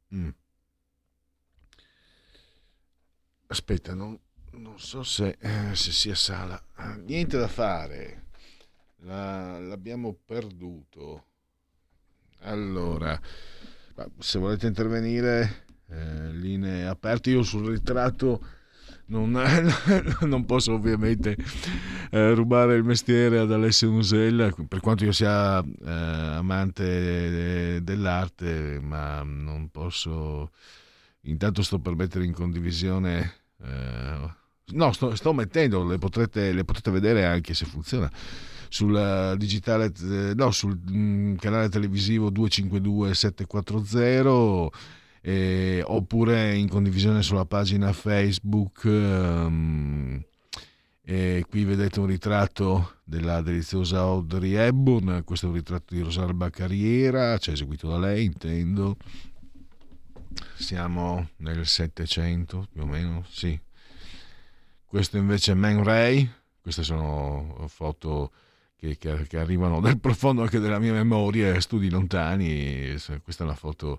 Aspetta, non so se sia Sala. Niente da fare, l'abbiamo perduto. Allora, se volete intervenire, linee aperte. Io sul ritratto non posso ovviamente rubare il mestiere ad Alessio Nusella, per quanto io sia amante dell'arte, ma non posso. Intanto sto per mettere in condivisione, sto mettendo, le potrete vedere anche se funziona sul digitale, sul canale televisivo 252 740, oppure in condivisione sulla pagina Facebook. E qui vedete un ritratto della deliziosa Audrey Hepburn. Questo è un ritratto di Rosalba Carriera, cioè eseguito da lei, intendo. Siamo nel 700 più o meno, sì. Questo invece è Man Ray. Queste sono foto che arrivano dal profondo anche della mia memoria, studi lontani. Questa è una foto,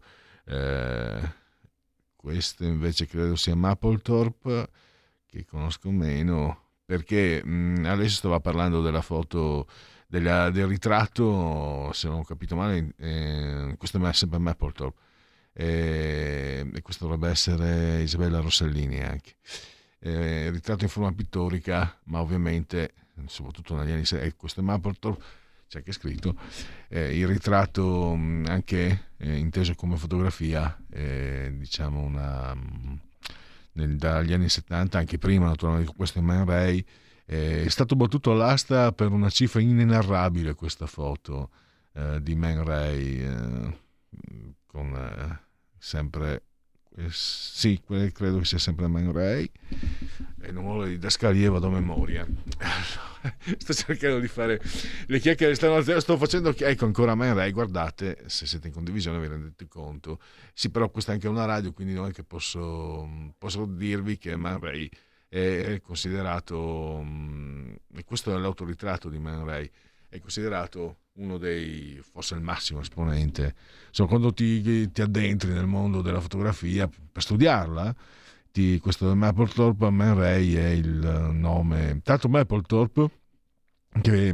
questa invece credo sia Mapplethorpe, che conosco meno, perché adesso stava parlando della foto del ritratto, se non ho capito male, questo è sempre Mapplethorpe, e questo dovrebbe essere Isabella Rossellini anche. Ritratto in forma pittorica, ma ovviamente soprattutto negli anni 60, questo è Mapplethorpe, c'è anche scritto, il ritratto anche inteso come fotografia, diciamo dagli anni 70, anche prima naturalmente. Questo è Man Ray, è stato battuto all'asta per una cifra inenarrabile questa foto di Man Ray, con sempre sì, credo che sia sempre Man Ray, e non ho le didascalie, vado a memoria. Sto cercando di fare le chiacchiere, sto facendo, ecco, ancora Man Ray. Guardate, se siete in condivisione vi rendete conto. Sì, però questa è anche una radio, quindi non è che posso dirvi che Man Ray è considerato, e questo è l'autoritratto di Man Ray, è considerato uno dei, forse il massimo esponente. Quando ti addentri nel mondo della fotografia per studiarla, infatti questo Mapplethorpe Man Ray è il nome. Tanto Mapplethorpe, che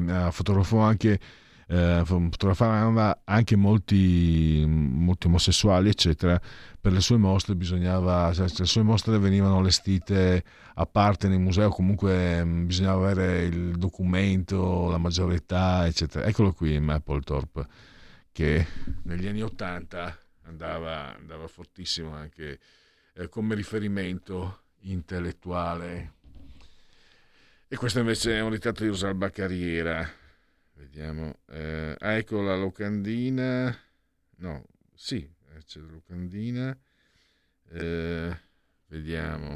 fotografava anche molti omosessuali eccetera, per le sue mostre le sue mostre venivano allestite a parte nei musei, comunque bisognava avere il documento, la maggiore età eccetera. Eccolo qui Mapplethorpe, che negli anni 80 andava fortissimo anche come riferimento intellettuale. E questo invece è un ritratto di Rosalba Carriera. Vediamo, ecco la locandina. No, sì, c'è la locandina. Vediamo.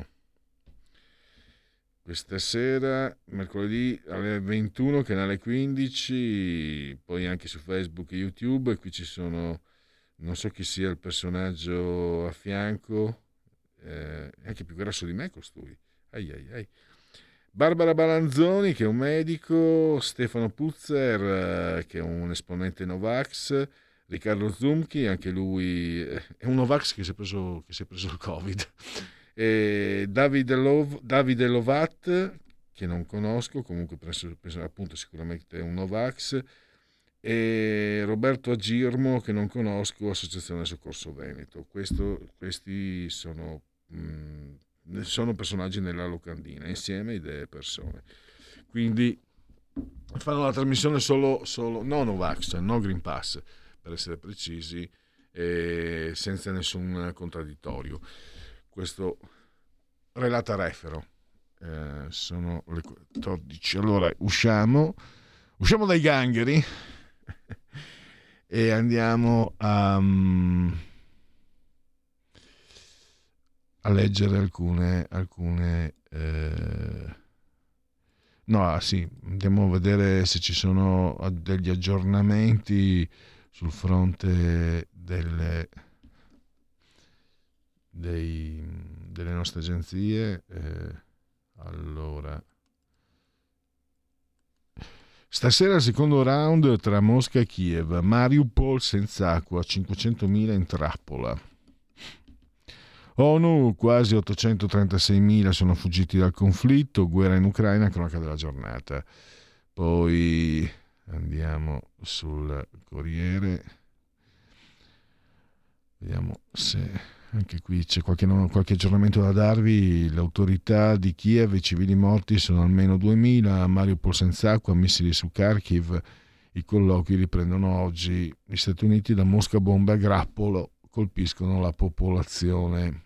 Questa sera, mercoledì alle 21, canale 15, poi anche su Facebook e YouTube. E qui ci sono, non so chi sia il personaggio a fianco, è anche più grasso di me costui. Ai. Barbara Balanzoni, che è un medico, Stefano Puzzer, che è un esponente Novax, Riccardo Zumchi, anche lui è un Novax che si è preso il Covid, e Davide Lovat, che non conosco, comunque penso appunto sicuramente è un Novax, e Roberto Agirmo, che non conosco, Associazione Soccorso Veneto. Questi sono personaggi nella locandina, insieme delle persone. Quindi fanno la trasmissione solo no Novax, no Green Pass, per essere precisi, e senza nessun contraddittorio. Questo relata refero. Sono le 14. Allora usciamo dai gangheri e andiamo a leggere alcune andiamo a vedere se ci sono degli aggiornamenti sul fronte delle nostre agenzie. Allora, stasera il secondo round tra Mosca e Kiev, Mariupol senza acqua, 500.000 in trappola. ONU, quasi 836.000 sono fuggiti dal conflitto, guerra in Ucraina, cronaca della giornata. Poi andiamo sul Corriere, vediamo se anche qui c'è qualche aggiornamento da darvi. L'autorità di Kiev, i civili morti sono almeno 2.000, Mariupol senza acqua, missili su Kharkiv, i colloqui riprendono oggi. Gli Stati Uniti da Mosca bombe a grappolo colpiscono la popolazione.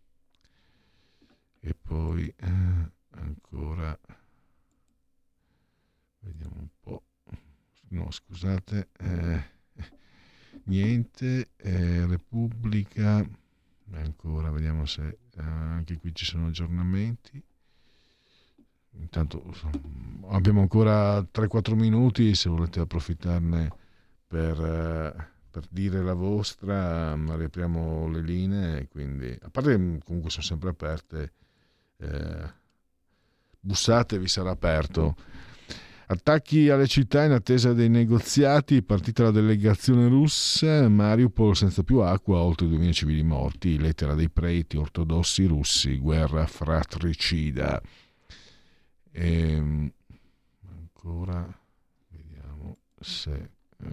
E poi ancora vediamo un po', no scusate, niente, Repubblica, ancora vediamo se anche qui ci sono aggiornamenti. Intanto abbiamo ancora 3-4 minuti, se volete approfittarne per dire la vostra, riapriamo le linee, quindi a parte comunque sono sempre aperte, bussate, vi sarà aperto. Attacchi alle città in attesa dei negoziati, partita la delegazione russa, Mariupol senza più acqua, oltre 2.000 civili morti, lettera dei preti ortodossi russi, guerra fratricida. E ancora vediamo se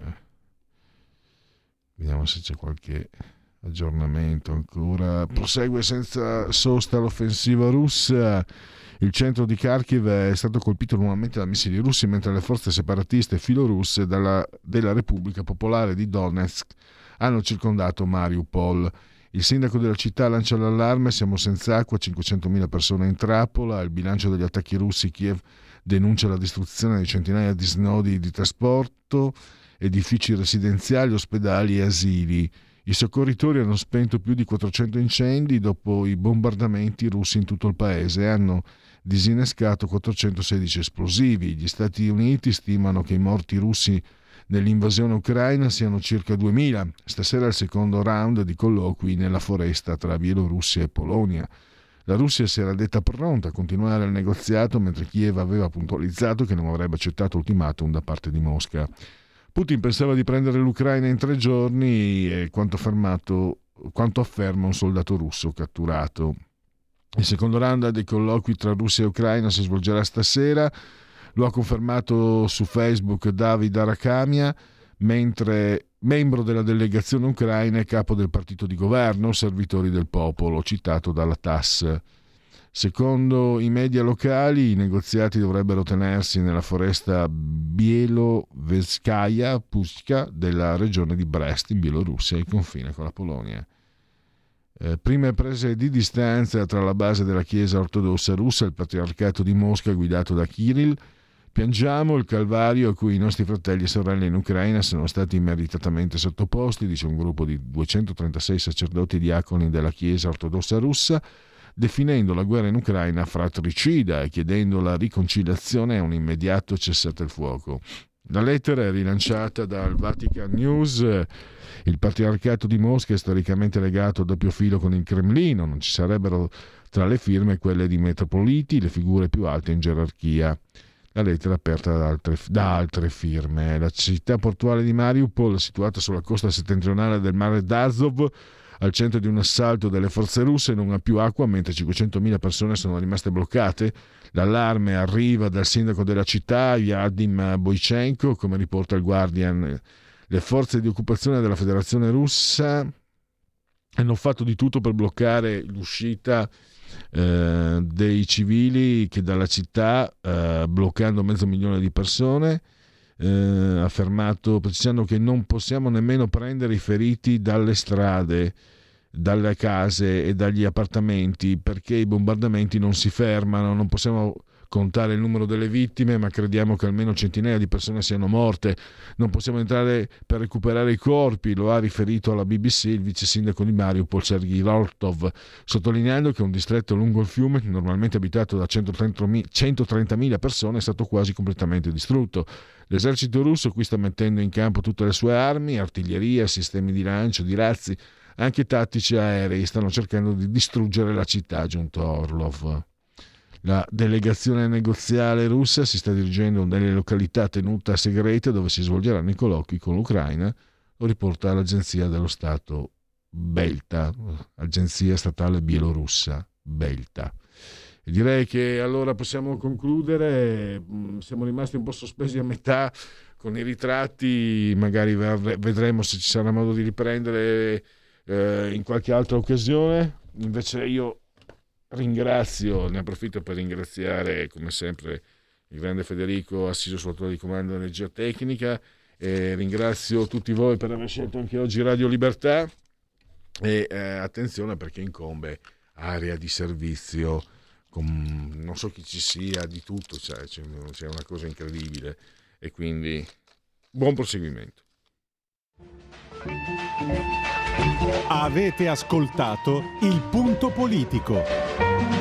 c'è qualche aggiornamento ancora. Prosegue senza sosta l'offensiva russa. Il centro di Kharkiv è stato colpito nuovamente da missili russi, mentre le forze separatiste filorusse della Repubblica Popolare di Donetsk hanno circondato Mariupol. Il sindaco della città lancia l'allarme: siamo senza acqua, 500.000 persone in trappola. Il bilancio degli attacchi russi, Kiev denuncia la distruzione di centinaia di snodi di trasporto, edifici residenziali, ospedali e asili. I soccorritori hanno spento più di 400 incendi dopo i bombardamenti russi in tutto il paese e hanno disinnescato 416 esplosivi. Gli Stati Uniti stimano che i morti russi nell'invasione ucraina siano circa 2.000. Stasera è il secondo round di colloqui nella foresta tra Bielorussia e Polonia. La Russia si era detta pronta a continuare il negoziato, mentre Kiev aveva puntualizzato che non avrebbe accettato ultimatum da parte di Mosca. Putin pensava di prendere l'Ucraina in 3 giorni, quanto afferma un soldato russo catturato. Il secondo round dei colloqui tra Russia e Ucraina si svolgerà stasera, lo ha confermato su Facebook David Arakhamia, mentre membro della delegazione ucraina e capo del partito di governo Servitori del Popolo, citato dalla TASS. Secondo i media locali, i negoziati dovrebbero tenersi nella foresta Bieloveskaia Pushka della regione di Brest, in Bielorussia, al confine con la Polonia. Prime prese di distanza tra la base della Chiesa ortodossa russa e il patriarcato di Mosca guidato da Kirill. Piangiamo il calvario a cui i nostri fratelli e sorelle in Ucraina sono stati immeritatamente sottoposti, dice un gruppo di 236 sacerdoti e diaconi della Chiesa ortodossa russa, definendo la guerra in Ucraina fratricida e chiedendo la riconciliazione e un immediato cessate il fuoco. La lettera è rilanciata dal Vatican News. Il patriarcato di Mosca è storicamente legato a doppio filo con il Cremlino, non ci sarebbero tra le firme quelle di metropoliti, le figure più alte in gerarchia. La lettera è aperta da altre firme. La città portuale di Mariupol, situata sulla costa settentrionale del mare d'Azov, al centro di un assalto delle forze russe, non ha più acqua mentre 500.000 persone sono rimaste bloccate. L'allarme arriva dal sindaco della città, Vadim Boichenko, come riporta il Guardian. Le forze di occupazione della Federazione Russa hanno fatto di tutto per bloccare l'uscita dei civili che dalla città, bloccando 500.000 di persone. Ha affermato, precisando che non possiamo nemmeno prendere i feriti dalle strade, dalle case e dagli appartamenti, perché i bombardamenti non si fermano. Non possiamo contare il numero delle vittime, ma crediamo che almeno centinaia di persone siano morte. Non possiamo entrare per recuperare i corpi, lo ha riferito alla BBC il vice sindaco di Mariupol Sergei Rortov, sottolineando che un distretto lungo il fiume, normalmente abitato da 130.000 persone, è stato quasi completamente distrutto. L'esercito russo qui sta mettendo in campo tutte le sue armi, artiglieria, sistemi di lancio, di razzi, anche tattici aerei, stanno cercando di distruggere la città, ha aggiunto Orlov. La delegazione negoziale russa si sta dirigendo nelle località tenute segrete dove si svolgeranno i colloqui con l'Ucraina, lo riporta l'agenzia dello Stato Belta, agenzia statale bielorussa Belta. E direi che allora possiamo concludere. Siamo rimasti un po' sospesi a metà con i ritratti, magari vedremo se ci sarà modo di riprendere in qualche altra occasione. Invece io ne approfitto per ringraziare come sempre il grande Federico assiso sulla torre di comando dell'energia tecnica, e ringrazio tutti voi per aver scelto anche oggi Radio Libertà, e attenzione perché incombe area di servizio non so chi ci sia, di tutto c'è una cosa incredibile, e quindi buon proseguimento. Avete ascoltato Il Punto Politico.